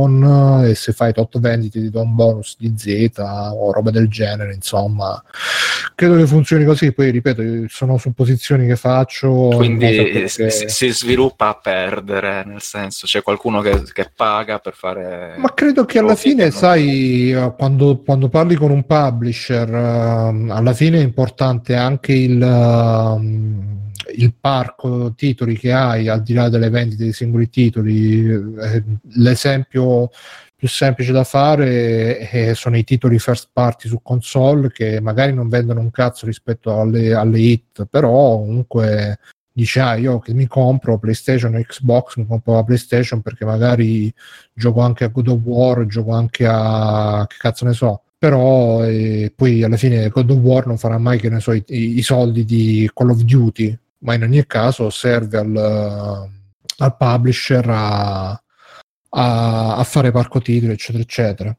e se fai tot vendite ti do un bonus di Z o roba del genere. Insomma, credo che funzioni così. Poi ripeto, sono supposizioni che faccio in base a Quindi quello si, che... si sviluppa a perdere, nel senso c'è qualcuno che, che paga per fare... Ma credo che alla giochi fine, che non- sai, eh, quando, quando parli con un publisher, eh, alla fine è importante anche il, ehm, il parco titoli che hai, al di là delle vendite dei singoli titoli. Eh, l'esempio più più semplice da fare eh, sono i titoli first party su console, che magari non vendono un cazzo rispetto alle, alle hit, però comunque dice ah io che mi compro PlayStation o Xbox, mi compro la PlayStation perché magari gioco anche a God of War, gioco anche a che cazzo ne so, però eh, poi alla fine God of War non farà mai che ne so i, i soldi di Call of Duty, ma in ogni caso serve al, al publisher a, a, a fare parco titoli eccetera eccetera.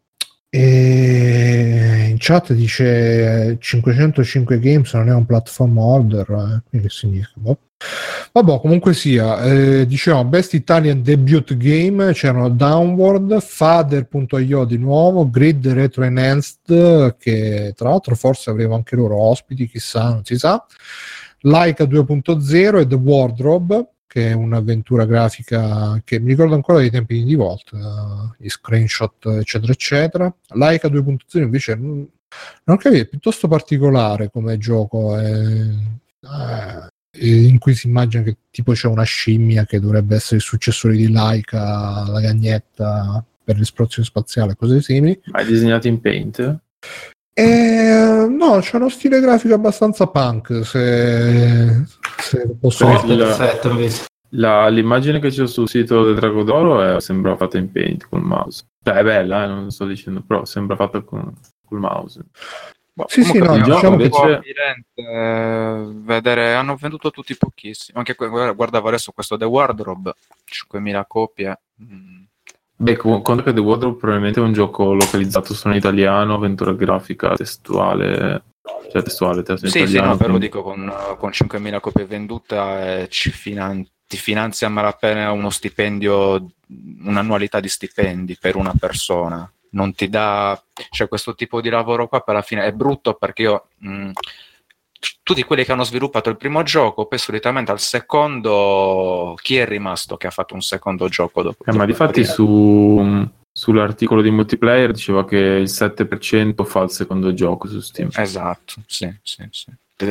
E in chat dice cinquecentocinque Games non è un platform holder, eh? Quindi che significa? Boh. Vabbè, comunque sia, eh, diciamo Best Italian Debut Game, c'erano Downward, Father punto io di nuovo, Grid Retro Enhanced, che tra l'altro forse avremo anche loro ospiti, chissà, non si sa, Laika due punto zero e The Wardrobe, che è un'avventura grafica che mi ricordo ancora dei tempi di Volt, uh, gli screenshot eccetera eccetera. Laika due punto zero invece non, non capito, è piuttosto particolare come gioco, è, eh, in cui si immagina che tipo c'è una scimmia che dovrebbe essere il successore di Laika, la cagnetta per l'esplorazione spaziale, cose simili. Ma è disegnato in Paint? Eh, no, c'è uno stile grafico abbastanza punk, se, se posso Oh, dire. perfetto, invece. La, l'immagine che c'è sul sito del Drago d'Oro è, sembra fatta in Paint col mouse. Cioè è bella, eh, non sto dicendo, però sembra fatta con col mouse. Boh, Sì, sì, no, il gioco diciamo che invece... c'è- eh, vedere, hanno venduto tutti pochissimi. Anche que- guardavo adesso questo The Wardrobe, cinquemila copie. Mm. Beh, con- conto che The Wardrobe probabilmente è un gioco localizzato solo in italiano, avventura grafica, testuale, cioè testuale, testo in Sì, sì, italiano. no, però quindi- dico con, con cinquemila copie vendute eh, ci finan- ti finanzia a malapena uno stipendio, un'annualità di stipendi per una persona. Non ti dà, cioè questo tipo di lavoro qua per alla fine è brutto, perché io mh, tutti quelli che hanno sviluppato il primo gioco poi solitamente al secondo chi è rimasto che ha fatto un secondo gioco dopo, Eh, ma dopo il difatti primo? su, sull'articolo di multiplayer diceva che il sette per cento fa il secondo gioco su Steam. Esatto, sì, sì, sì.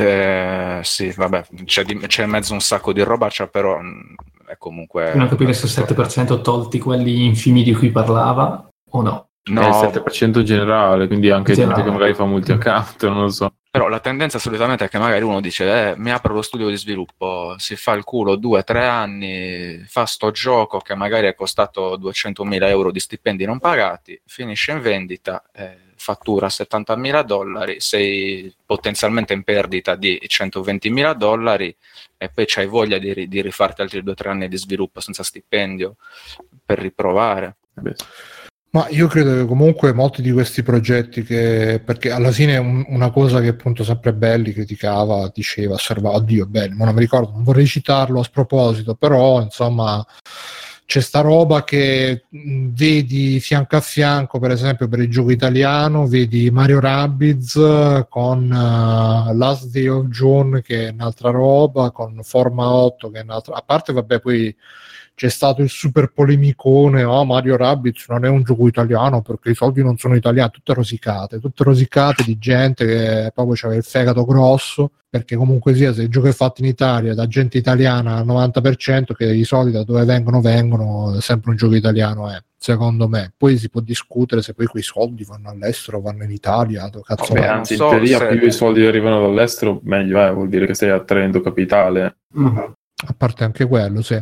Eh, sì, vabbè, c'è, di, c'è in mezzo un sacco di roba, c'è però mh, è comunque... Non capire se il sette per cento tolti quelli infimi di cui parlava o no. No, È il sette per cento generale, quindi anche Generale. gente che magari fa multi account, non lo so. però la tendenza solitamente è che magari uno dice eh, mi apro lo studio di sviluppo, si fa il culo due o tre anni, fa sto gioco che magari è costato duecentomila euro di stipendi non pagati, finisce in vendita, eh, fattura settantamila dollari, sei potenzialmente in perdita di centoventimila dollari e poi c'hai voglia di, ri- di rifarti altri due o tre anni di sviluppo senza stipendio per riprovare. Eh beh, Ma io credo che comunque molti di questi progetti, che perché alla fine un, una cosa che appunto sempre Belli criticava, diceva, osservava, oddio Belli, ma non mi ricordo, non vorrei citarlo a sproposito, però insomma c'è sta roba che mh, vedi fianco a fianco, per esempio per il gioco italiano, vedi Mario Rabbids con uh, Last Day of June che è un'altra roba, con Forma otto che è un'altra, a parte vabbè poi c'è stato il super polemicone, oh, Mario Rabbids non è un gioco italiano perché i soldi non sono italiani, tutte rosicate, tutte rosicate di gente che proprio c'aveva il fegato grosso, perché comunque sia, se il gioco è fatto in Italia da gente italiana al novanta per cento, che i soldi da dove vengono vengono, sempre un gioco italiano è, secondo me. Poi si può discutere se poi quei soldi vanno all'estero, vanno in Italia, dove cazzo Vabbè, vanno. non anzi, so in teoria se- più i soldi arrivano dall'estero, meglio è, vuol dire che stai attraendo capitale. Mm. A parte anche quello, sì.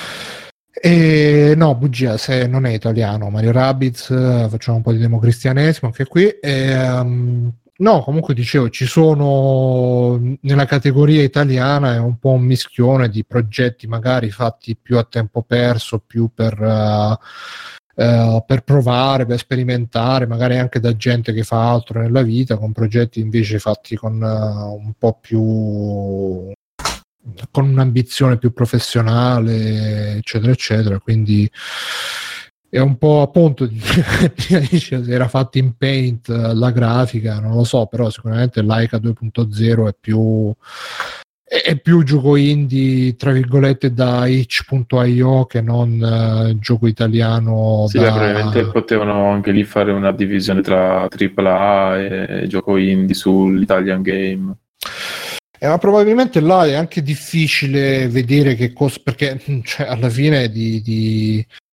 E no, bugia, se non è italiano Mario Rabbids, eh, facciamo un po' di democristianesimo anche qui. E, um, no, comunque dicevo, ci sono nella categoria italiana è un po' un mischione di progetti magari fatti più a tempo perso, più per uh, uh, per provare, per sperimentare, magari anche da gente che fa altro nella vita, con progetti invece fatti con uh, un po' più con un'ambizione più professionale eccetera eccetera, quindi è un po' appunto se era fatto in Paint la grafica non lo so, però sicuramente Laika due punto zero è più è, è più gioco indie tra virgolette da itch punto io che non uh, gioco italiano Sì, da... beh, probabilmente potevano anche lì fare una divisione tra tripla A e gioco indie sull'Italian Game. Eh, ma probabilmente là è anche difficile vedere che cosa, perché cioè, alla fine di, di,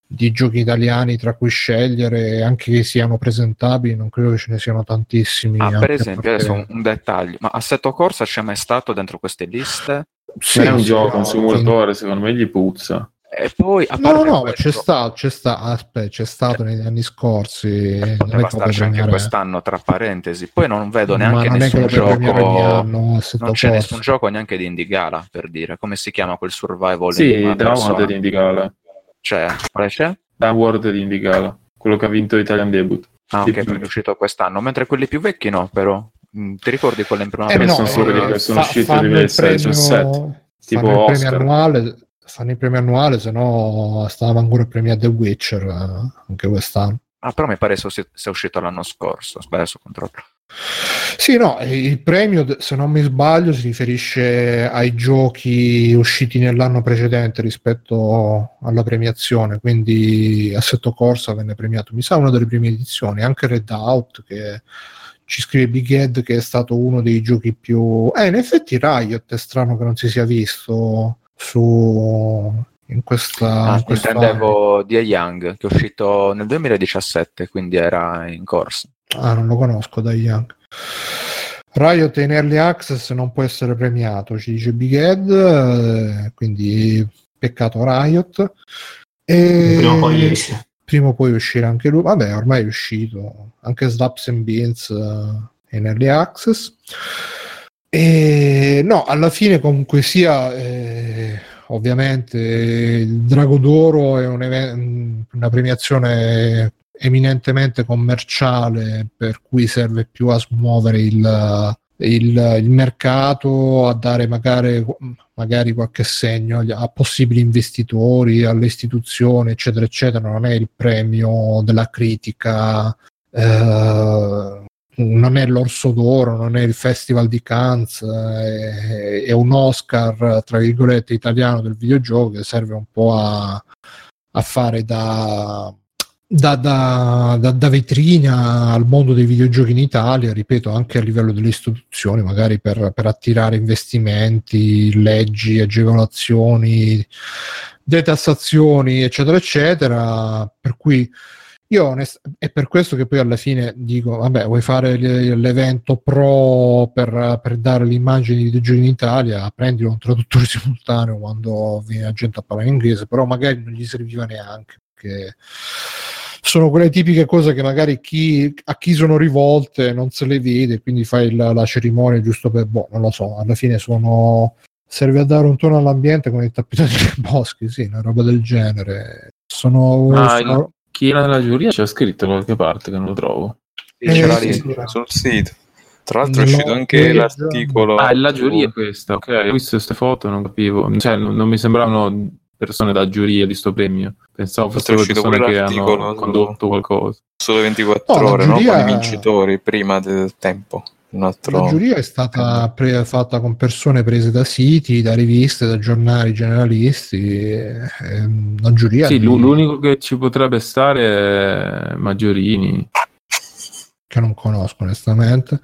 di giochi italiani tra cui scegliere, anche che siano presentabili, non credo che ce ne siano tantissimi. Ah, per anche esempio, perché... adesso un, un dettaglio, ma Assetto Corsa c'è mai stato dentro queste liste? Sì, è un sì, gioco, no, un simulatore, secondo me gli puzza. E poi, a no, parte no, questo, c'è stato, c'è stato, aspetta, c'è stato negli anni scorsi. Non è poteva che lo puoi starci anche premiare, quest'anno, tra parentesi. Poi non vedo ma neanche non è che nessun lo puoi premiare ogni gioco, anno. Assetto non c'è Corsa. nessun gioco neanche di Indigala, per dire. Come si chiama quel survival in Sì, prima Downward persona? di Indigala. C'è? Quale c'è? Downward di Indigala, quello che ha vinto l'Italian Debut. Ah, Di ok, perché è uscito quest'anno. Mentre quelli più vecchi no, però. Mm, ti ricordi quello in prima Eh, persona? no, sono solo eh, quelli che sono fa- usciti fanno nel il duemiladiciassette, premio, tipo fanno il premio Oscar. annuale, fanno il premio annuale, se no stavamo ancora il premio a The Witcher eh, anche quest'anno. Ah, però mi pare sia sia uscito l'anno scorso. Adesso controllo. Sì, no, il premio, se non mi sbaglio, si riferisce ai giochi usciti nell'anno precedente rispetto alla premiazione, quindi Assetto Corsa venne premiato, mi sa, una delle prime edizioni, anche Redout, che ci scrive Big Ed che è stato uno dei giochi più... Eh, in effetti Riot è strano che non si sia visto su... in questa... Ah, in questo intendevo The Young, che è uscito nel duemiladiciassette, quindi era in corsa. Ah, non lo conosco, da Young. Riot in Early Access non può essere premiato, ci dice Big Ed, eh, quindi peccato Riot. E... Prima o poi esce. Prima o poi uscirà anche lui. Vabbè, ormai è uscito. Anche Slaps and Beans uh, in Early Access. E no, alla fine comunque sia... Eh... Ovviamente il Drago d'Oro è un even- una premiazione eminentemente commerciale, per cui serve più a smuovere il, il, il mercato, a dare magari, magari qualche segno a possibili investitori, alle istituzioni, eccetera, eccetera. Non è il premio della critica, eh, non è l'Orso d'Oro, non è il Festival di Cannes, è, è un Oscar tra virgolette italiano del videogioco che serve un po' a, a fare da, da, da, da, da vetrina al mondo dei videogiochi in Italia, ripeto, anche a livello delle istituzioni, magari per, per attirare investimenti, leggi, agevolazioni, detassazioni, eccetera, eccetera, per cui io onest- è per questo che poi alla fine dico, vabbè, vuoi fare l'evento pro per, per dare l'immagine di videogiochi in Italia, prendilo un traduttore simultaneo quando viene la gente a parlare in inglese, però magari non gli serviva neanche, perché sono quelle tipiche cose che magari chi, a chi sono rivolte non se le vede, quindi fai la, la cerimonia giusto per, boh, non lo so, alla fine sono... serve a dare un tono all'ambiente come i tappetoni dei boschi, sì, una roba del genere. Sono... Ah, sono... il... Chi era nella giuria c'è scritto da qualche parte che non lo trovo. Sì, ce Eh, l'ha sì, lì. sì. sul sito. Tra l'altro è Nello- uscito anche eh, l'articolo. Ah, la giuria è questa, ok. Ho visto queste foto, non capivo. Cioè, non, non mi sembravano persone da giuria di sto premio. Pensavo Tra l'altro è fossero uscito persone pure che l'articolo hanno su- condotto qualcosa. Sole ventiquattro No, la ore, giuria- no? Con i vincitori prima del tempo. Un altro... La giuria è stata pre- fatta con persone prese da siti, da riviste, da giornali generalisti. E, e una giuria Sì, di- l'u- l'unico che ci potrebbe stare è Maggiorini. che non conosco onestamente.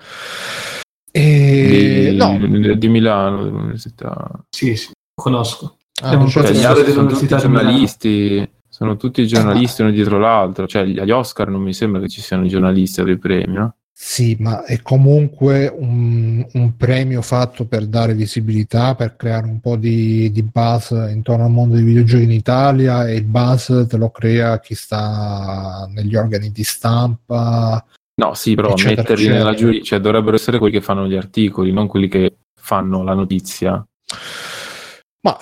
E, Di, no, di Milano, dell'università. Sì, sì, lo conosco. ah, È un cioè, Cioè, gli professore altri sono tutti dell'Università di Milano. giornalisti, sono tutti giornalisti uno dietro l'altro. Cioè, agli Oscar non mi sembra che ci siano giornalisti del premio, no? sì, ma è comunque un, un premio fatto per dare visibilità, per creare un po' di, di buzz intorno al mondo dei videogiochi in Italia, e il buzz te lo crea chi sta negli organi di stampa. No, sì, però Eccetera, metterli eccetera. nella giuria, cioè dovrebbero essere quelli che fanno gli articoli, non quelli che fanno la notizia. Ma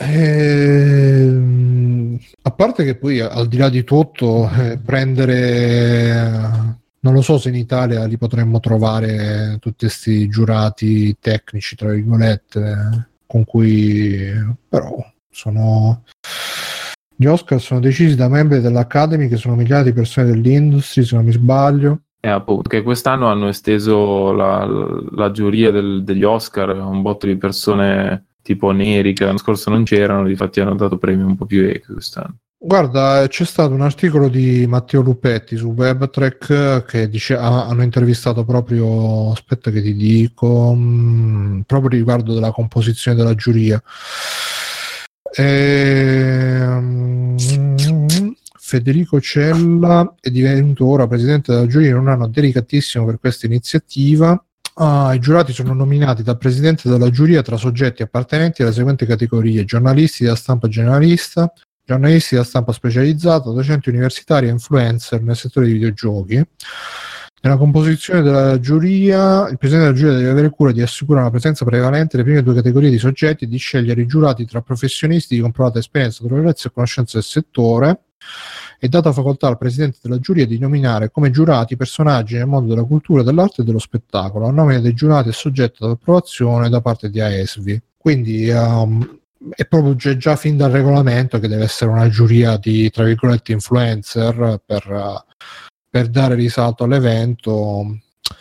ehm, a parte che poi al di là di tutto eh, prendere, non lo so se in Italia li potremmo trovare tutti questi giurati tecnici tra virgolette, con cui però sono gli Oscar sono decisi da membri dell'Academy, che sono migliaia di persone dell'industria, se non mi sbaglio. E appunto che quest'anno hanno esteso la, la giuria del- degli Oscar a un botto di persone tipo neri che l'anno scorso non c'erano, difatti hanno dato premi un po' più equi quest'anno. Guarda, c'è stato un articolo di Matteo Lupetti su WebTrack che dice, ah, hanno intervistato proprio, aspetta che ti dico, mh, proprio riguardo della composizione della giuria. Ehm, Federico Cella è divenuto ora presidente della giuria in un anno delicatissimo per questa iniziativa. Ah, i giurati sono nominati dal presidente della giuria tra soggetti appartenenti alle seguenti categorie: giornalisti della stampa generalista, giornalisti della stampa specializzata, docenti universitari e influencer nel settore dei videogiochi. Nella composizione della giuria, il presidente della giuria deve avere cura di assicurare una presenza prevalente delle prime due categorie di soggetti e di scegliere i giurati tra professionisti di comprovata esperienza, autorevolezza e conoscenza del settore. È data facoltà al presidente della giuria di nominare come giurati personaggi nel mondo della cultura, dell'arte e dello spettacolo. La nomina dei giurati è soggetta ad approvazione da parte di A E S V I. Quindi um, è proprio già, già fin dal regolamento che deve essere una giuria di, tra virgolette, influencer per... Uh, per dare risalto all'evento. Uh,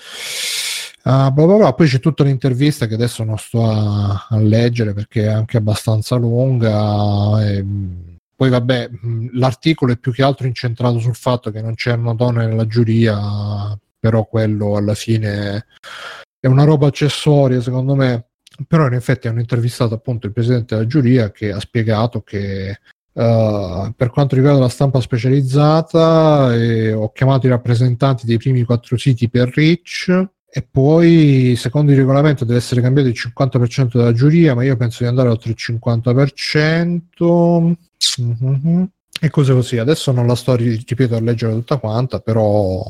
blah blah blah. Poi c'è tutta l'intervista che adesso non sto a, a leggere perché è anche abbastanza lunga. E, poi vabbè, l'articolo è più che altro incentrato sul fatto che non c'erano donne nella giuria, però quello alla fine è una roba accessoria secondo me. Però in effetti hanno intervistato appunto il presidente della giuria che ha spiegato che Uh, per quanto riguarda la stampa specializzata, eh, ho chiamato i rappresentanti dei primi quattro siti per Reach e poi secondo il regolamento deve essere cambiato il cinquanta per cento della giuria, ma io penso di andare oltre il cinquanta per cento. Mm-hmm. E cose così. Adesso non la sto, ripeto, a leggere tutta quanta, però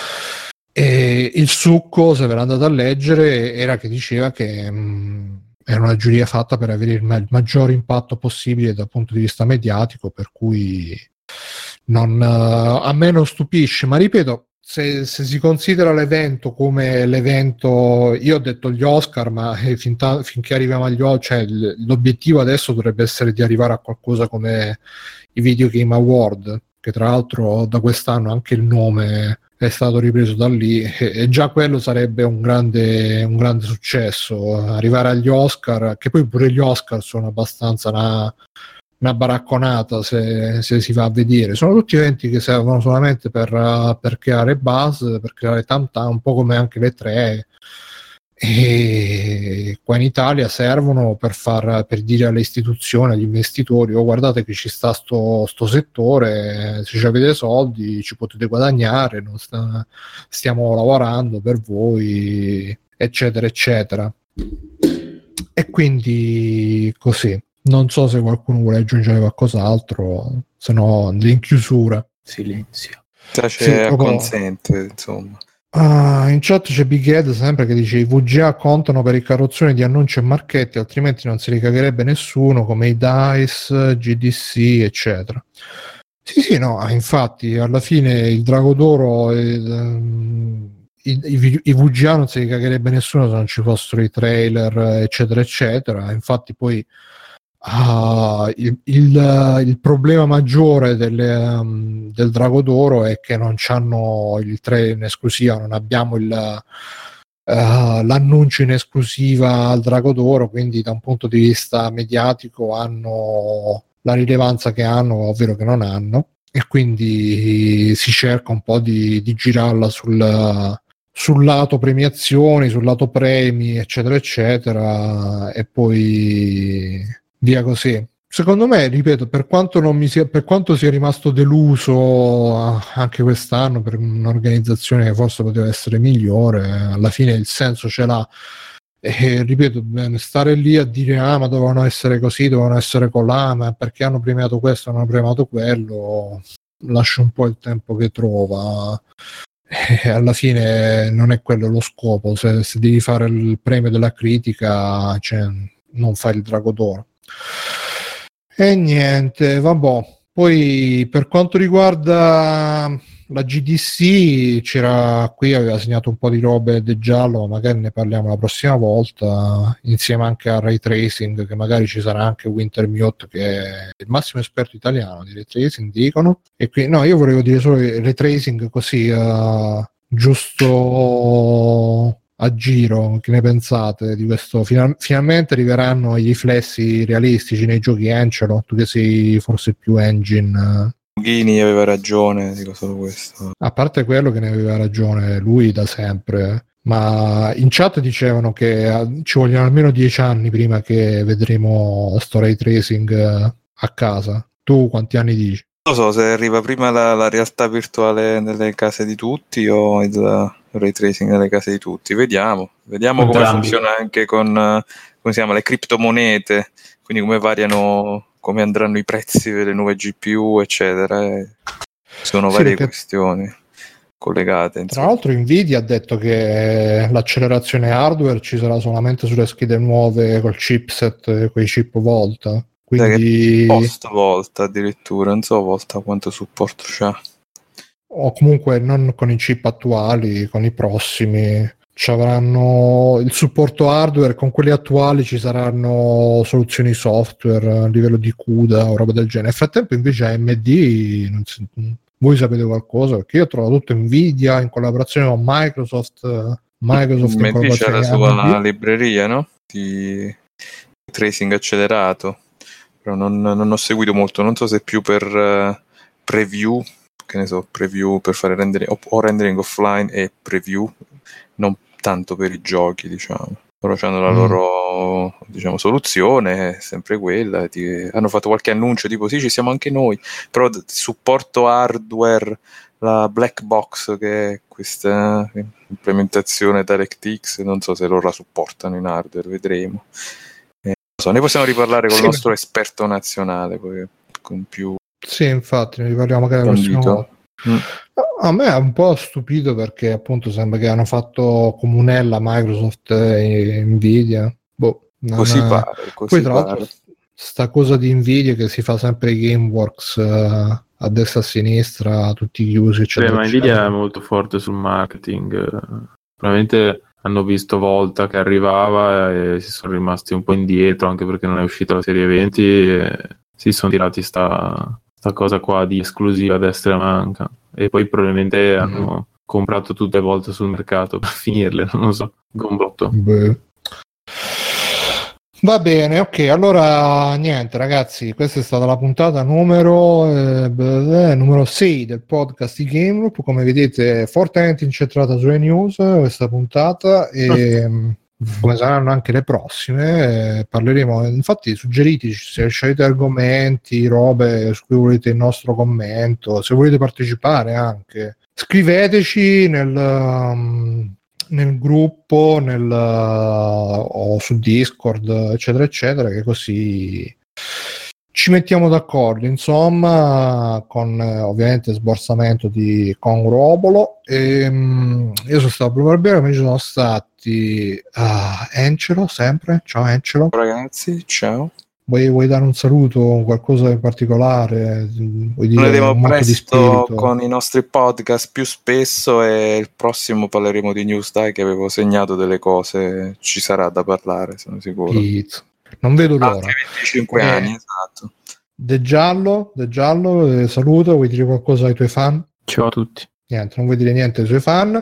eh, il succo, se ve l'andate a leggere, era che diceva che mh, era una giuria fatta per avere il, ma- il maggior impatto possibile dal punto di vista mediatico, per cui non, uh, a me non stupisce, ma ripeto, se, se si considera l'evento come l'evento, io ho detto gli Oscar, ma eh, fin ta- finché arriviamo agli Oscar, cioè l- l'obiettivo adesso dovrebbe essere di arrivare a qualcosa come i Video Game Award, che tra l'altro da quest'anno anche il nome è stato ripreso da lì, e già quello sarebbe un grande, un grande successo. Arrivare agli Oscar, che poi pure gli Oscar sono abbastanza una, una baracconata se, se si va a vedere, sono tutti eventi che servono solamente per, per creare buzz, per creare tam tam, un po' come anche le tre, e qua in Italia servono per far, per dire alle istituzioni, agli investitori: oh, guardate che ci sta sto, sto settore, se ci avete soldi ci potete guadagnare, non sta, stiamo lavorando per voi, eccetera eccetera. E quindi così, non so se qualcuno vuole aggiungere qualcos'altro, se no in chiusura. Silenzio. C'è Sì, proprio... consente, insomma. Uh, in chat c'è Big Ed sempre che dice: i V G A contano per il carrozzone di annunci e marchetti, altrimenti non si ricagherebbe nessuno, come i DICE, G D C, eccetera. Sì, sì, no, infatti alla fine il Drago d'Oro, il, um, i, i, i V G A non si ricagherebbe nessuno se non ci fossero i trailer, eccetera, eccetera. Infatti poi Uh, il, il, il problema maggiore delle, um, del Drago d'Oro è che non c'hanno il trailer in esclusiva, non abbiamo il, uh, l'annuncio in esclusiva al Drago d'Oro, quindi da un punto di vista mediatico hanno la rilevanza che hanno, ovvero che non hanno, e quindi si cerca un po' di, di girarla sul, sul lato premiazioni, sul lato premi, eccetera eccetera, e poi via così. Secondo me, ripeto, per quanto non mi sia, per quanto sia rimasto deluso anche quest'anno per un'organizzazione che forse poteva essere migliore, alla fine il senso ce l'ha. E ripeto, stare lì a dire ah ma dovevano essere così, dovevano essere colà, ma perché hanno premiato questo, hanno premiato quello, lascia un po' il tempo che trova. E alla fine non è quello lo scopo. Se, se devi fare il premio della critica, cioè, non fai il Drago d'Oro. E niente, vabbè. Poi per quanto riguarda la G D C, c'era qui, aveva segnato un po' di robe del giallo, ma magari ne parliamo la prossima volta, insieme anche a Ray Tracing, che magari ci sarà anche Winter Mute, che è il massimo esperto italiano di Ray Tracing, dicono. E qui no, io volevo dire solo Ray Tracing così, uh, giusto a giro, che ne pensate di questo? Final- finalmente arriveranno i riflessi realistici nei giochi Angelo, tu che sei forse più engine. Ghini aveva ragione, dico solo questo. A parte quello che ne aveva ragione lui da sempre, ma in chat dicevano che ci vogliono almeno dieci anni prima che vedremo sto ray tracing a casa. Tu quanti anni dici? Non so se arriva prima la, la realtà virtuale nelle case di tutti o il ray tracing nelle case di tutti. Vediamo, vediamo come Entrambi. funziona anche con come si chiama, le criptomonete, quindi come variano, come andranno i prezzi delle nuove G P U, eccetera. E ci sono Sì, varie perché- questioni collegate. Tra Insomma. l'altro Nvidia ha detto che l'accelerazione hardware ci sarà solamente sulle schede nuove col chipset, quei chip Volta. Quindi Post volta addirittura, non so volta quanto supporto c'ha. o comunque non con i chip attuali, con i prossimi ci avranno il supporto hardware, con quelli attuali ci saranno soluzioni software a livello di CUDA o roba del genere. Nel frattempo invece A M D non si- voi sapete qualcosa? Perché io ho trovato tutto Nvidia in collaborazione con Microsoft, eh, Microsoft in M D c'è collaborazione la con sua A M D. libreria, no? Di tracing accelerato, però non, non ho seguito molto, non so se più per uh, preview, che ne so, preview per fare rendering o, o rendering offline e preview, non tanto per i giochi, diciamo. Loro hanno la Mm. loro diciamo soluzione, è sempre quella. Ti, hanno fatto qualche annuncio tipo sì, ci siamo anche noi, però d- supporto hardware, la black box che è questa implementazione DirectX, non so se loro la supportano in hardware, vedremo. Eh, non so, ne possiamo riparlare con Sì, il nostro esperto nazionale, poi con più Sì, infatti, ne riparliamo magari la prossima condito. volta. Mm. A me è un po' stupito perché appunto sembra che hanno fatto comunella Microsoft e Nvidia. Boh, non Così è- pare, così Poi tra l'altro pare. sta cosa di Nvidia che si fa sempre i Gameworks eh, a destra e a sinistra, tutti chiusi, Beh, eccetera, ma Nvidia eccetera. è molto forte sul marketing. eh. Probabilmente hanno visto Volta che arrivava e si sono rimasti un po' indietro, anche perché non è uscita la serie venti e si sono tirati sta, sta cosa qua di esclusiva a destra e a manca. E poi probabilmente hanno comprato tutte le volte sul mercato per finirle, non lo so, gombotto. Beh. Va bene, ok, allora niente ragazzi, questa è stata la puntata numero, eh, beh, numero sei del podcast di Game Loop. Come vedete fortemente incentrata sulle news questa puntata e mh, come saranno anche le prossime, eh, parleremo, infatti suggeriteci se avete argomenti, robe su cui volete il nostro commento, se volete partecipare anche, scriveteci nel... um, nel gruppo, nel, uh, o su Discord, eccetera, eccetera, che così ci mettiamo d'accordo, insomma, con eh, ovviamente sborsamento di Congruobolo. E, um, io sono stato Bruno Barbero, ma ci sono stati uh, Encelo, sempre. Ciao Encelo. Ragazzi, ciao. Vuoi, vuoi dare un saluto, qualcosa in particolare? Vuoi dire Vedremo un moto di presto spirito? con i nostri podcast più spesso e il prossimo parleremo di news, dai, che avevo segnato delle cose, ci sarà da parlare, sono sicuro. Pizzo. Non vedo l'ora. Altri venticinque Eh, anni, esatto. De Giallo, De Giallo, eh, saluto, vuoi dire qualcosa ai tuoi fan? Ciao a tutti. Niente, non vuoi dire niente ai suoi fan.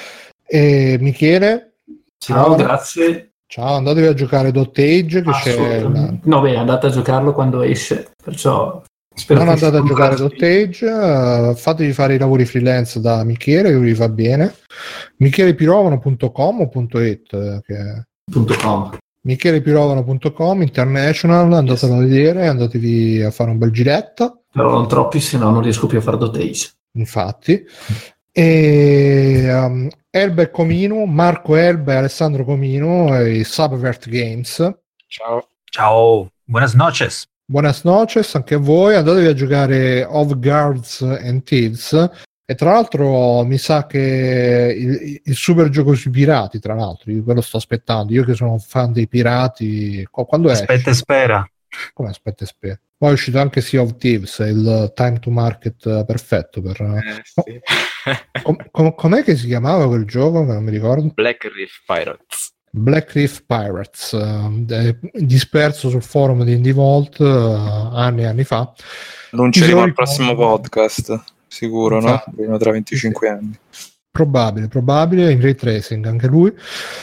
E Michele? Ciao, Ciao. grazie. Ciao, andatevi a giocare Dot Age che c'è la... Assolutamente. No, beh, andate a giocarlo quando esce, perciò spero Non che andate a sia giocare ancora Dot Age, uh, fatevi fare i lavori freelance da Michele che vi va bene. michelepirovano punto com o .it eh, che... punto com. michelepirovano punto com International, andatelo Yes. a vedere, andatevi a fare un bel giretto. Però non troppi, se no non riesco più a fare dotage. Infatti. E um, Elba e Comino, Marco Elba e Alessandro Comino e Subvert Games. Ciao. Ciao, buenas noches. Buenas noches anche a voi, andatevi a giocare Of Guards and Thieves e tra l'altro mi sa che il, il super gioco sui pirati, tra l'altro, io quello sto aspettando, io che sono un fan dei pirati, quando è? Aspetta e spera. Come aspetta e spera? Poi è uscito anche Sea of Thieves, il time to market perfetto per... Eh, sì. Com- com- com'è che si chiamava quel gioco? Che non mi ricordo. Black Reef Pirates. Black Reef Pirates, eh, disperso sul forum di Indie Vault eh, anni e anni fa. Annunceremo Chi al prossimo podcast, sicuro, Infatti. no? Prima tra venticinque anni. Probabile, probabile, in ray tracing anche lui.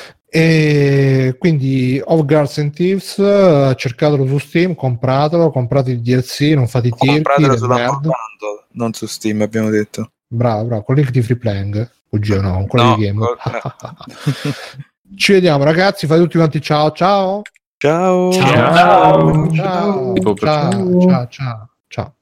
E quindi Of Guards and Thieves, uh, cercatelo su Steam, compratelo, comprate il D L C, non fate i tirchi, Compratelo le sulla merda. Bundle, non su Steam, abbiamo detto. Bravo, bravo, con link di Free Playing. Oggi no, con quello No, di Game. col- Ci vediamo ragazzi, fate tutti quanti ciao ciao. Ciao. Ciao. Ciao, Ciao. ciao, Ciao. ciao, ciao, ciao.